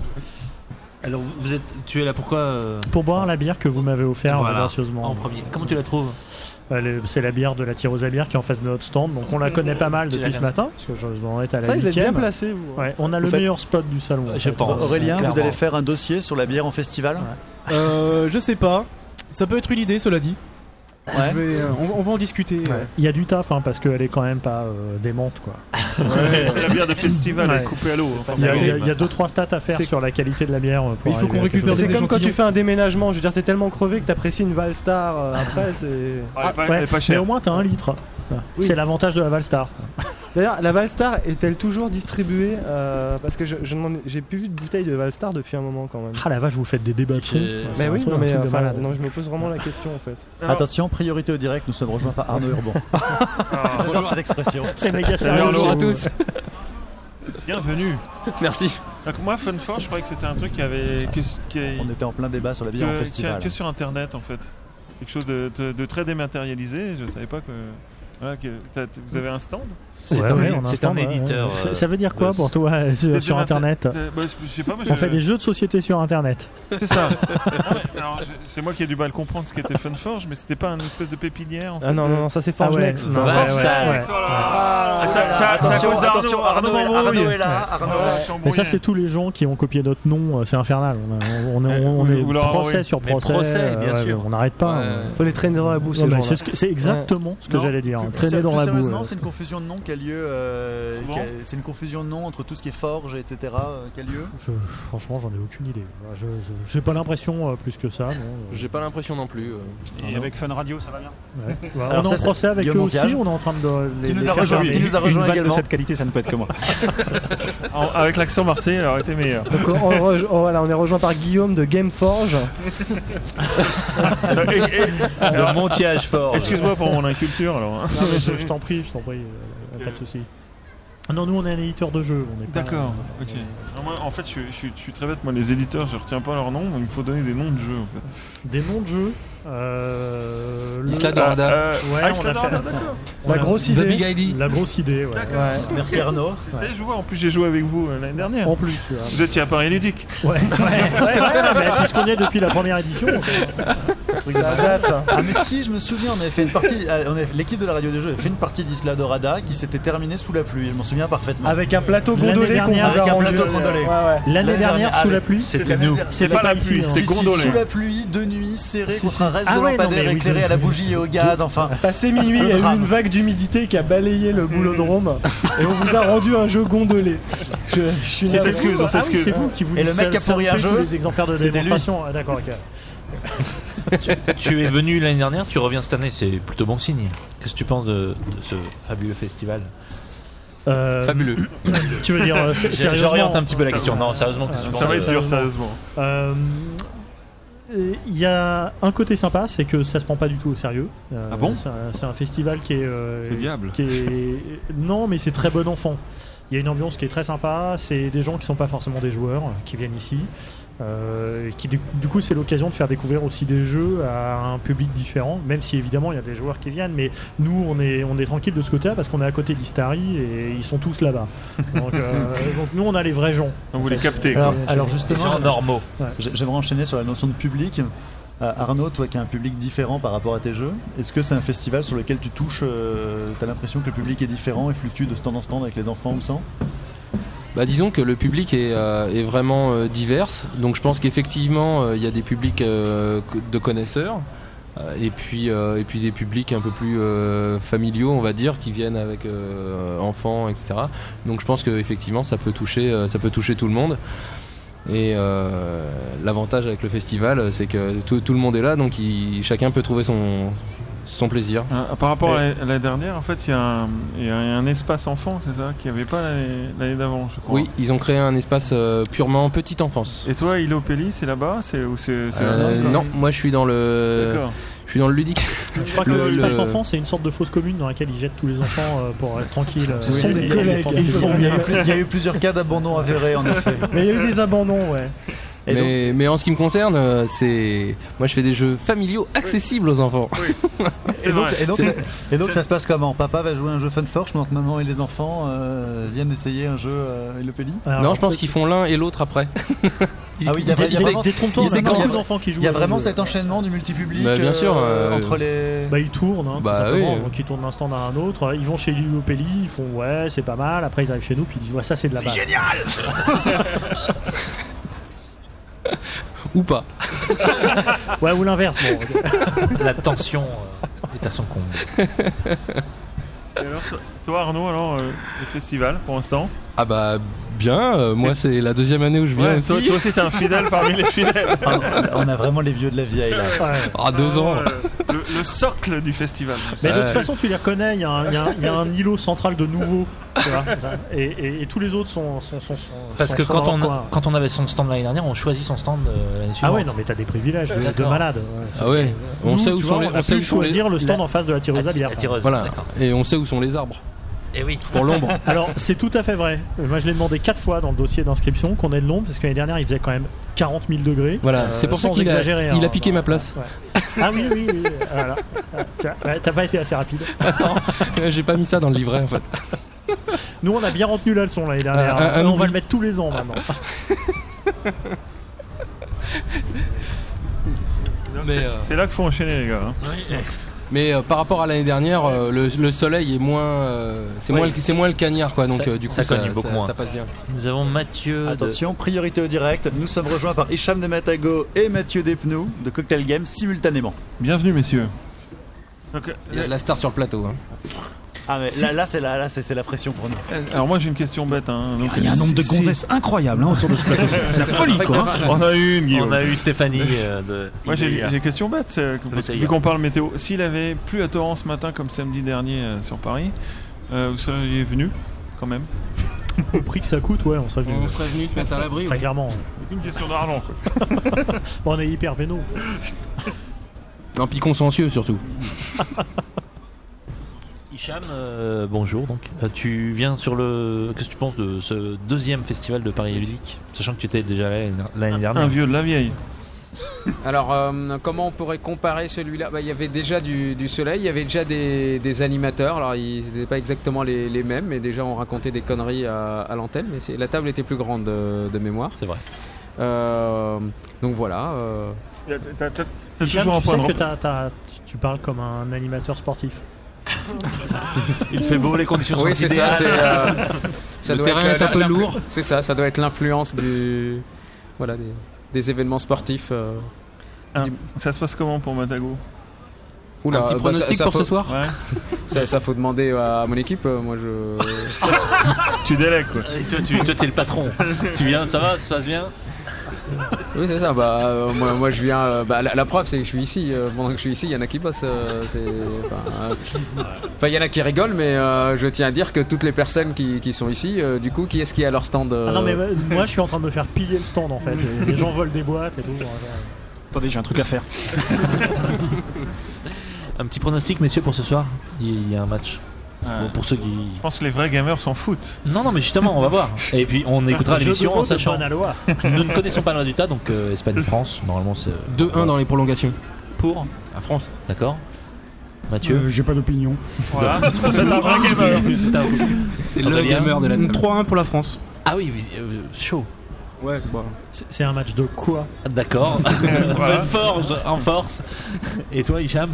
Alors, vous êtes, tu es là pourquoi euh, Pour boire la bière que vous m'avez offert voilà, gracieusement. en premier. Comment tu la trouves? Euh, le- C'est la bière de la tireuse à bière qui est en face de notre stand. Donc on la connaît pas mal Tu depuis la ce matin parce que je dois être à la Ça, vous êtes bien huitième. placé, vous. Ouais, on a Vous le faites- meilleur spot du salon. en Je fait. pense. Aurélien, clairement. vous allez faire un dossier sur la bière en festival? Euh, je sais pas. Ça peut être une idée, cela dit. Ouais. Je vais, euh, on, on va en discuter. Ouais. euh. Il y a du taf hein, parce qu'elle est quand même pas euh, démente quoi. La bière de festival Ouais. est coupée à l'eau. Enfin, Il y a, c'est- il y a- il y a deux trois stats à faire C'est- sur la qualité de la bière. euh, Pour Mais il faut arriver qu'on à quelque récupère chose. des C'est comme quand tu échantillons. fais un déménagement. Je veux dire, t'es tellement crevé que t'apprécies une Valstar. euh, après, c'est. Ah, elle est pas, Ouais, elle est pas mais chère. au moins t'as un litre. Oui. C'est l'avantage de la Valstar. D'ailleurs, la Valstar est-elle toujours distribuée euh, Parce que je, je n'en ai- j'ai plus vu de bouteille de Valstar depuis un moment quand même. Ah la vache, vous faites des débats de fond. Je- C'est Mais un oui, truc- non, un mais truc de enfin, malade. non, je me pose vraiment la question en fait. Alors- Attention, priorité au direct, nous sommes rejoints par Arnaud Urbon. J'adore cette expression. C'est méga Salut, sérieux. Arnaud. Bonjour à tous. Bienvenue. Merci. Donc, moi, Funforge, je croyais que c'était un truc qui avait. Que, qui est- On était en plein débat sur la bière en que, qui festival. a- que sur internet en fait. Quelque chose de, de- de très dématérialisé. Je savais pas que. Voilà, que t'as- vous avez un stand? C'est Ouais, un, ouais, on a c'est stand, un ouais, éditeur. ouais. Ça- euh, Ça veut dire quoi de- pour toi euh, sur, de sur dématé- internet de- bah, je sais pas, moi, On je- fait des jeux de société sur internet. C'est ça. Non, mais, alors, je- c'est moi qui ai du mal à comprendre ce qu'était Funforge, mais c'était pas une espèce de pépinière en fait. Ah non, de- non, non, ça c'est Ah Forge ouais, Next. non, Ah, ouais, ouais, ça, ouais. voilà. Ah, Ah, ça- ça- c'est à attention, cause d'Arnaud. attention, Arnaud, Arnaud est- m'embrouille. Arnaud est là. Ouais. Arnaud. Ah, je suis Mais ça, embrouillé. c'est tous les gens qui ont copié notre nom, euh, c'est infernal. On, a- on est, on Ou- est ou leur procès envoyer. sur Mais procès. procès, bien ouais, sûr. On n'arrête pas. Ouais. hein. Faut les traîner dans la boue, ces Ouais, mais gens-là. c'est ce que- c'est exactement ce que Non, j'allais dire. hein. plus- Traîner dans plus la boue. sérieusement, ouais. c'est une confusion de nom qui a lieu. euh, Bon. qui a- C'est une confusion de nom entre tout ce qui est forge, et cetera. euh, qui a lieu. Je- franchement, j'en ai aucune idée. Je je- j'ai pas l'impression euh, plus que ça. non. J'ai pas l'impression non plus. euh. Et avec Fun Radio, ça va bien? Ouais. Ouais, Alors on est ça, en c'est procès avec eux Guillaume aussi. Montiage. On est en train de les, Qui nous les a faire rejoint, fermer. qui nous a rejoint Une vanne de également. cette qualité, ça ne peut être que moi. En- avec l'accent marseillais, elle aurait été meilleure. Donc, on, on rejo- oh, voilà, on est rejoint par Guillaume de Gameforge. Et- et- De Montiage fort. Excuse-moi pour mon inculture alors. hein. Non, mais je je t'en prie, je t'en prie. euh, Pas de soucis. Ah non, nous on est un éditeur de jeux. on est pas- D'accord, euh, ok. Non, moi, en fait, je, suis- je suis- je suis très bête. Moi, les éditeurs, je retiens pas leurs noms. Il me faut donner des noms de jeux. En fait. Des noms de jeux. Euh, le- Isla Dorada. Euh, ouais, Ah, on Isla a fait Dorada, d'accord. on La a- grosse The idée. Big Idea. La grosse idée, ouais. D'accord. Ouais. Merci Arnaud. Ça y est, je vois, en plus j'ai joué avec vous euh, l'année dernière. En plus. ouais. Vous étiez à Paris Ludique. Ouais, ouais, ouais, ouais, mais puisqu'on y est depuis la première édition. on Ça date. Ah mais si, je me souviens, on avait fait une partie, euh, on avait- l'équipe de la radio des jeux avait fait une partie d'Isla Dorada qui s'était terminée sous la pluie, je m'en souviens parfaitement. Avec un plateau L'année gondolé qu'on vous dernière, a avec un rendu. plateau gondolé. Ouais, ouais. L'année dernière, sous la pluie, c'était nous. C'est pas la pluie, ici, hein. c'est Si, si, gondolé. sous la pluie, de nuit, serré Si, contre si. un reste Ah de ouais, non, lampadaire mais oui, éclairé de- à la bougie et au gaz, enfin. Passé minuit, il y a eu une vague d'humidité qui a balayé le boulodrome et on vous a rendu un jeu gondolé. Je, je suis C'est navré. s'excuse, on Ah oui, s'excuse. c'est vous qui voulez Et le mec qui a pourri un jeu, les exemplaires de c'était lui. démonstration. Ah, d'accord, ok. tu, tu es venu l'année dernière, tu reviens cette année, c'est plutôt bon signe. Qu'est-ce que tu penses de, de ce fabuleux festival Euh, Fabuleux. Tu veux dire, euh, sé- J'ai- sérieusement J'oriente un petit peu la question. Non, sérieusement, qu'est-ce que tu Ça penses va de- être dur, sérieusement. Euh, Il y a un côté sympa, c'est que ça se prend pas du tout au sérieux. Euh, Ah bon c'est un, c'est un festival qui est, euh, Le diable. qui est non, mais c'est très bon enfant. Il y a une ambiance qui est très sympa. C'est des gens qui sont pas forcément des joueurs qui viennent ici. Euh, qui du, du coup c'est l'occasion de faire découvrir aussi des jeux à un public différent, même si évidemment il y a des joueurs qui viennent, mais nous on est on est tranquille de ce côté-là parce qu'on est à côté d'Istari et ils sont tous là-bas. Donc, euh, donc nous on a les vrais gens. Donc vous les captez. Alors, quoi. alors justement, Les gens normaux. Ouais. j'ai- j'aimerais enchaîner sur la notion de public. Euh, Arnaud, toi qui as un public différent par rapport à tes jeux, est-ce que c'est un festival sur lequel tu touches, euh, t'as l'impression que le public est différent et fluctue de stand en stand avec les enfants ou sans? Bah, disons que le public est, euh, est vraiment euh, divers, donc je pense qu'effectivement euh, il y a des publics euh, de connaisseurs euh, et puis euh, et puis des publics un peu plus euh, familiaux, on va dire, qui viennent avec euh, enfants, et cetera. Donc je pense qu'effectivement ça peut toucher euh, ça peut toucher tout le monde. Et euh, l'avantage avec le festival, c'est que tout, tout le monde est là, donc il, chacun peut trouver son son plaisir. Euh, par rapport à l'année dernière, en fait, il y, a un- il y a un espace enfant, c'est ça, qu'il n'y avait pas l'année l'année d'avant, je crois. Oui, ils ont créé un espace euh, purement petite enfance. Et toi, Île Péli, c'est là-bas, c'est ou c'est c'est Euh, là-bas, quoi non, moi je suis dans le D'accord. je suis dans le ludique. Je crois que Le- l'espace le- enfant c'est une sorte de fosse commune dans laquelle ils jettent tous les enfants euh, pour être tranquilles. Ce sont des Et- et- collègues. et- Ils font- et- Il y a eu plus- il y a eu plusieurs cas d'abandon avérés en effet. Mais il y a eu des abandons, ouais. Et mais, mais en ce qui me concerne, euh, c'est moi je fais des jeux familiaux accessibles aux enfants. Et donc, et, donc, C'est- ça, et donc ça se passe comment? Papa va jouer un jeu Funforge pendant que maman et les enfants euh, viennent essayer un jeu euh, Elopélie? non, je pense qu'ils font l'un et l'autre après. Ah oui, il y a, il y a vraiment, Détrompe-toi, il y a on a vraiment- beaucoup d'enfants qui jouent il y a à vraiment ce jeu. cet enchaînement du multipublic Bah, bien sûr, euh, euh, entre les. Bah ils tournent, hein, tout Bah, simplement. oui. Donc ils tournent d'un stand à un autre. Ils vont chez Lilopelli, ils font ouais c'est pas mal. Après ils arrivent chez nous puis ils disent ouais ça c'est de la balle. Ou pas. Ouais ou l'inverse. Bon. La tension euh, est à son comble. Et alors, toi- toi, Arnaud, alors, euh, le festival, pour l'instant Ah bah bien, euh, moi c'est la deuxième année où je viens Ouais, aussi. toi, toi aussi, t'es un fidèle parmi les fidèles. Ah, on a vraiment les vieux de la vieille là. Ah deux ans. Euh, le, le socle du festival. Mais de toute Ouais. façon tu les reconnais. Il y, a un- il y a un- il y a un îlot central de nouveau. Tu vois, ça. et, et, et tous les autres sont sont sont, sont Parce sont- que sont quand dans on, leur coin. quand on avait son stand l'année dernière, on choisit son stand euh, l'année Ah suivante. ouais non mais t'as des privilèges de, de D'accord. malade. Ouais. Ah ouais. On Nous, sait où tu sont vois, les on on a sait pu où sont les choisir le stand la- en face de la tireuse à bière. La tireuse, Voilà. d'accord. Et on sait où sont les arbres Et oui. pour l'ombre. Alors c'est tout à fait vrai. Euh, Moi je l'ai demandé quatre fois dans le dossier d'inscription qu'on ait de l'ombre parce que l'année dernière il faisait quand même quarante mille degrés. Voilà, Euh, c'est pour ça sans qu'il a, exagérer, il a hein. piqué ma place. Ouais. Ah oui oui, oui. Voilà. Ah, tiens, ouais, t'as pas été assez rapide. J'ai pas mis ça dans le livret en fait. Nous on a bien retenu la leçon l'année dernière. Un- un- Euh, un on oubli. va le mettre tous les ans maintenant. Donc, Mais, c'est- euh, C'est là qu'il faut enchaîner, les gars. hein. Mais euh, par rapport à l'année dernière, euh, le, le soleil est moins, euh, c'est Oui. moins, le- c'est moins le cagnard quoi. Donc Ça- euh, du coup ça ça, cogne beaucoup ça- moins. ça passe bien. Nous avons Mathieu. de- Attention, priorité au direct. Nous sommes rejoints par Hicham de Matago et Mathieu Despnous de Cocktail Games simultanément. Bienvenue, messieurs. Donc, euh, Il y a la star sur le plateau. Hein. Ah mais Si. là, là c'est la, là c'est c'est la pression pour nous. alors moi j'ai une question bête. Hein. Donc, Il y a un nombre de si- gonzesses incroyable hein, autour de ce plateau. C'est la folie quoi. hein. On a eu une, Guillaume. On a eu Stéphanie euh, de. Moi j'ai Iberia. j'ai une question bête, c'est que- parce que Le vu qu'on parle météo, s'il avait plu à torrent ce matin comme samedi dernier euh, sur Paris, euh, vous seriez venu quand même? Au prix que ça coûte, ouais, on serait venu. On serait venu se mettre à l'abri. Très oui. clairement. Une question d'argent. quoi. Bon, on est hyper véno. Non, puis consciencieux surtout. Hicham, euh, bonjour. Donc, Euh, tu viens sur le. Qu'est-ce que tu penses de ce deuxième festival de Paris Ludique, sachant que tu étais déjà là l'année- l'année dernière. Un vieux de la vieille. Alors, euh, comment on pourrait comparer celui-là? Bah, il y avait déjà du, du soleil, il y avait déjà des, des animateurs. Alors, ils n'étaient pas exactement les, les mêmes, mais déjà on racontait des conneries à, à l'antenne. Mais c'est, la table était plus grande de, de mémoire. C'est vrai. Euh, donc voilà. Euh... T'as, t'as, t'as toujours un point de repère. Tu parles comme un animateur sportif. Il fait beau, les conditions sont oui, c'est idéales. ça. C'est, euh, ça Le doit terrain être est un peu lourd. C'est ça. Ça doit être l'influence du, voilà, des, des événements sportifs. Euh, ah, du... Ça se passe comment pour Matago? Oula, un petit pronostic bah, ça, ça pour faut... ce soir. Ouais. ça, ça faut demander à mon équipe. Moi, je. Tu délègues quoi. Et toi, tu, toi, t'es le patron. Tu viens, ça va, ça se passe bien? Oui, c'est ça. Bah, euh, moi, moi, je viens. Euh, bah, la, la preuve, c'est que je suis ici. Euh, pendant que je suis ici, il y en a qui bossent. Euh, c'est. Enfin, il euh, y en a qui rigolent, mais euh, je tiens à dire que toutes les personnes qui, qui sont ici, euh, du coup, qui est-ce qui est à leur stand euh... Ah non, mais euh, moi, je suis en train de me faire piller le stand en fait. Les gens volent des boîtes et tout. Genre... Attendez, j'ai un truc à faire. Un petit pronostic, messieurs, pour ce soir. Il y a un match. Ah. Bon, pour ceux qui... Je pense que les vrais gamers s'en foutent. Non, non, mais justement, on va voir. Et puis on écoutera l'émission en sachant. Nous ne connaissons pas le résultat, donc euh, Espagne-France, normalement c'est. deux un dans les prolongations. Pour la France, d'accord. Mathieu euh, J'ai pas d'opinion. Voilà, c'est un vrai gamer. C'est, un... c'est le gamer de la table. trois un pour la France. Ah oui, euh, chaud. Ouais, bah. c'est, c'est un match de quoi? D'accord. Voilà. Forge en force. Et toi, Hicham?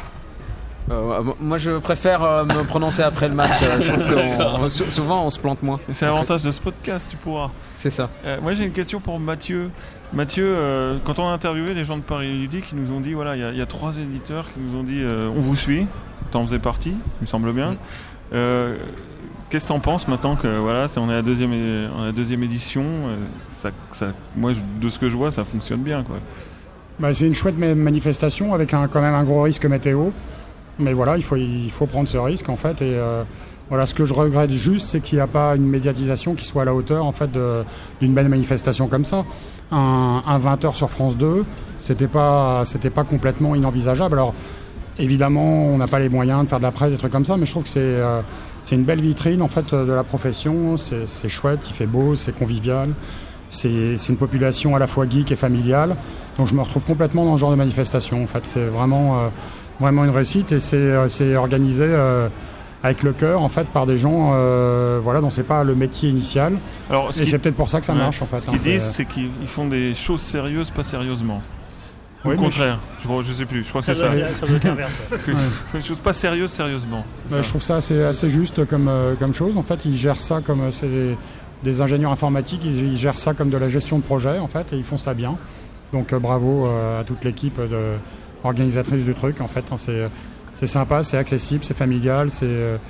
Euh, moi je préfère euh, me prononcer après le match. Euh, je trouve qu'on, sou- souvent on se plante moins. C'est l'avantage de ce podcast, tu pourras. C'est ça. Euh, moi j'ai une question pour Mathieu. Mathieu, euh, quand on a interviewé les gens de Paris Ludique, ils nous ont dit voilà, il y, y a trois éditeurs qui nous ont dit euh, on vous suit. T'en faisais partie, il me semble bien. Mm. Euh, qu'est-ce que t'en penses maintenant que voilà, c'est, on est à la deuxième, é- on est à la deuxième édition euh, ça, ça, moi de ce que je vois, ça fonctionne bien quoi. Bah, c'est une chouette manifestation avec un, quand même un gros risque météo. Mais voilà, il faut, il faut prendre ce risque en fait. Et euh, voilà, ce que je regrette juste, c'est qu'il n'y a pas une médiatisation qui soit à la hauteur en fait de, d'une belle manifestation comme ça. Un, un vingt heures sur France deux, c'était pas, c'était pas complètement inenvisageable. Alors évidemment, on n'a pas les moyens de faire de la presse, des trucs comme ça, mais je trouve que c'est, euh, c'est une belle vitrine en fait de la profession. C'est, c'est chouette, il fait beau, c'est convivial. C'est, c'est une population à la fois geek et familiale. Donc je me retrouve complètement dans ce genre de manifestation. En fait, c'est vraiment euh, vraiment une réussite et c'est, c'est organisé euh, avec le cœur en fait par des gens euh, voilà dont c'est pas le métier initial. Alors, et c'est peut-être pour ça que ça ouais, marche en fait. Ce qu'ils hein, disent c'est... c'est qu'ils font des choses sérieuses pas sérieusement. Ou oui, au contraire, je... Je, je sais plus, je crois que ça c'est ça. Être, ça doit être l'inverse. Ouais. Des choses pas sérieuses sérieusement. Bah, je trouve ça assez, assez juste comme, euh, comme chose. En fait, ils gèrent ça comme euh, c'est des, des ingénieurs informatiques, ils, ils gèrent ça comme de la gestion de projet en fait et ils font ça bien. Donc euh, bravo euh, à toute l'équipe de organisatrice du truc en fait, hein, c'est, c'est sympa, c'est accessible, c'est familial, c'est,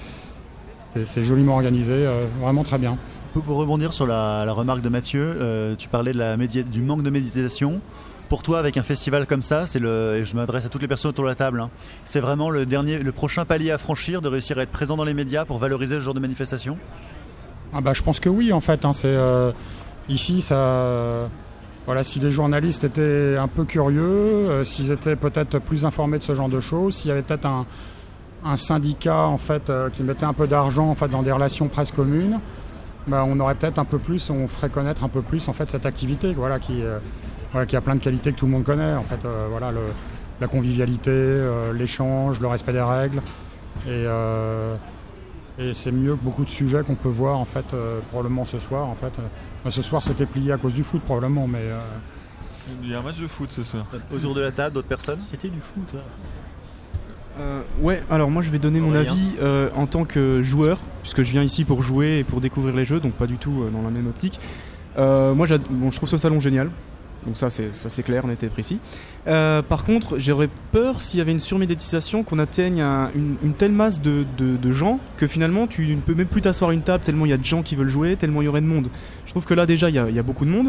c'est, c'est joliment organisé, euh, vraiment très bien. Pour rebondir sur la, la remarque de Mathieu, euh, tu parlais de la média- du manque de médiatisation. Pour toi, avec un festival comme ça, c'est le, et je m'adresse à toutes les personnes autour de la table, hein, c'est vraiment le, dernier, le prochain palier à franchir, de réussir à être présent dans les médias pour valoriser ce genre de manifestation? Ah bah, je pense que oui en fait, hein, c'est, euh, ici ça... Voilà, si les journalistes étaient un peu curieux, euh, s'ils étaient peut-être plus informés de ce genre de choses, s'il y avait peut-être un, un syndicat en fait euh, qui mettait un peu d'argent en fait dans des relations presse communes, bah, on aurait peut-être un peu plus, on ferait connaître un peu plus en fait cette activité, voilà, qui, euh, voilà, qui a plein de qualités que tout le monde connaît en fait, euh, voilà, le, la convivialité, euh, l'échange, le respect des règles, et, euh, et c'est mieux que beaucoup de sujets qu'on peut voir en fait euh, probablement ce soir en fait. Euh, Ce soir, c'était plié à cause du foot, probablement, mais... Euh... Il y a un match de foot, ce soir. Autour de la table, d'autres personnes? C'était du foot, ouais. Euh, ouais, alors moi je vais donner mon avis euh, en tant que joueur, puisque je viens ici pour jouer et pour découvrir les jeux, donc pas du tout euh, dans la même optique. Euh, moi bon, je trouve ce salon génial, donc ça c'est, ça, c'est clair, net et précis. Euh, par contre, j'aurais peur s'il y avait une surmédiatisation, qu'on atteigne un, une, une telle masse de, de, de gens que finalement tu ne peux même plus t'asseoir à une table tellement il y a de gens qui veulent jouer, tellement il y aurait de monde. Je trouve que là déjà il y a, il y a beaucoup de monde.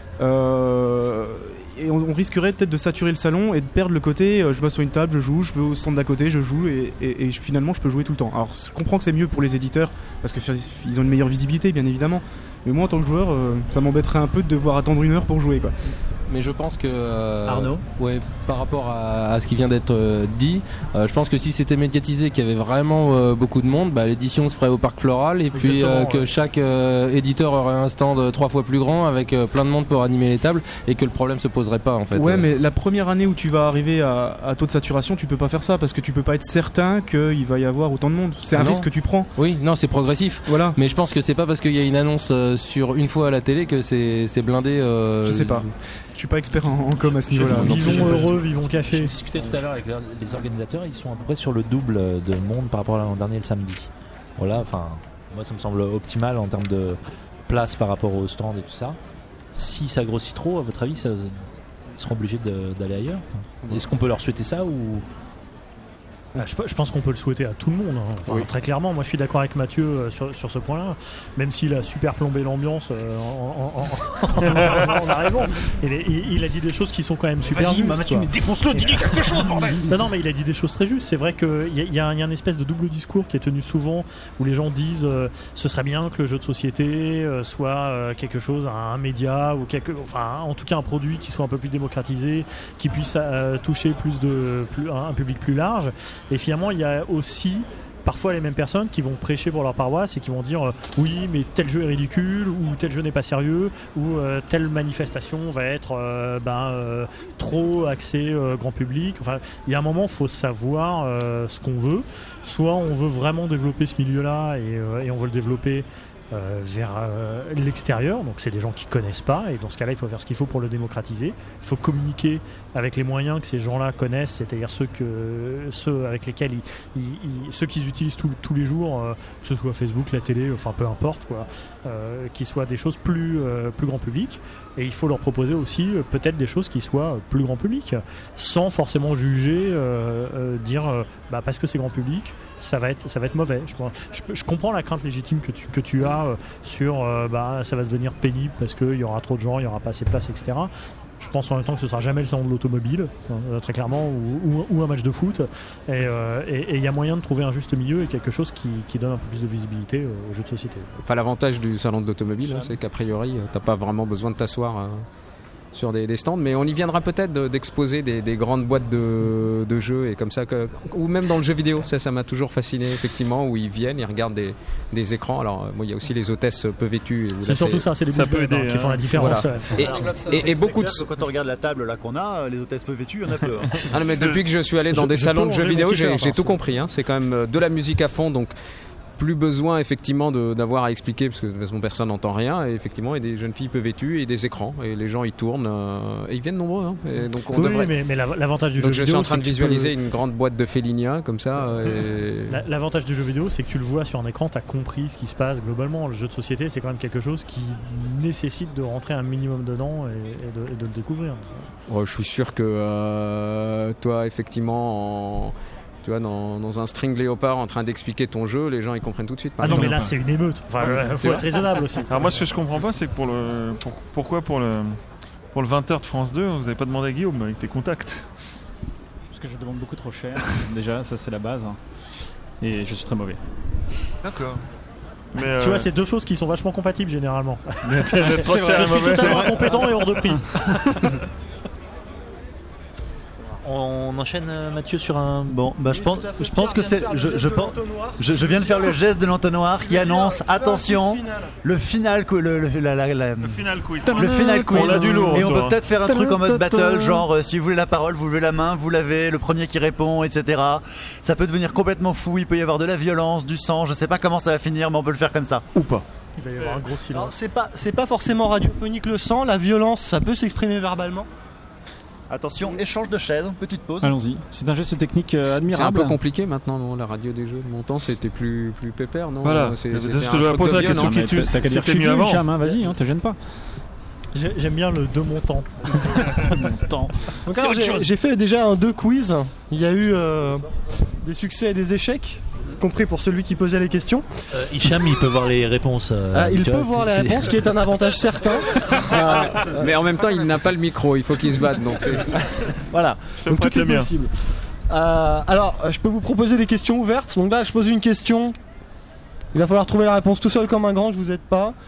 Euh, et on, on risquerait peut-être de saturer le salon et de perdre le côté euh, je m'assois à une table, je joue, je vais au stand d'à côté, je joue et, et, et finalement je peux jouer tout le temps. Alors je comprends que c'est mieux pour les éditeurs parce qu'ils ont une meilleure visibilité bien évidemment, Mais moi, en tant que joueur, euh, ça m'embêterait un peu de devoir attendre une heure pour jouer, quoi. Mais je pense que euh, Arnaud ouais, par rapport à, à ce qui vient d'être euh, dit, euh, je pense que si c'était médiatisé, qu'il y avait vraiment euh, beaucoup de monde, bah, l'édition se ferait au Parc Floral et puis euh, que ouais. chaque euh, éditeur aurait un stand euh, trois fois plus grand avec euh, plein de monde pour animer les tables et que le problème se poserait pas en fait. Ouais, Euh, mais la première année où tu vas arriver à, à taux de saturation, tu peux pas faire ça parce que tu peux pas être certain qu'il va y avoir autant de monde. C'est un Non. risque que tu prends. Oui, non, c'est progressif. Voilà. Mais je pense que c'est pas parce qu'il y a une annonce euh, sur une fois à la télé que c'est c'est blindé. Euh, Je sais pas. Je suis pas expert en, en com à ce niveau-là. Vivons heureux, vivons cachés. J'ai discuté tout à l'heure avec les organisateurs, ils sont à peu près sur le double de monde par rapport à l'an dernier le samedi. Voilà, enfin, moi ça me semble optimal en termes de place par rapport au stand et tout ça. Si ça grossit trop, à votre avis, ça, ils seront obligés de- d'aller ailleurs? Est-ce qu'on peut leur souhaiter ça ou... Ah, Je, je pense qu'on peut le souhaiter à tout le monde, hein. Enfin, Oui. très clairement. Moi, je suis d'accord avec Mathieu euh, sur, sur ce point-là. Même s'il a super plombé l'ambiance euh, en, en, en, en arrivant, il, est- il- il a dit des choses qui sont quand même super Vas-y, justes. bah, Mathieu, quoi. mais défonce-le, dis-lui quelque chose, bordel. Non, non, mais il a dit des choses très justes. C'est vrai qu'il y, a- il y a un- il y a une espèce de double discours qui est tenu souvent où les gens disent euh, ce serait bien que le jeu de société euh, soit euh, quelque chose, un média ou quelque, enfin, en tout cas un produit qui soit un peu plus démocratisé, qui puisse euh, toucher plus de, plus, un, un public plus large. Et finalement, il y a aussi parfois les mêmes personnes qui vont prêcher pour leur paroisse et qui vont dire euh, oui mais tel jeu est ridicule ou tel jeu n'est pas sérieux ou euh, telle manifestation va être euh, ben, euh, trop axée euh, grand public. Enfin, il y a un moment, il faut savoir euh, ce qu'on veut. Soit on veut vraiment développer ce milieu-là et, euh, et on veut le développer euh, vers euh, l'extérieur, donc c'est des gens qui connaissent pas et dans ce cas-là il faut faire ce qu'il faut pour le démocratiser. Il faut communiquer avec les moyens que ces gens-là connaissent, c'est-à-dire ceux que ceux avec lesquels ils, ils- ils- ceux qu'ils utilisent tous- tous les jours, euh, que ce soit Facebook, la télé, enfin peu importe quoi, euh, qui soient des choses plus euh, plus grand public. Et il faut leur proposer aussi euh, peut-être des choses qui soient plus grand public, sans forcément juger, euh, euh, dire euh, bah parce que c'est grand public, ça va être ça va être mauvais. Je, je, je comprends la crainte légitime que tu que tu as euh, sur euh, bah ça va devenir pénible parce qu'il y aura trop de gens, il y aura pas assez de place, et cetera. Je pense en même temps que ce sera jamais le salon de l'automobile, euh, très clairement, ou, ou- ou un match de foot. Et euh, et- et il y a moyen de trouver un juste milieu et quelque chose qui, qui donne un peu plus de visibilité euh, aux jeux de société. Enfin, l'avantage du salon de l'automobile, hein, c'est qu'a priori, euh, t'as pas vraiment besoin de t'asseoir euh, sur des, des stands, mais on y viendra peut-être de- d'exposer des, des grandes boîtes de, de jeux et comme ça, que, ou même dans le jeu vidéo. Ça, ça m'a toujours fasciné effectivement, où ils viennent, ils regardent des, des écrans. Alors, euh, moi, il y a aussi les hôtesses peu vêtues. où C'est là, surtout ça, c'est les Ça bouches peut bées, aider, hein, qui hein. font la différence. Voilà. ouais. Et, et- et beaucoup de C'est clair que quand on regarde la table là qu'on a, les hôtesses peu vêtues, il y en a peu. hein. Ah non, mais depuis que je suis allé dans Je- des je salons peux de jeux enlever vidéo, mon j'ai t-shirt, j'ai hein, tout c'est- compris. Hein. C'est quand même euh, de la musique à fond, donc plus besoin effectivement de- d'avoir à expliquer parce que de toute façon personne n'entend rien. Et effectivement, il y a des jeunes filles peu vêtues et des écrans et les gens ils tournent euh, et ils viennent nombreux. Hein. Et donc on Oui, devrait. mais, mais l'av- l'avantage du donc jeu je vidéo, suis en train c'est de que tu visualiser peux- une grande boîte de Félinia comme ça. Et... La- L'avantage du jeu vidéo, c'est que tu le vois sur un écran, tu as compris ce qui se passe globalement. Le jeu de société, c'est quand même quelque chose qui nécessite de rentrer un minimum dedans et, et de, et de le découvrir. Oh, je suis sûr que euh, toi, effectivement, en- tu vois, dans, dans un string léopard en train d'expliquer ton jeu, les gens ils comprennent tout de suite. par Ah non, mais exemple. là, c'est une émeute. Enfin, Ouais, il tu faut vois. être raisonnable aussi. Alors moi, ce que je comprends pas, c'est que pour le, pour- pourquoi pour le, pour le vingt heures de France deux, vous avez pas demandé à Guillaume avec tes contacts. Parce que je demande beaucoup trop cher. Déjà, ça c'est la base. Et je suis très mauvais. D'accord. Mais Tu euh, vois, c'est deux choses qui sont vachement compatibles généralement. D'être- d'être trop C'est vrai, cher et je suis mauvais, totalement c'est vrai. incompétent et hors de prix. On enchaîne euh, Mathieu sur un... Bon, bah je pense, je pense que c'est, je, je pense, je, je viens de faire le geste de l'entonnoir qui annonce, attention, le final, cou- le, le, la, la, la- Le final quiz. le final quiz. On a du lourd. Et on peut toi. peut-être faire un truc en mode battle, genre euh, si vous voulez la parole, vous levez la main, vous l'avez, le premier qui répond, et cetera. Ça peut devenir complètement fou, il peut y avoir de la violence, du sang, je sais pas comment ça va finir, mais on peut le faire comme ça. Ou pas. Il va y avoir un gros Alors, silence. c'est pas, c'est pas forcément radiophonique le sang, la violence, ça peut s'exprimer verbalement. Attention, échange de chaises, petite pause. Allons-y. C'est un geste technique euh, C'est un admirable. peu compliqué maintenant, non, la radio des jeux. De mon temps, c'était plus, plus pépère, non Voilà. C'est- Je c'était te un dois truc poser de la vieux, question non qui Mais tu- t'as t'as qu'à dire c'était je suis mieux vieux, avant. Hicham, hein, vas-y, hein, te gêne pas. J'ai- J'aime bien le de mon temps. Donc, alors, j'ai, j'ai fait déjà un deux quiz. Il y a eu euh, des succès et des échecs, y compris pour celui qui posait les questions. Euh, Hicham, il peut voir les réponses. euh, Ah, il tu peut vois, voir c'est- les réponses, ce qui est un avantage certain. Euh, Mais en même temps, il n'a pas le micro, il faut qu'il se batte. Donc c'est... Voilà, Je te donc prête tout est le mien. possible. Euh, alors, euh, je peux vous proposer des questions ouvertes. Donc là, je pose une question. Il va falloir trouver la réponse tout seul comme un grand, je vous aide pas.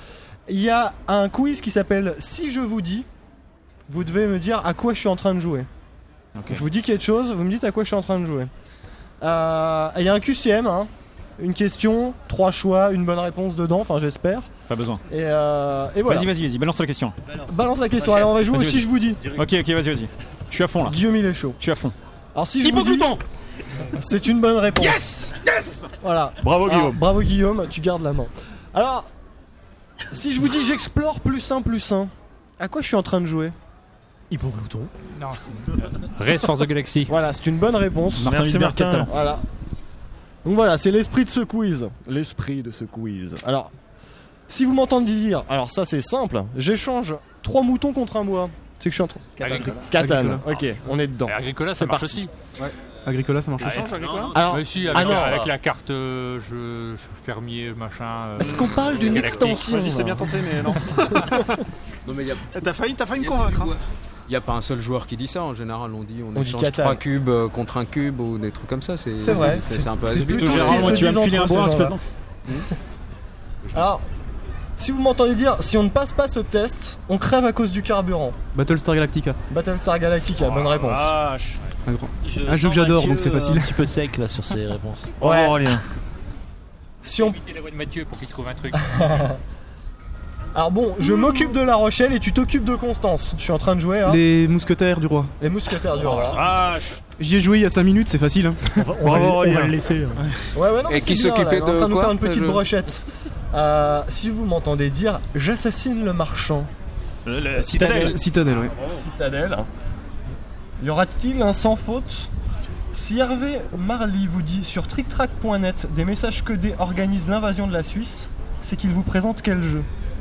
Il y a un quiz qui s'appelle Si je vous dis, vous devez me dire à quoi je suis en train de jouer. Ok. Je vous dis quelque chose, vous me dites à quoi je suis en train de jouer. Euh, Il y a un Q C M, hein. Une question, trois choix, une bonne réponse dedans, enfin j'espère. Pas besoin. Et, euh, et voilà. Vas-y, vas-y, vas-y, balance la question. Balance la question, alors on va jouer Vas-y, aussi, vas-y. je vous dis. Ok, ok, vas-y, vas-y. Je suis à fond là. Guillaume, il est chaud. Je suis à fond. Alors si je vous dis, c'est une bonne réponse. Yes, yes. Voilà. Bravo, Alors, Guillaume. Bravo Guillaume, tu gardes la main. Alors, si je vous dis j'explore plus un plus un, à quoi je suis en train de jouer? Hypoplouton. Non, c'est... Race for the Galaxy. Voilà, c'est une bonne réponse. Martin Merci, Wilber, Martin. quel talent. Voilà. Donc voilà, c'est l'esprit de ce quiz. L'esprit de ce quiz. Alors, si vous m'entendez dire, alors ça c'est simple, j'échange trois moutons contre un bois. C'est que je suis en train. Agricola. Catane. Ok, on est dedans. Et Agricola, ça C'est marche parti. aussi. Ouais. Agricola, ça marche Ah, aussi. ouais. Agricola Alors, Mais si, ah avec, non. avec la carte euh, je, je fermier, machin. euh, Est-ce qu'on parle d'une galactique. extension Moi je dis c'est bien tenté, mais non. Non, mais il y a. T'as failli, t'as failli me convaincre. Hein. Il n'y a pas un seul joueur qui dit ça, en général on dit on, On dit échange Catane. trois cubes euh, contre un cube ou des trucs comme ça. C'est C'est vrai, C'est c'est- c'est un peu c'est hasard. plutôt Gérard, ce moi qu'ils tu vas se me disent filer un entre bois, ces espèce gens-là. d'enfant. Alors, si vous m'entendez dire, si on ne passe pas ce test, on crève à cause du carburant. Battlestar Galactica. Battlestar Galactica, bonne réponse. Vache. Un, grand- Je un jeu sens que j'adore, Mathieu, donc c'est facile. Un petit peu sec là sur ces réponses. Ouais. Aurélien. Si on... Imiter la voix de Mathieu pour qu'il trouve un truc. Alors bon, je m'occupe de La Rochelle et tu t'occupes de Constance. Je suis en train de jouer à Les mousquetaires du roi. Les Mousquetaires du Roi. Vache. J'y ai joué il y a cinq minutes, c'est facile. Hein. On va, on va le- on va le laisser. hein. Ouais, ouais, non, Et mais qui c'est bien, s'occupait là, on est en de train de nous quoi, faire une petite je- brochette. Euh, si vous m'entendez dire, j'assassine le marchand. Le, le citadelle. Citadelle, ouais. Citadelle. Y aura-t-il un sans faute? Si Hervé Marly vous dit sur tricktrack point net des messages codés organisent l'invasion de la Suisse, c'est qu'il vous présente quel jeu?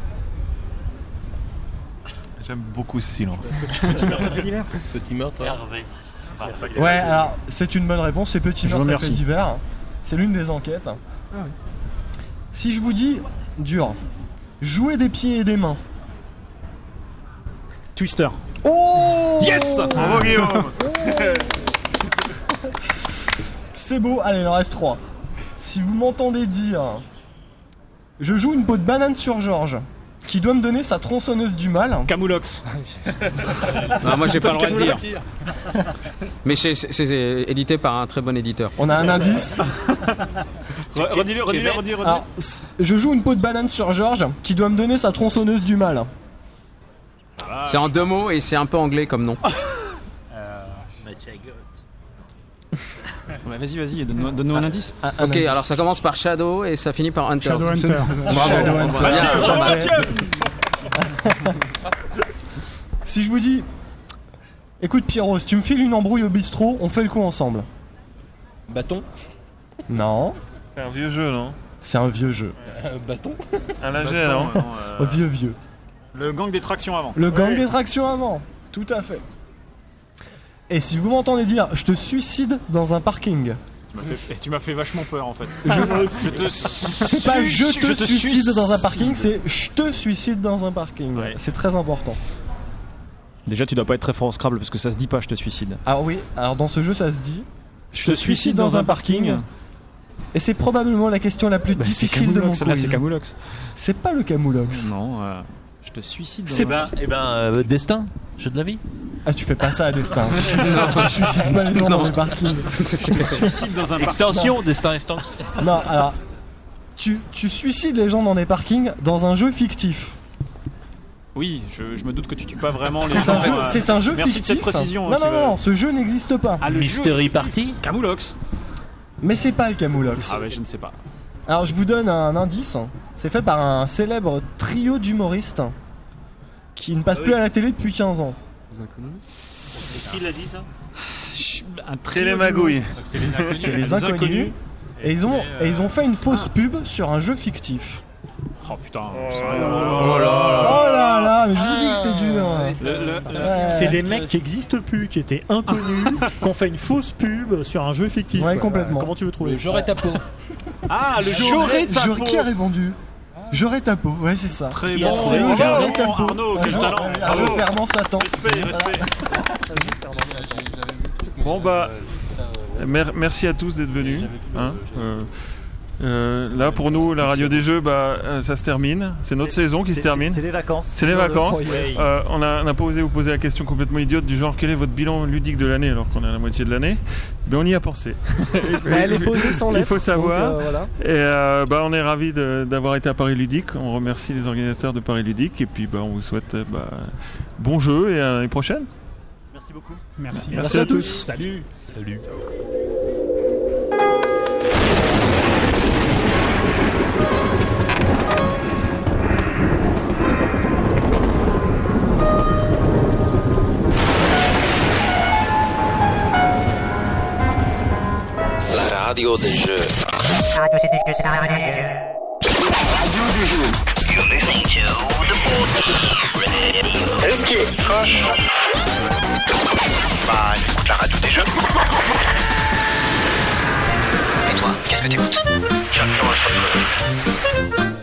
J'aime beaucoup ce silence. Petit meurtre. Hervé. Ouais, alors c'est une bonne réponse, c'est Petit Je vous meurtre et remercie. fait divers. C'est l'une des enquêtes. Si je vous dis, dur, jouer des pieds et des mains. Twister. Oh Yes. Bravo Guillaume. C'est beau, allez, il en reste trois. Si vous m'entendez dire, je joue une peau de banane sur Georges, qui doit me donner sa tronçonneuse du mal. Camoulox. Non, moi j'ai pas le droit de dire. Camoulox. Mais c'est c'est- c'est édité par un très bon éditeur. On a un indice. Re- Redis-le, redis-le, redis-le. Alors, c- je joue une peau de banane sur Georges, qui doit me donner sa tronçonneuse du mal. C'est en deux mots et c'est un peu anglais comme nom. Ouais, Vas-y, vas-y, donne-nous donne-nous un indice. Ok, alors ça commence par Shadow et ça finit par Hunter. Shadowhunter. Bravo. Shadowhunter. Bien, Mathieu, pas bravo, mal. Mathieu. Si je vous dis, écoute Pierrot, si tu me files une embrouille au bistrot, on fait le coup ensemble. Bâton. Non, C'est un vieux jeu, non c'est un vieux jeu. Euh, Baston. Un laget, non Un vieux vieux. Le gang des tractions avant. Le gang des tractions avant, tout à fait. Et si vous m'entendez dire, je te suicide dans un parking. Tu m'as fait, et tu m'as fait vachement peur en fait. Je- Je te C'est pas su- je te, suicide suicide. dans un parking, c'est je te suicide dans un parking. Ouais. C'est très important. Déjà, tu dois pas être très fort au Scrabble parce que ça se dit pas, je te suicide. Alors oui, alors dans ce jeu ça se dit, Je te suicide dans un parking. Et c'est probablement la question la plus Bah, c'est difficile de mon Camoulox, là, quiz. c'est Camoulox. C'est pas le Camoulox. Non, euh, je te suicide dans C'est un pas- Eh ben, euh, Destin, jeu de la vie. Ah, tu fais pas ça à Destin. Tu suicides pas les gens dans les parkings. Je te suicide dans un Extension, Destin, extension. Non, alors, tu, tu suicides les gens dans des parkings dans un jeu fictif. Oui, je, je me doute que tu tues pas vraiment les C'est gens. un jeu, euh, c'est un jeu Merci fictif. de cette précision. Non, hein, non, qui non, va- non, ce jeu n'existe pas. Ah, le Mystery jeu. Party. Camoulox. Mais c'est pas le Camoulox. Ah ouais, je ne sais pas. Alors, je vous donne un indice. C'est fait par un célèbre trio d'humoristes qui ne passe plus à la télé depuis quinze ans. Qui l'a dit ça Un C'est les magouilles. C'est les inconnus. C'est les inconnus. Et ils ont, et ils ont fait une fausse pub sur un jeu fictif. Oh putain. Oh là là, mais je vous ai dit que c'était dur. Le- le- Ouais. C'est des mecs qui existent plus, qui étaient inconnus, qui ont fait une fausse pub sur un jeu fictif. Ouais, quoi. complètement. Comment tu veux trouver? J'aurais ta peau. Ah, le J'aurais j'aurais ta peau. Qui a répondu? J'aurais ta peau, ouais, c'est ça. Très bon. bon. C'est le Bravo, J'aurais ta peau. Arnaud, quel Un talent. jeu- Un Bravo. jeu fermant Satan. Respect, respect. Bon bah, mer- merci à tous d'être venus. Hein, euh, Euh, là, pour nous, la radio des jeux, bah, euh, ça se termine. C'est notre saison qui se termine. C'est les vacances. C'est les vacances. Oh, yes. Euh, on a, on a pas osé vous poser la question complètement idiote du genre quel est votre bilan ludique de l'année alors qu'on est à la moitié de l'année. Mais on y a pensé. Mais elle est posée sans Il lettres, faut savoir. donc, euh, voilà. Et euh, bah, on est ravis de- d'avoir été à Paris Ludique. On remercie les organisateurs de Paris Ludique et puis bah, on vous souhaite euh, bah, bon jeu et à l'année prochaine. Merci beaucoup. Merci. Merci à tous. Salut. Salut. La radio des jeux. Radio c'est des jeux, c'est la radio des jeux. Radio des jeux. You're listening to the radio. Ok, coche. Bah, écoute la radio des jeux. Et toi, qu'est-ce que t'écoutes? J'adore le